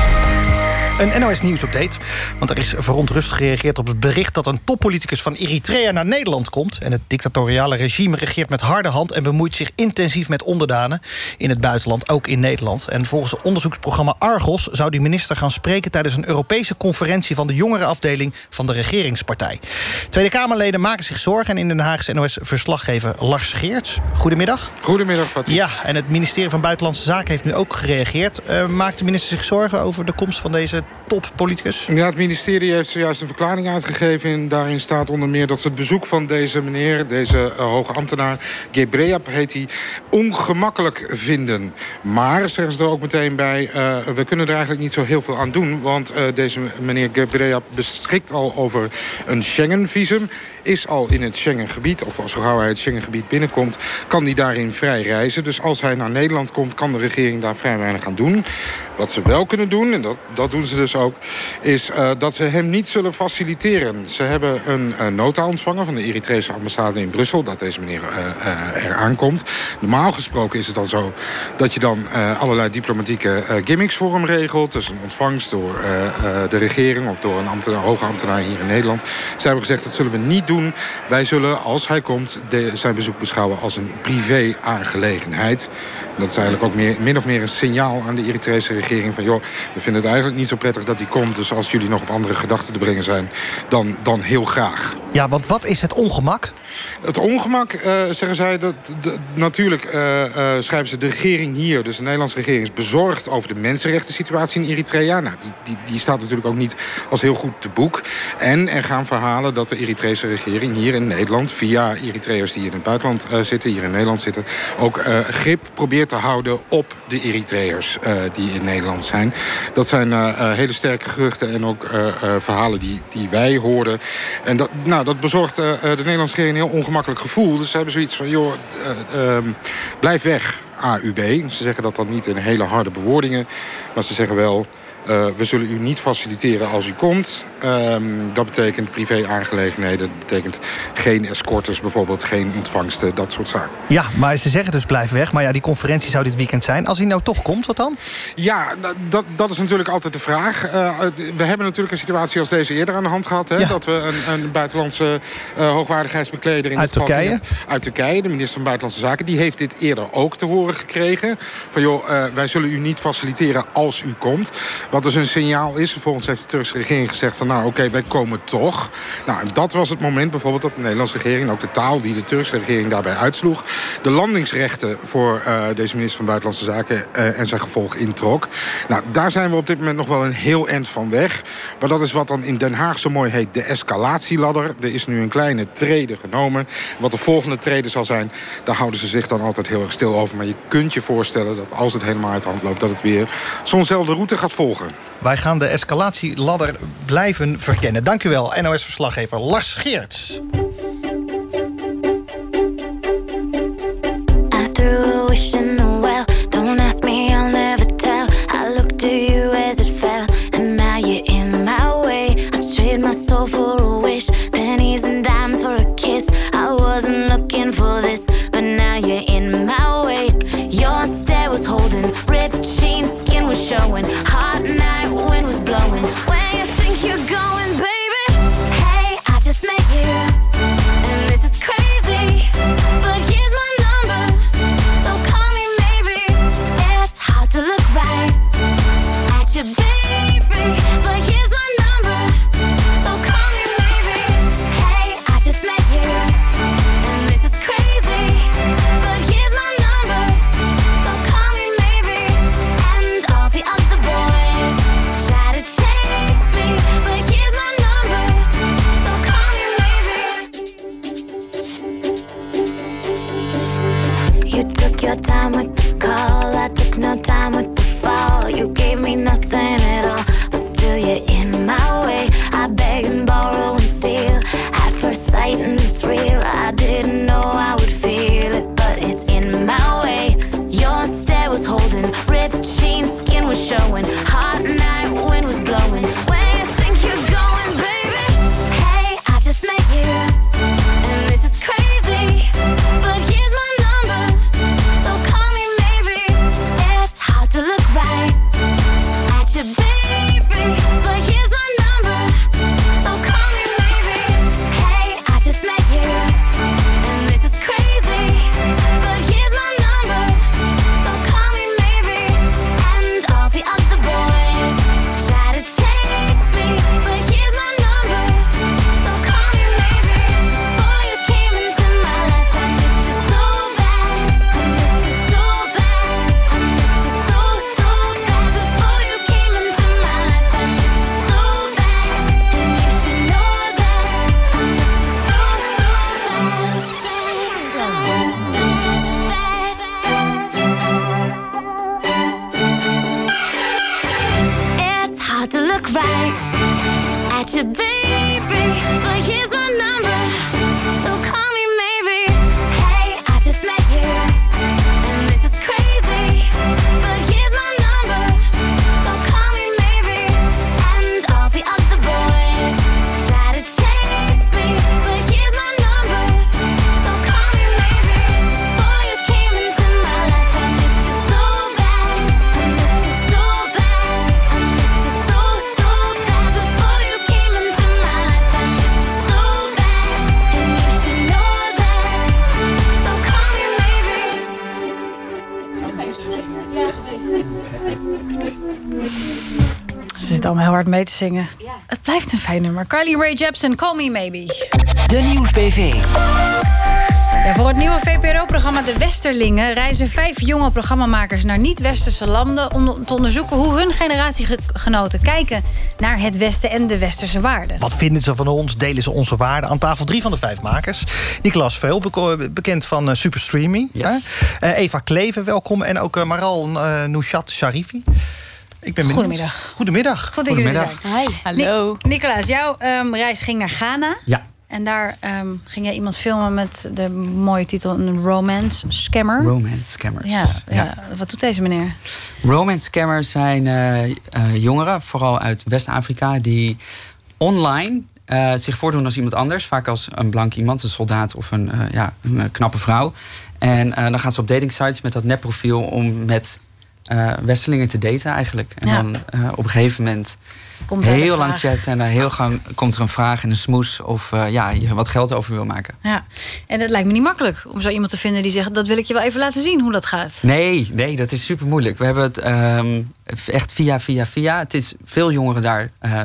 Speaker 3: Een N O S-nieuwsupdate, want er is verontrust gereageerd op het bericht dat een toppoliticus van Eritrea naar Nederland komt. En het dictatoriale regime regeert met harde hand en bemoeit zich intensief met onderdanen in het buitenland, ook in Nederland. En volgens het onderzoeksprogramma Argos zou die minister gaan spreken tijdens een Europese conferentie van de jongerenafdeling van de regeringspartij. Tweede Kamerleden maken zich zorgen en in Den Haag is N O S-verslaggever Lars Geerts. Goedemiddag.
Speaker 6: Goedemiddag, Patrick.
Speaker 3: Ja, en het ministerie van Buitenlandse Zaken heeft nu ook gereageerd. Uh, maakt de minister zich zorgen over de komst van deze toppoliticus?
Speaker 6: Ja, het ministerie heeft zojuist een verklaring uitgegeven. En daarin staat onder meer dat ze het bezoek van deze meneer, deze uh, hoge ambtenaar, Gebreab heet hij, ongemakkelijk vinden. Maar, zeggen ze er ook meteen bij, uh, we kunnen er eigenlijk niet zo heel veel aan doen. Want uh, deze meneer Gebreab beschikt al over een Schengen-visum. Is al in het Schengengebied, of als gauw hij het Schengengebied binnenkomt, kan hij daarin vrij reizen. Dus als hij naar Nederland komt, kan de regering daar vrij weinig aan doen. Wat ze wel kunnen doen, en dat, dat doen ze dus ook, is uh, dat ze hem niet zullen faciliteren. Ze hebben een uh, nota ontvangen van de Eritrese ambassade in Brussel, dat deze meneer uh, uh, er aankomt. Normaal gesproken is het dan zo dat je dan uh, allerlei diplomatieke uh, gimmicks voor hem regelt. Dus een ontvangst door uh, uh, de regering of door een ambtenaar, hoge ambtenaar hier in Nederland. Ze hebben gezegd, dat zullen we niet doen. Wij zullen, als hij komt, de, zijn bezoek beschouwen als een privé-aangelegenheid. Dat is eigenlijk ook meer, min of meer een signaal aan de Eritrese regering van, joh, we vinden het eigenlijk niet zo prettig dat hij komt. Dus als jullie nog op andere gedachten te brengen zijn, dan, dan heel graag.
Speaker 3: Ja, want wat is het ongemak?
Speaker 6: Het ongemak, uh, zeggen zij, dat de, natuurlijk uh, uh, schrijven ze de regering hier, dus de Nederlandse regering, is bezorgd over de mensenrechten situatie in Eritrea. Nou, die, die, die staat natuurlijk ook niet als heel goed te boek. En er gaan verhalen dat de Eritrese regering hier in Nederland, via Eritreërs die in het buitenland uh, zitten, hier in Nederland zitten, ook uh, grip probeert te houden op de Eritreërs uh, die in Nederland zijn. Dat zijn uh, uh, hele sterke geruchten en ook uh, uh, verhalen die, die wij hoorden. En dat, nou, dat bezorgt uh, de Nederlandse regering heel ongemakkelijk gevoel. Dus ze hebben zoiets van, joh, uh, uh, blijf weg, A U B. Ze zeggen dat dan niet in hele harde bewoordingen, maar ze zeggen wel, Uh, we zullen u niet faciliteren als u komt. Um, dat betekent privé-aangelegenheden. Dat betekent geen escortes bijvoorbeeld, geen ontvangsten, dat soort zaken.
Speaker 3: Ja, maar ze zeggen dus blijf weg. Maar ja, die conferentie zou dit weekend zijn. Als hij nou toch komt, wat dan?
Speaker 6: Ja, dat, dat is natuurlijk altijd de vraag. Uh, we hebben natuurlijk een situatie als deze eerder aan de hand gehad. Hè? Ja. Dat we een, een buitenlandse uh, hoogwaardigheidsbekleder in
Speaker 3: uit Turkije.
Speaker 6: Uit Turkije, de minister van Buitenlandse Zaken. Die heeft dit eerder ook te horen gekregen. Van joh, uh, wij zullen u niet faciliteren als u komt. Wat dus een signaal is. Vervolgens heeft de Turkse regering gezegd van nou oké, okay, wij komen toch. Nou, en dat was het moment bijvoorbeeld dat de Nederlandse regering... ook de taal die de Turkse regering daarbij uitsloeg... de landingsrechten voor uh, deze minister van Buitenlandse Zaken... Uh, en zijn gevolg introk. Nou, daar zijn we op dit moment nog wel een heel eind van weg. Maar dat is wat dan in Den Haag zo mooi heet de escalatieladder. Er is nu een kleine trede genomen. Wat de volgende trede zal zijn, daar houden ze zich dan altijd heel erg stil over. Maar je kunt je voorstellen dat als het helemaal uit de hand loopt... dat het weer zo'nzelfde route gaat volgen.
Speaker 3: Wij gaan de escalatieladder blijven verkennen. Dank u wel, N O S-verslaggever Lars Geerts.
Speaker 8: Showing hot night wind was blowing. Where you think you're going, baby? Hey, I just met you, and this is crazy. But here's my number, so call me maybe. It's hard to look right at you, baby. But here's my number, so call me maybe. Hey, I just met you, and this is crazy. But here's my number, so call me maybe. And all the other boys try to chase me, but here's my number, so call me maybe. You took your time with the call, I took no time with the fall. You gave me nothing at all, but still you're in my way. I beg and borrow and steal at first sight, and it's real. I didn't know I would feel it, but it's in my way. Your stare was holding, ripped jeans, skin was showing. Hot night wind was blowing. Where you think you're going, baby? Hey, I just met you, and this is crazy. But here's my number, so call me maybe. It's hard to look right at you, baby. But here's my number, so call me maybe. Hey, I just met you, and this is crazy. But here's my number, so call me maybe. And all the other boys try to chase me, but here's my number, so call me maybe. Before you came into my life, I missed you so bad. I missed you so bad. I missed you so, so bad. Before you came into my life, I missed you so bad. And you should know that. I missed you so, it's hard to look right at you, baby. But here's my number, so call me maybe. Hey, I just met you, and this is crazy. But here's my number, so call me maybe. And all the other boys try to chase me, but here's my number, so call me maybe. Before you came into my life, I missed you so bad. I missed you so bad. I missed you so, so bad. Before you came into my life, I missed you so bad. And you should know that, so call me maybe.
Speaker 4: Ze zit allemaal heel hard mee te zingen. Het blijft een fijn nummer. Carly Rae Jepsen, Call Me Maybe.
Speaker 2: De Nieuwsbv.
Speaker 4: Ja, voor het nieuwe V P R O-programma De Westerlingen reizen vijf jonge programmamakers naar niet-westerse landen om te onderzoeken hoe hun generatiegenoten kijken naar het Westen en de westerse waarden.
Speaker 3: Wat vinden ze van ons? Delen ze onze waarden? Aan tafel drie van de vijf makers. Nicolas Veul, beko- bekend van uh, Superstreaming.
Speaker 16: Yes.
Speaker 3: Uh, Eva Kleven, welkom. En ook uh, Maral uh, Noushat Sharifi. Ik ben
Speaker 4: Goedemiddag.
Speaker 3: Goedemiddag.
Speaker 4: Goed dat jullie er zijn.
Speaker 10: Hi. Hallo.
Speaker 4: Ni- Nicolaas, jouw um, reis ging naar Ghana.
Speaker 16: Ja.
Speaker 4: En daar um, ging jij iemand filmen met de mooie titel een romance scammer.
Speaker 16: Romance scammers.
Speaker 4: Ja, ja. ja. Wat doet deze meneer?
Speaker 16: Romance scammers zijn uh, uh, jongeren, vooral uit West-Afrika, die online uh, zich voordoen als iemand anders. Vaak als een blank iemand, een soldaat of een, uh, ja, een uh, knappe vrouw. En uh, dan gaan ze op datingsites met dat nepprofiel om met uh, westerlingen te daten eigenlijk. En ja. dan uh, op een gegeven moment komt heel lang chatten en uh, heel gang komt er een vraag en een smoes of uh, ja, je wat geld over wil maken.
Speaker 4: Ja, en het lijkt me niet makkelijk om zo iemand te vinden die zegt, dat wil ik je wel even laten zien hoe dat gaat.
Speaker 16: Nee, nee, dat is super moeilijk. We hebben het um, echt via, via, via. Het is veel jongeren daar uh,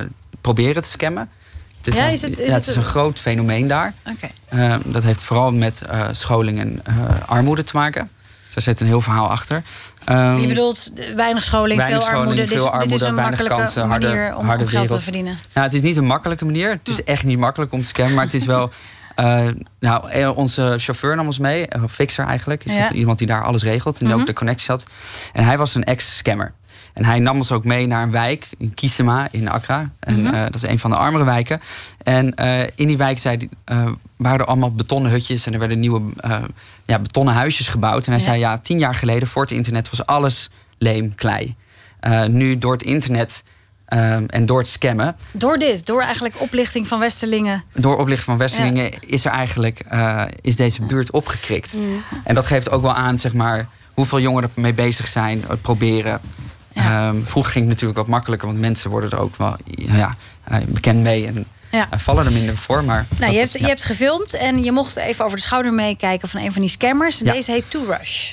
Speaker 16: proberen te scammen. Het is,
Speaker 4: Ja,
Speaker 16: een,
Speaker 4: is het- is
Speaker 16: ja, het
Speaker 4: het
Speaker 16: is
Speaker 4: een-
Speaker 16: een groot fenomeen daar.
Speaker 4: Oké.
Speaker 16: Uh, dat heeft vooral met uh, scholing en uh, armoede te maken. Dus daar zit een heel verhaal achter. Um,
Speaker 4: Je bedoelt weinig scholing,
Speaker 16: weinig
Speaker 4: veel
Speaker 16: scholing,
Speaker 4: armoede.
Speaker 16: veel
Speaker 4: dus
Speaker 16: armoede,
Speaker 4: dit is een
Speaker 16: weinig
Speaker 4: makkelijke
Speaker 16: kansen,
Speaker 4: manier
Speaker 16: harde,
Speaker 4: om,
Speaker 16: harde
Speaker 4: om geld
Speaker 16: wereld.
Speaker 4: te verdienen.
Speaker 16: Nou, het is niet een makkelijke manier. Het is echt niet makkelijk om te scammen. Maar het is wel... Uh, nou, onze chauffeur nam ons mee. Een fixer eigenlijk. Is
Speaker 4: Ja.
Speaker 16: dat iemand die daar alles regelt. En die
Speaker 4: Mhm.
Speaker 16: ook de connectie had. En hij was een ex-scammer. En hij nam ons ook mee naar een wijk in Kisema in Accra. En
Speaker 4: Mhm.
Speaker 16: uh, dat is een van de armere wijken. En uh, in die wijk zei, uh, waren er allemaal betonnen hutjes. En er werden nieuwe uh, ja, betonnen huisjes gebouwd. En hij
Speaker 4: Ja.
Speaker 16: zei, ja, tien jaar geleden voor het internet was alles leem, klei. Uh, nu door het internet uh, en door het scammen...
Speaker 4: Door dit, door eigenlijk oplichting van Westerlingen.
Speaker 16: Door oplichting van Westerlingen is er eigenlijk uh, is deze buurt opgekrikt.
Speaker 4: Mm.
Speaker 16: En dat geeft ook wel aan, zeg maar, hoeveel jongeren ermee bezig zijn, het proberen.
Speaker 4: Ja.
Speaker 16: Um, vroeger ging het natuurlijk wat makkelijker, want mensen worden er ook wel ja, uh, bekend mee en
Speaker 4: Ja.
Speaker 16: uh, vallen er minder voor. Maar
Speaker 4: Nou,
Speaker 16: dat
Speaker 4: je
Speaker 16: is-
Speaker 4: hebt,
Speaker 16: ja.
Speaker 4: je hebt gefilmd en je mocht even over de schouder meekijken van een van die scammers.
Speaker 16: Ja.
Speaker 4: Deze heet Too Rush.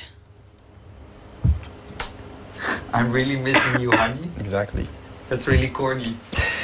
Speaker 16: I'm really missing you, honey.
Speaker 1: Exactly.
Speaker 16: That's really corny.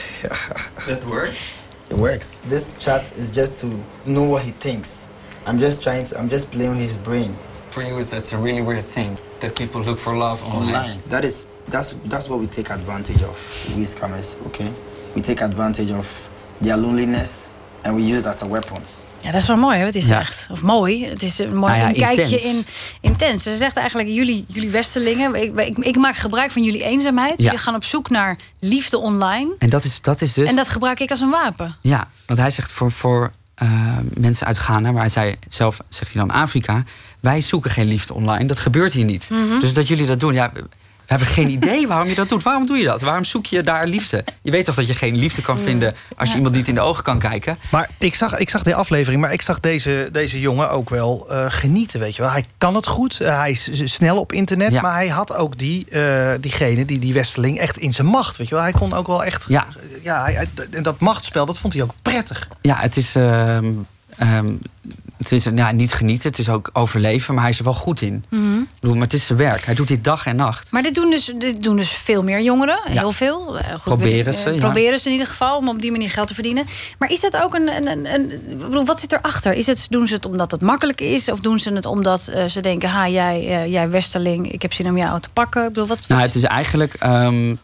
Speaker 16: That works?
Speaker 1: It works. This chat is just to know what he thinks. I'm just trying to, I'm just playing with his brain.
Speaker 16: For you, it's, it's a really weird thing that people look for love online.
Speaker 1: Online. That is, that's, that's what we take advantage of, we scammers, okay? We take advantage of their loneliness and we use it as a weapon.
Speaker 4: Ja, dat is wel mooi, hè? Het is
Speaker 1: Ja.
Speaker 4: echt, of mooi. Het is een mooi
Speaker 1: Nou ja,
Speaker 4: een kijkje
Speaker 1: intens.
Speaker 4: in intens. Ze zegt eigenlijk, jullie, jullie Westerlingen, ik, ik, ik maak gebruik van jullie eenzaamheid.
Speaker 16: Ja.
Speaker 4: Jullie gaan op zoek naar liefde online.
Speaker 16: En dat is, dat is dus...
Speaker 4: En dat gebruik ik als een wapen.
Speaker 16: Ja, want hij zegt voor, voor uh, mensen uit Ghana, maar hij zei zelf, zegt hij dan Afrika, wij zoeken geen liefde online, dat gebeurt hier niet.
Speaker 4: Mhm.
Speaker 16: Dus dat jullie dat doen, ja, we hebben geen idee waarom je dat doet. Waarom doe je dat? Waarom zoek je daar liefde? Je weet toch dat je geen liefde kan vinden als je
Speaker 3: Ja.
Speaker 16: iemand niet in de ogen kan kijken?
Speaker 3: Maar ik zag, ik zag die aflevering, maar ik zag deze, deze jongen ook wel uh, genieten, weet je wel. Hij kan het goed, uh, hij is s- snel op internet,
Speaker 16: Ja.
Speaker 3: maar hij had ook die, uh, diegene, die, die Westerling, echt in zijn macht, weet je wel. Hij kon ook wel echt...
Speaker 16: Ja.
Speaker 3: Ja, hij, hij- en dat machtsspel, dat vond hij ook prettig.
Speaker 16: Ja, het is, um, um, het is ja, niet genieten, het is ook overleven, maar hij is er wel goed in.
Speaker 4: Mhm.
Speaker 16: Ik bedoel, maar het is zijn werk. Hij doet dit dag en nacht.
Speaker 4: Maar dit doen dus, dit doen dus veel meer jongeren,
Speaker 16: Ja.
Speaker 4: heel veel. Eh, goed,
Speaker 16: Proberen
Speaker 4: eh,
Speaker 16: ze, ja.
Speaker 4: Proberen ze in ieder geval om op die manier geld te verdienen. Maar is dat ook een... een, een, een ik bedoel, wat zit erachter? Is het, doen ze het omdat het makkelijk is? Of doen ze het omdat eh, ze denken... ha, jij, eh, jij Westerling, ik heb zin om jou te pakken? Ik bedoel, wat,
Speaker 16: Nou,
Speaker 4: wat
Speaker 16: het is eigenlijk... Um,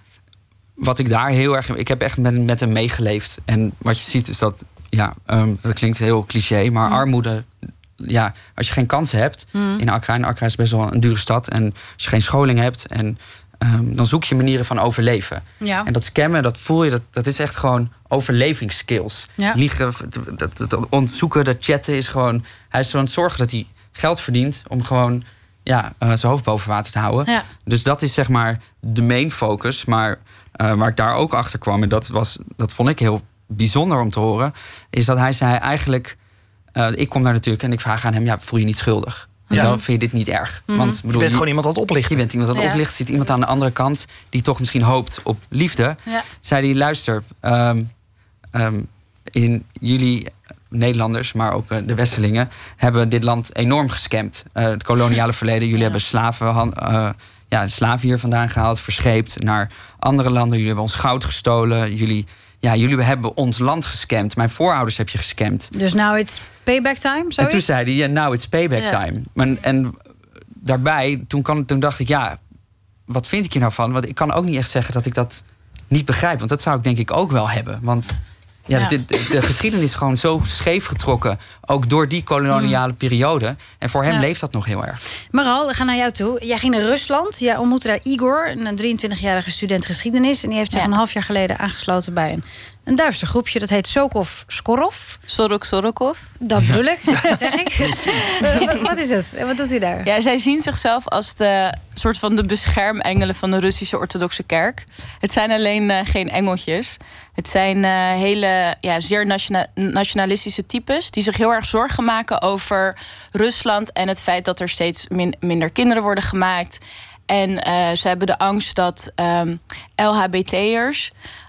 Speaker 16: wat ik daar heel erg... Ik heb echt met, met hem meegeleefd. En wat je ziet is dat... Ja, um, dat klinkt heel cliché, maar
Speaker 4: Mm.
Speaker 16: armoede... Ja, als je geen kansen hebt
Speaker 4: Mm.
Speaker 16: in Accra... en Accra is best wel een dure stad... en als je geen scholing hebt... En, um, dan zoek je manieren van overleven.
Speaker 4: Ja.
Speaker 16: En dat scammen, dat voel je... dat, dat is echt gewoon overlevingsskills.
Speaker 4: Ja.
Speaker 16: Liegen, dat, dat, dat ontzoeken, dat chatten is gewoon... Hij is zo aan het zorgen dat hij geld verdient... om gewoon ja, uh, zijn hoofd boven water te houden.
Speaker 4: Ja.
Speaker 16: Dus dat is zeg maar de main focus. Maar uh, waar ik daar ook achter kwam... en dat, was, dat vond ik heel bijzonder om te horen... is dat hij zei eigenlijk... Uh, ik kom daar natuurlijk en ik vraag aan hem... ja, voel je niet schuldig?
Speaker 3: Ja.
Speaker 16: Ja. Vind je dit niet erg?
Speaker 3: Mhm.
Speaker 16: Want,
Speaker 3: Je
Speaker 16: bedoel,
Speaker 3: bent gewoon iemand aan het oplichten.
Speaker 16: Je bent iemand aan het
Speaker 3: Ja.
Speaker 16: oplichten. Zit iemand aan de andere kant... die toch misschien hoopt op liefde.
Speaker 4: Ja.
Speaker 16: Zei hij, luister... Um, um, in jullie Nederlanders, maar ook uh, de Westerlingen... hebben dit land enorm gescamd. Uh, het koloniale verleden. Jullie hebben slaven, uh, ja, slaven hier vandaan gehaald... verscheept naar andere landen. Jullie hebben ons goud gestolen. Jullie, ja, jullie hebben ons land gescamd. Mijn voorouders heb je gescamd.
Speaker 4: Dus nou, it's payback time, zoiets?
Speaker 16: En toen zei hij, ja, now it's payback
Speaker 4: Ja.
Speaker 16: time. Maar, en daarbij, toen, kan, toen dacht ik, ja, wat vind ik hier nou van? Want ik kan ook niet echt zeggen dat ik dat niet begrijp. Want dat zou ik denk ik ook wel hebben. Want ja,
Speaker 4: Ja.
Speaker 16: De, de, de geschiedenis is gewoon zo scheef getrokken. Ook door die koloniale periode. En voor hem
Speaker 4: Ja.
Speaker 16: leeft dat nog heel erg.
Speaker 4: Maral, we gaan naar jou toe. Jij ging naar Rusland. Jij ontmoette daar Igor, een drieëntwintigjarige student geschiedenis. En die heeft zich een half jaar geleden aangesloten bij een, een duister groepje. Dat heet Sokov Skorov.
Speaker 9: Sorok Sorokov.
Speaker 4: Dat bedoel ik, zeg ik. Eh, wat- Wat is het? En wat doet hij daar?
Speaker 9: Ja, zij zien zichzelf als de soort van de beschermengelen van de Russische orthodoxe kerk. Het zijn alleen uh, geen engeltjes. Het zijn uh, hele ja, zeer nationa- nationalistische types die zich heel erg zorgen maken over Rusland en het feit dat er steeds min- minder kinderen worden gemaakt. En uh, ze hebben de angst dat um, L H B T'ers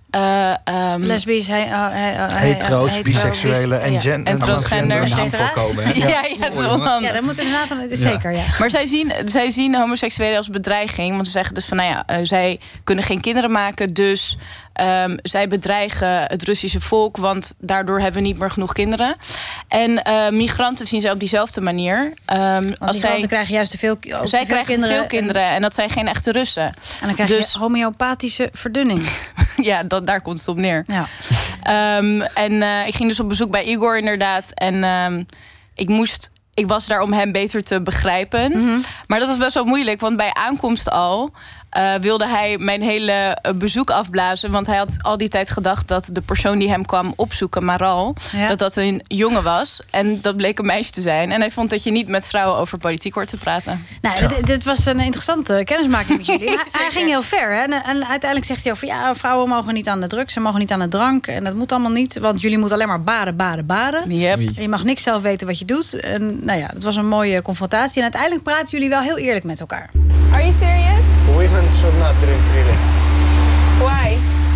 Speaker 9: Uh, um,
Speaker 4: Lesbisch, he, uh, he, uh,
Speaker 3: hetero's, he, biseksuelen en, gen-
Speaker 9: en transgenders.
Speaker 4: Ja,
Speaker 9: ja, ja, het is onhandig.
Speaker 4: Ja, dat moet inderdaad een, zeker, ja.
Speaker 9: Maar zij zien, zij zien homoseksuelen als bedreiging. Want ze zeggen dus van, nou ja, uh, zij kunnen geen kinderen maken. Dus um, zij bedreigen het Russische volk. Want daardoor hebben we niet meer genoeg kinderen. En uh, migranten zien ze op diezelfde manier. Um,
Speaker 4: want
Speaker 9: als
Speaker 4: migranten
Speaker 9: zij,
Speaker 4: krijgen juist te veel,
Speaker 9: zij
Speaker 4: te veel
Speaker 9: krijgen
Speaker 4: kinderen.
Speaker 9: veel kinderen. En, en dat zijn geen echte Russen.
Speaker 4: En dan krijg
Speaker 9: dus,
Speaker 4: je homeopathische verdunning.
Speaker 9: Ja, dat, daar komt het op neer.
Speaker 4: Ja.
Speaker 9: Um, en uh, ik ging dus op bezoek bij Igor inderdaad. En um, ik moest... Ik was daar om hem beter te begrijpen. Mm-hmm. Maar dat was best wel moeilijk, want bij aankomst al... Uh, wilde hij mijn hele uh, bezoek afblazen. Want hij had al die tijd gedacht dat de persoon die hem kwam opzoeken, Maral... Ja. dat dat een jongen was. En dat bleek een meisje te zijn. En hij vond dat je niet met vrouwen over politiek hoort te praten.
Speaker 4: Nou, dit, dit was een interessante kennismaking met jullie. hij, hij ging heel ver. Hè? En, en uiteindelijk zegt hij over... ja, vrouwen mogen niet aan de drugs, ze mogen niet aan de drank. En dat moet allemaal niet, want jullie moeten alleen maar baden, baden, baden.
Speaker 9: Yep.
Speaker 4: En je mag niks zelf weten wat je doet. En nou ja, dat was een mooie confrontatie. En uiteindelijk praten jullie wel heel eerlijk met elkaar.
Speaker 11: Are you serious?
Speaker 17: Women should not drink, really.
Speaker 11: Why?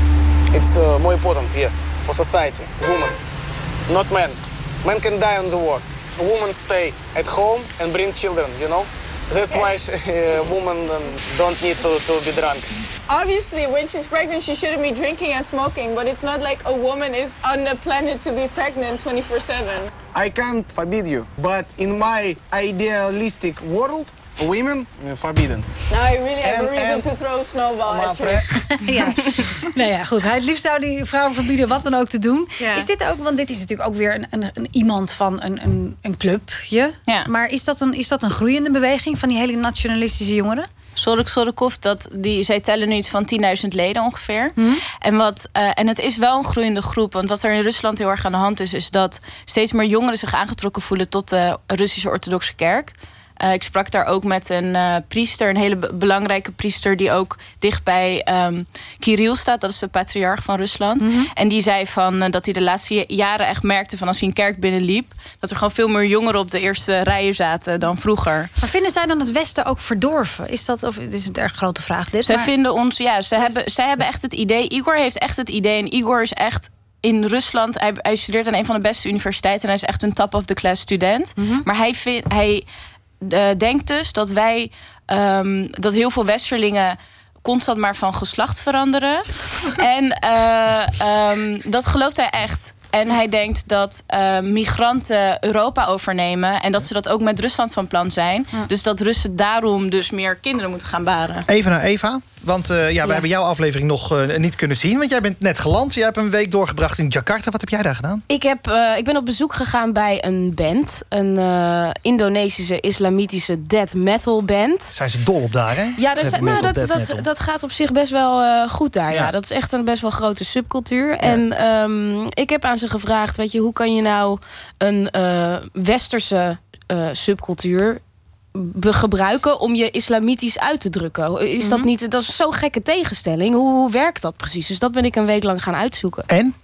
Speaker 17: It's uh, more important, yes, for society. Women, not men. Men can die on the work. Women stay at home and bring children, you know? That's why uh, women um, don't need to, to be drunk.
Speaker 11: Obviously, when she's pregnant, she shouldn't be drinking and smoking, but it's not like a woman is on the planet to be pregnant twenty-four seven.
Speaker 17: I can't forbid you, but in my idealistic world, women uh, forbidden.
Speaker 11: Now I really have
Speaker 17: and,
Speaker 11: a reason
Speaker 17: and,
Speaker 11: to throw a snowball at you.
Speaker 4: Ja. Nou ja, goed. Hij het liefst zou die vrouwen verbieden wat dan ook te doen.
Speaker 11: Ja.
Speaker 4: Is dit ook, want dit is natuurlijk ook weer een, een, een iemand van een, een, een clubje.
Speaker 9: Ja.
Speaker 4: Maar is dat, een, is dat een groeiende beweging van die hele nationalistische jongeren?
Speaker 9: Sorok Sorokov, dat die, zij tellen nu iets van tienduizend leden ongeveer. Mm-hmm. En, wat, uh, en het is wel een groeiende groep. Want wat er in Rusland heel erg aan de hand is... is dat steeds meer jongeren zich aangetrokken voelen... tot de Russische orthodoxe kerk. Uh, ik sprak daar ook met een uh, priester, een hele be- belangrijke priester... die ook dicht bij um, Kirill staat, dat is de patriarch van Rusland. Mm-hmm. En die zei van, uh, dat hij de laatste jaren echt merkte... van als hij een kerk binnenliep... dat er gewoon veel meer jongeren op de eerste rijen zaten dan vroeger.
Speaker 4: Maar vinden zij dan het Westen ook verdorven? Is dat, of dit is een erg grote vraag dit?
Speaker 9: Zij
Speaker 4: maar...
Speaker 9: vinden ons, ja, zij hebben, zij hebben echt het idee... Igor heeft echt het idee en Igor is echt... in Rusland, hij, hij studeert aan een van de beste universiteiten... en hij is echt een top of the class student. Mm-hmm. Maar hij vindt... Hij, Uh, denkt dus dat wij, um, dat heel veel Westerlingen constant maar van geslacht veranderen. en uh, um, dat gelooft hij echt. En hij denkt dat uh, migranten Europa overnemen... en dat ze dat ook met Rusland van plan zijn. Ja. Dus dat Russen daarom dus meer kinderen moeten gaan baren.
Speaker 3: Even naar Eva, want uh, ja, we ja. hebben jouw aflevering nog uh, niet kunnen zien... want jij bent net geland, jij hebt een week doorgebracht in Jakarta. Wat heb jij daar gedaan?
Speaker 18: Ik, heb, uh, ik ben op bezoek gegaan bij een band. Een uh, Indonesische islamitische death metal band.
Speaker 3: Zijn ze dol op daar, hè?
Speaker 18: Ja, dus, nou, dat, dat, dat gaat op zich best wel uh, goed daar. Ja. Ja, dat is echt een best wel grote subcultuur. Ja. En um, ik heb aan ze gevraagd, weet je, hoe kan je nou een uh, westerse uh, subcultuur gebruiken om je islamitisch uit te drukken? Is mm-hmm. dat niet? Dat is zo'n gekke tegenstelling. Hoe, hoe werkt dat precies? Dus dat ben ik een week lang gaan uitzoeken.
Speaker 3: En?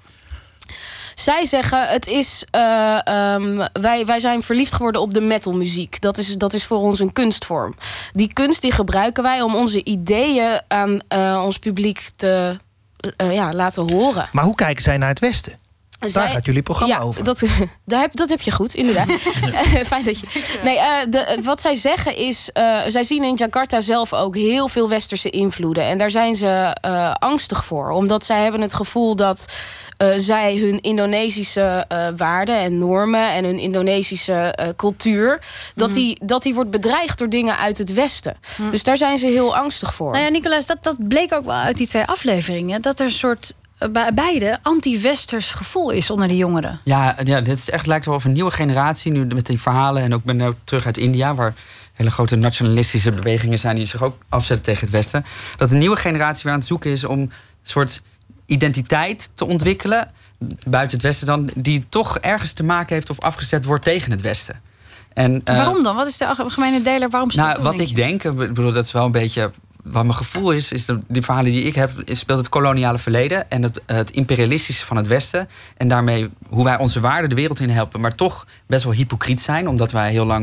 Speaker 18: Zij zeggen, het is, uh, um, wij, wij zijn verliefd geworden op de metalmuziek. Dat is, dat is voor ons een kunstvorm. Die kunst die gebruiken wij om onze ideeën aan uh, ons publiek te uh, ja, laten horen.
Speaker 3: Maar hoe kijken zij naar het Westen? Daar zij, gaat jullie programma
Speaker 18: ja,
Speaker 3: over.
Speaker 18: Dat, daar heb, dat heb je goed, inderdaad. Fijn dat je... Nee, uh, de, wat zij zeggen is... Uh, zij zien in Jakarta zelf ook heel veel westerse invloeden. En daar zijn ze uh, angstig voor. Omdat zij hebben het gevoel dat... Uh, zij hun Indonesische uh, waarden en normen... en hun Indonesische uh, cultuur... Dat, mm. die, dat die wordt bedreigd door dingen uit het Westen. Mm. Dus daar zijn ze heel angstig voor.
Speaker 4: Nou ja, Nicolaas, dat, dat bleek ook wel uit die twee afleveringen. Dat er een soort... bij beide anti-westers gevoel is onder de jongeren.
Speaker 16: Ja, ja, dit is echt, lijkt wel of een nieuwe generatie nu met die verhalen. En ook ben ik terug uit India, waar hele grote nationalistische bewegingen zijn die zich ook afzetten tegen het Westen. Dat een nieuwe generatie weer aan het zoeken is om een soort identiteit te ontwikkelen buiten het Westen dan, die toch ergens te maken heeft of afgezet wordt tegen het Westen. En, uh,
Speaker 4: waarom dan? Wat is de algemene deler? Waarom
Speaker 16: nou, doen, wat denk ik je? denk, ik bedoel, dat is wel een beetje. Wat mijn gevoel is, is de, die verhalen die ik heb, speelt het koloniale verleden en het, het imperialistische van het Westen. En daarmee hoe wij onze waarden de wereld in helpen, maar toch best wel hypocriet zijn, omdat wij heel lang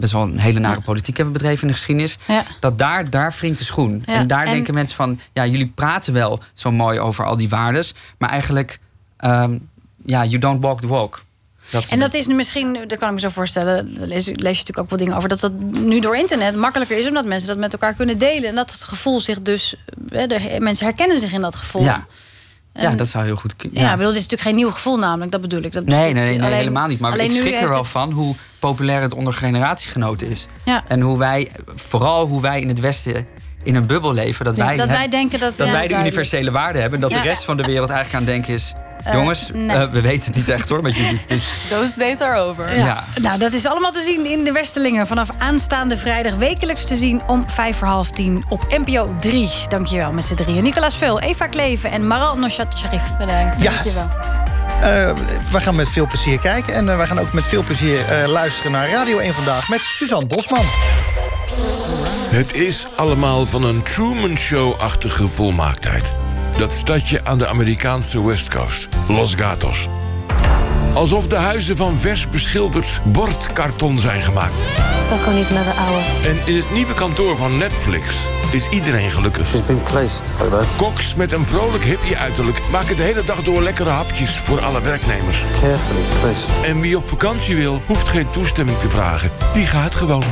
Speaker 16: best wel een hele nare politiek hebben bedreven in de geschiedenis.
Speaker 4: Ja.
Speaker 16: Dat daar, daar wringt de schoen.
Speaker 4: Ja,
Speaker 16: en daar
Speaker 4: en-
Speaker 16: denken mensen van, ja, jullie praten wel zo mooi over al die waardes, maar eigenlijk, um, ja, you don't walk the walk. Dat
Speaker 4: En dat is nu misschien, dat kan ik me zo voorstellen, daar lees, lees je natuurlijk ook wel dingen over, dat dat nu door internet makkelijker is, omdat mensen dat met elkaar kunnen delen. En dat het gevoel zich dus, hè, de mensen herkennen zich in dat gevoel.
Speaker 16: Ja.
Speaker 4: En-
Speaker 16: Ja, dat zou heel goed kunnen.
Speaker 4: Ja, ik bedoel, dit is natuurlijk geen nieuw gevoel namelijk, dat bedoel ik. Dat,
Speaker 16: Nee, nee,
Speaker 4: dit-
Speaker 16: nee, nee
Speaker 4: alleen-
Speaker 16: helemaal niet. Maar
Speaker 4: alleen
Speaker 16: ik
Speaker 4: nu
Speaker 16: schrik er
Speaker 4: heeft
Speaker 16: wel
Speaker 4: het-
Speaker 16: van hoe populair het onder generatiegenoten is.
Speaker 4: Ja.
Speaker 16: En hoe wij, vooral hoe wij in het Westen in een bubbel leven. Dat
Speaker 4: Ja,
Speaker 16: wij,
Speaker 4: dat
Speaker 16: het-
Speaker 4: wij denken dat-
Speaker 16: dat
Speaker 4: ja,
Speaker 16: wij de
Speaker 4: duidelijk.
Speaker 16: universele waarden hebben. En dat
Speaker 4: Ja.
Speaker 16: de rest van de wereld eigenlijk aan het denken is,
Speaker 4: Eh,
Speaker 16: jongens,
Speaker 4: nee.
Speaker 16: eh, we weten het niet echt hoor met jullie. Dus,
Speaker 9: Those days are over.
Speaker 4: Ja.
Speaker 16: Ja.
Speaker 4: Nou, dat is allemaal te zien in de Westerlingen. Vanaf aanstaande vrijdag wekelijks te zien om vijf voor half tien op N P O drie. Dankjewel met z'n drieën. Nicolaas Veul, Eva Kleven en Maral Noshat Sharifi. Bedankt.
Speaker 3: Ja.
Speaker 4: Dankjewel.
Speaker 3: Uh, we gaan met veel plezier kijken. En uh, we gaan ook met veel plezier uh, luisteren naar Radio één Vandaag met Suzanne Bosman.
Speaker 19: Het is allemaal van een Truman Show-achtige volmaaktheid. Dat stadje aan de Amerikaanse West Coast, Los Gatos. Alsof de huizen van vers beschilderd bordkarton zijn gemaakt.
Speaker 8: Still need another hour.
Speaker 19: En in het nieuwe kantoor van Netflix is iedereen gelukkig. Koks met een vrolijk hippie-uiterlijk maken de hele dag door lekkere hapjes voor alle werknemers. En wie op vakantie wil, hoeft geen toestemming te vragen. Die gaat gewoon.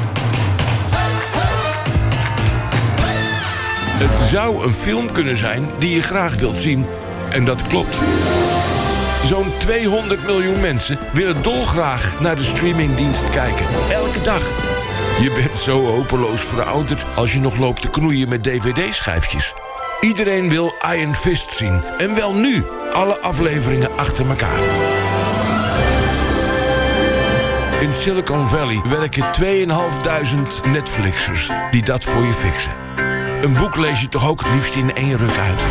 Speaker 19: Het zou een film kunnen zijn die je graag wilt zien. En dat klopt. Zo'n tweehonderd miljoen mensen willen dolgraag naar de streamingdienst kijken. Elke dag. Je bent zo hopeloos verouderd als je nog loopt te knoeien met dvd-schijfjes. Iedereen wil Iron Fist zien. En wel nu. Alle afleveringen achter elkaar. In Silicon Valley werken tweeënhalfduizend Netflixers die dat voor je fixen. Een boek lees je toch ook het liefst in één ruk uit.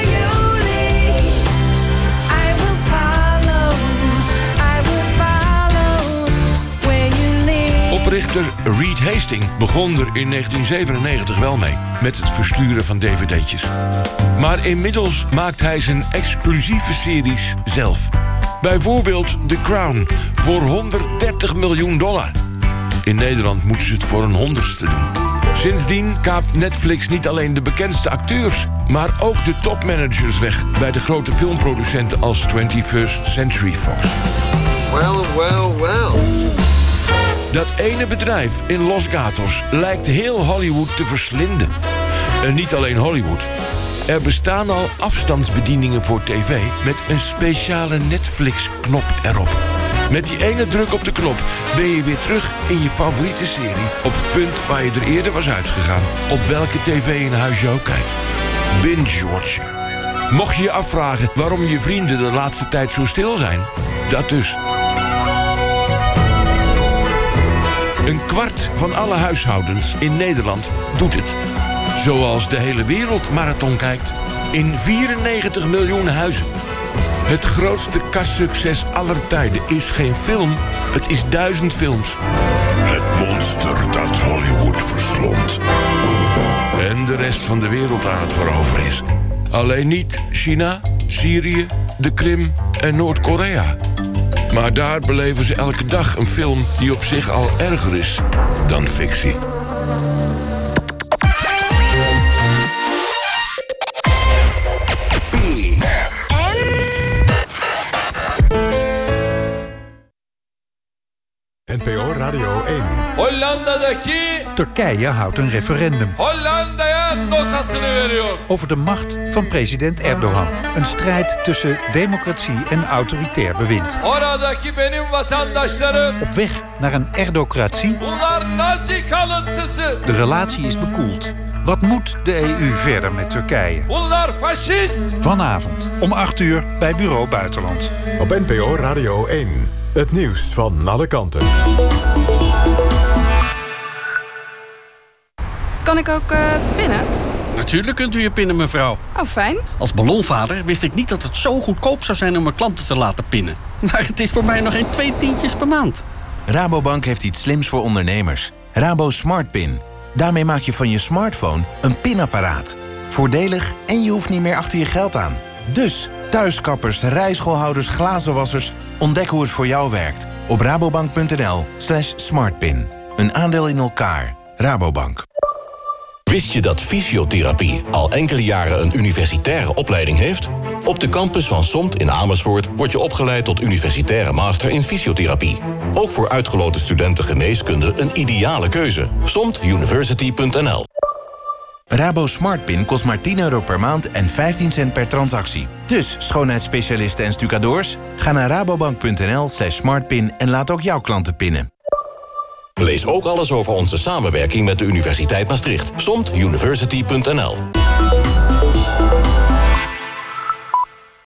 Speaker 19: Oprichter Reed Hastings begon er in negentien zevenennegentig wel mee met het versturen van dvd'tjes. Maar inmiddels maakt hij zijn exclusieve series zelf. Bijvoorbeeld The Crown voor honderddertig miljoen dollar. In Nederland moeten ze het voor een honderdste doen. Sindsdien kaapt Netflix niet alleen de bekendste acteurs, maar ook de topmanagers weg bij de grote filmproducenten als twenty-first Century Fox.
Speaker 20: Well, well, well.
Speaker 19: Dat ene bedrijf in Los Gatos lijkt heel Hollywood te verslinden. En niet alleen Hollywood. Er bestaan al afstandsbedieningen voor tv met een speciale Netflix-knop erop. Met die ene druk op de knop ben je weer terug in je favoriete serie op het punt waar je er eerder was uitgegaan. Op welke tv in huis je ook kijkt. Binge-watchen. Mocht je je afvragen waarom je vrienden de laatste tijd zo stil zijn, dat dus. Een kwart van alle huishoudens in Nederland doet het. Zoals de hele wereld marathon kijkt. In vierennegentig miljoen huizen. Het grootste kassucces aller tijden is geen film. Het is duizend films.
Speaker 20: Het monster dat Hollywood verslond.
Speaker 19: En de rest van de wereld aan het veroveren is. Alleen niet China, Syrië, de Krim en Noord-Korea. Maar daar beleven ze elke dag een film die op zich al erger is dan fictie.
Speaker 25: N P O Radio één.
Speaker 21: Hollanda'daki
Speaker 22: Turkije houdt een referendum
Speaker 21: Hollanda'ya notasını veriyor.
Speaker 22: over de macht van president Erdogan. Een strijd tussen democratie en autoritair bewind.
Speaker 21: Oradaki benim vatandaşlarım.
Speaker 22: Op weg naar een erdocratie.
Speaker 21: Bunlar Nazi kalıntısı.
Speaker 22: De relatie is bekoeld. Wat moet de E U verder met Turkije?
Speaker 21: Bunlar faşist.
Speaker 22: Vanavond om acht uur bij Bureau Buitenland.
Speaker 25: Op N P O Radio één. Het nieuws van alle kanten.
Speaker 23: Kan ik ook uh, pinnen?
Speaker 24: Natuurlijk kunt u je pinnen, mevrouw.
Speaker 23: Oh, fijn.
Speaker 24: Als ballonvader wist ik niet dat het zo goedkoop zou zijn om mijn klanten te laten pinnen. Maar het is voor mij nog geen twee tientjes per maand.
Speaker 27: Rabobank heeft iets slims voor ondernemers. Rabo Smart Pin. Daarmee maak je van je smartphone een pinapparaat. Voordelig en je hoeft niet meer achter je geld aan. Dus thuiskappers, rijschoolhouders, glazenwassers... ontdek hoe het voor jou werkt op rabobank punt n l slash smartpin. Een aandeel in elkaar. Rabobank.
Speaker 5: Wist je dat fysiotherapie al enkele jaren een universitaire opleiding heeft? Op de campus van SOMT in Amersfoort word je opgeleid tot universitaire master in fysiotherapie. Ook voor uitgeloten studenten geneeskunde een ideale keuze. somtuniversity punt n l.
Speaker 27: Rabo Smartpin kost maar tien euro per maand en vijftien cent per transactie. Dus schoonheidsspecialisten en stucadoors? Ga naar rabobank punt n l slash smartpin en laat ook jouw klanten pinnen.
Speaker 5: Lees ook alles over onze samenwerking met de Universiteit Maastricht. somtuniversity punt n l.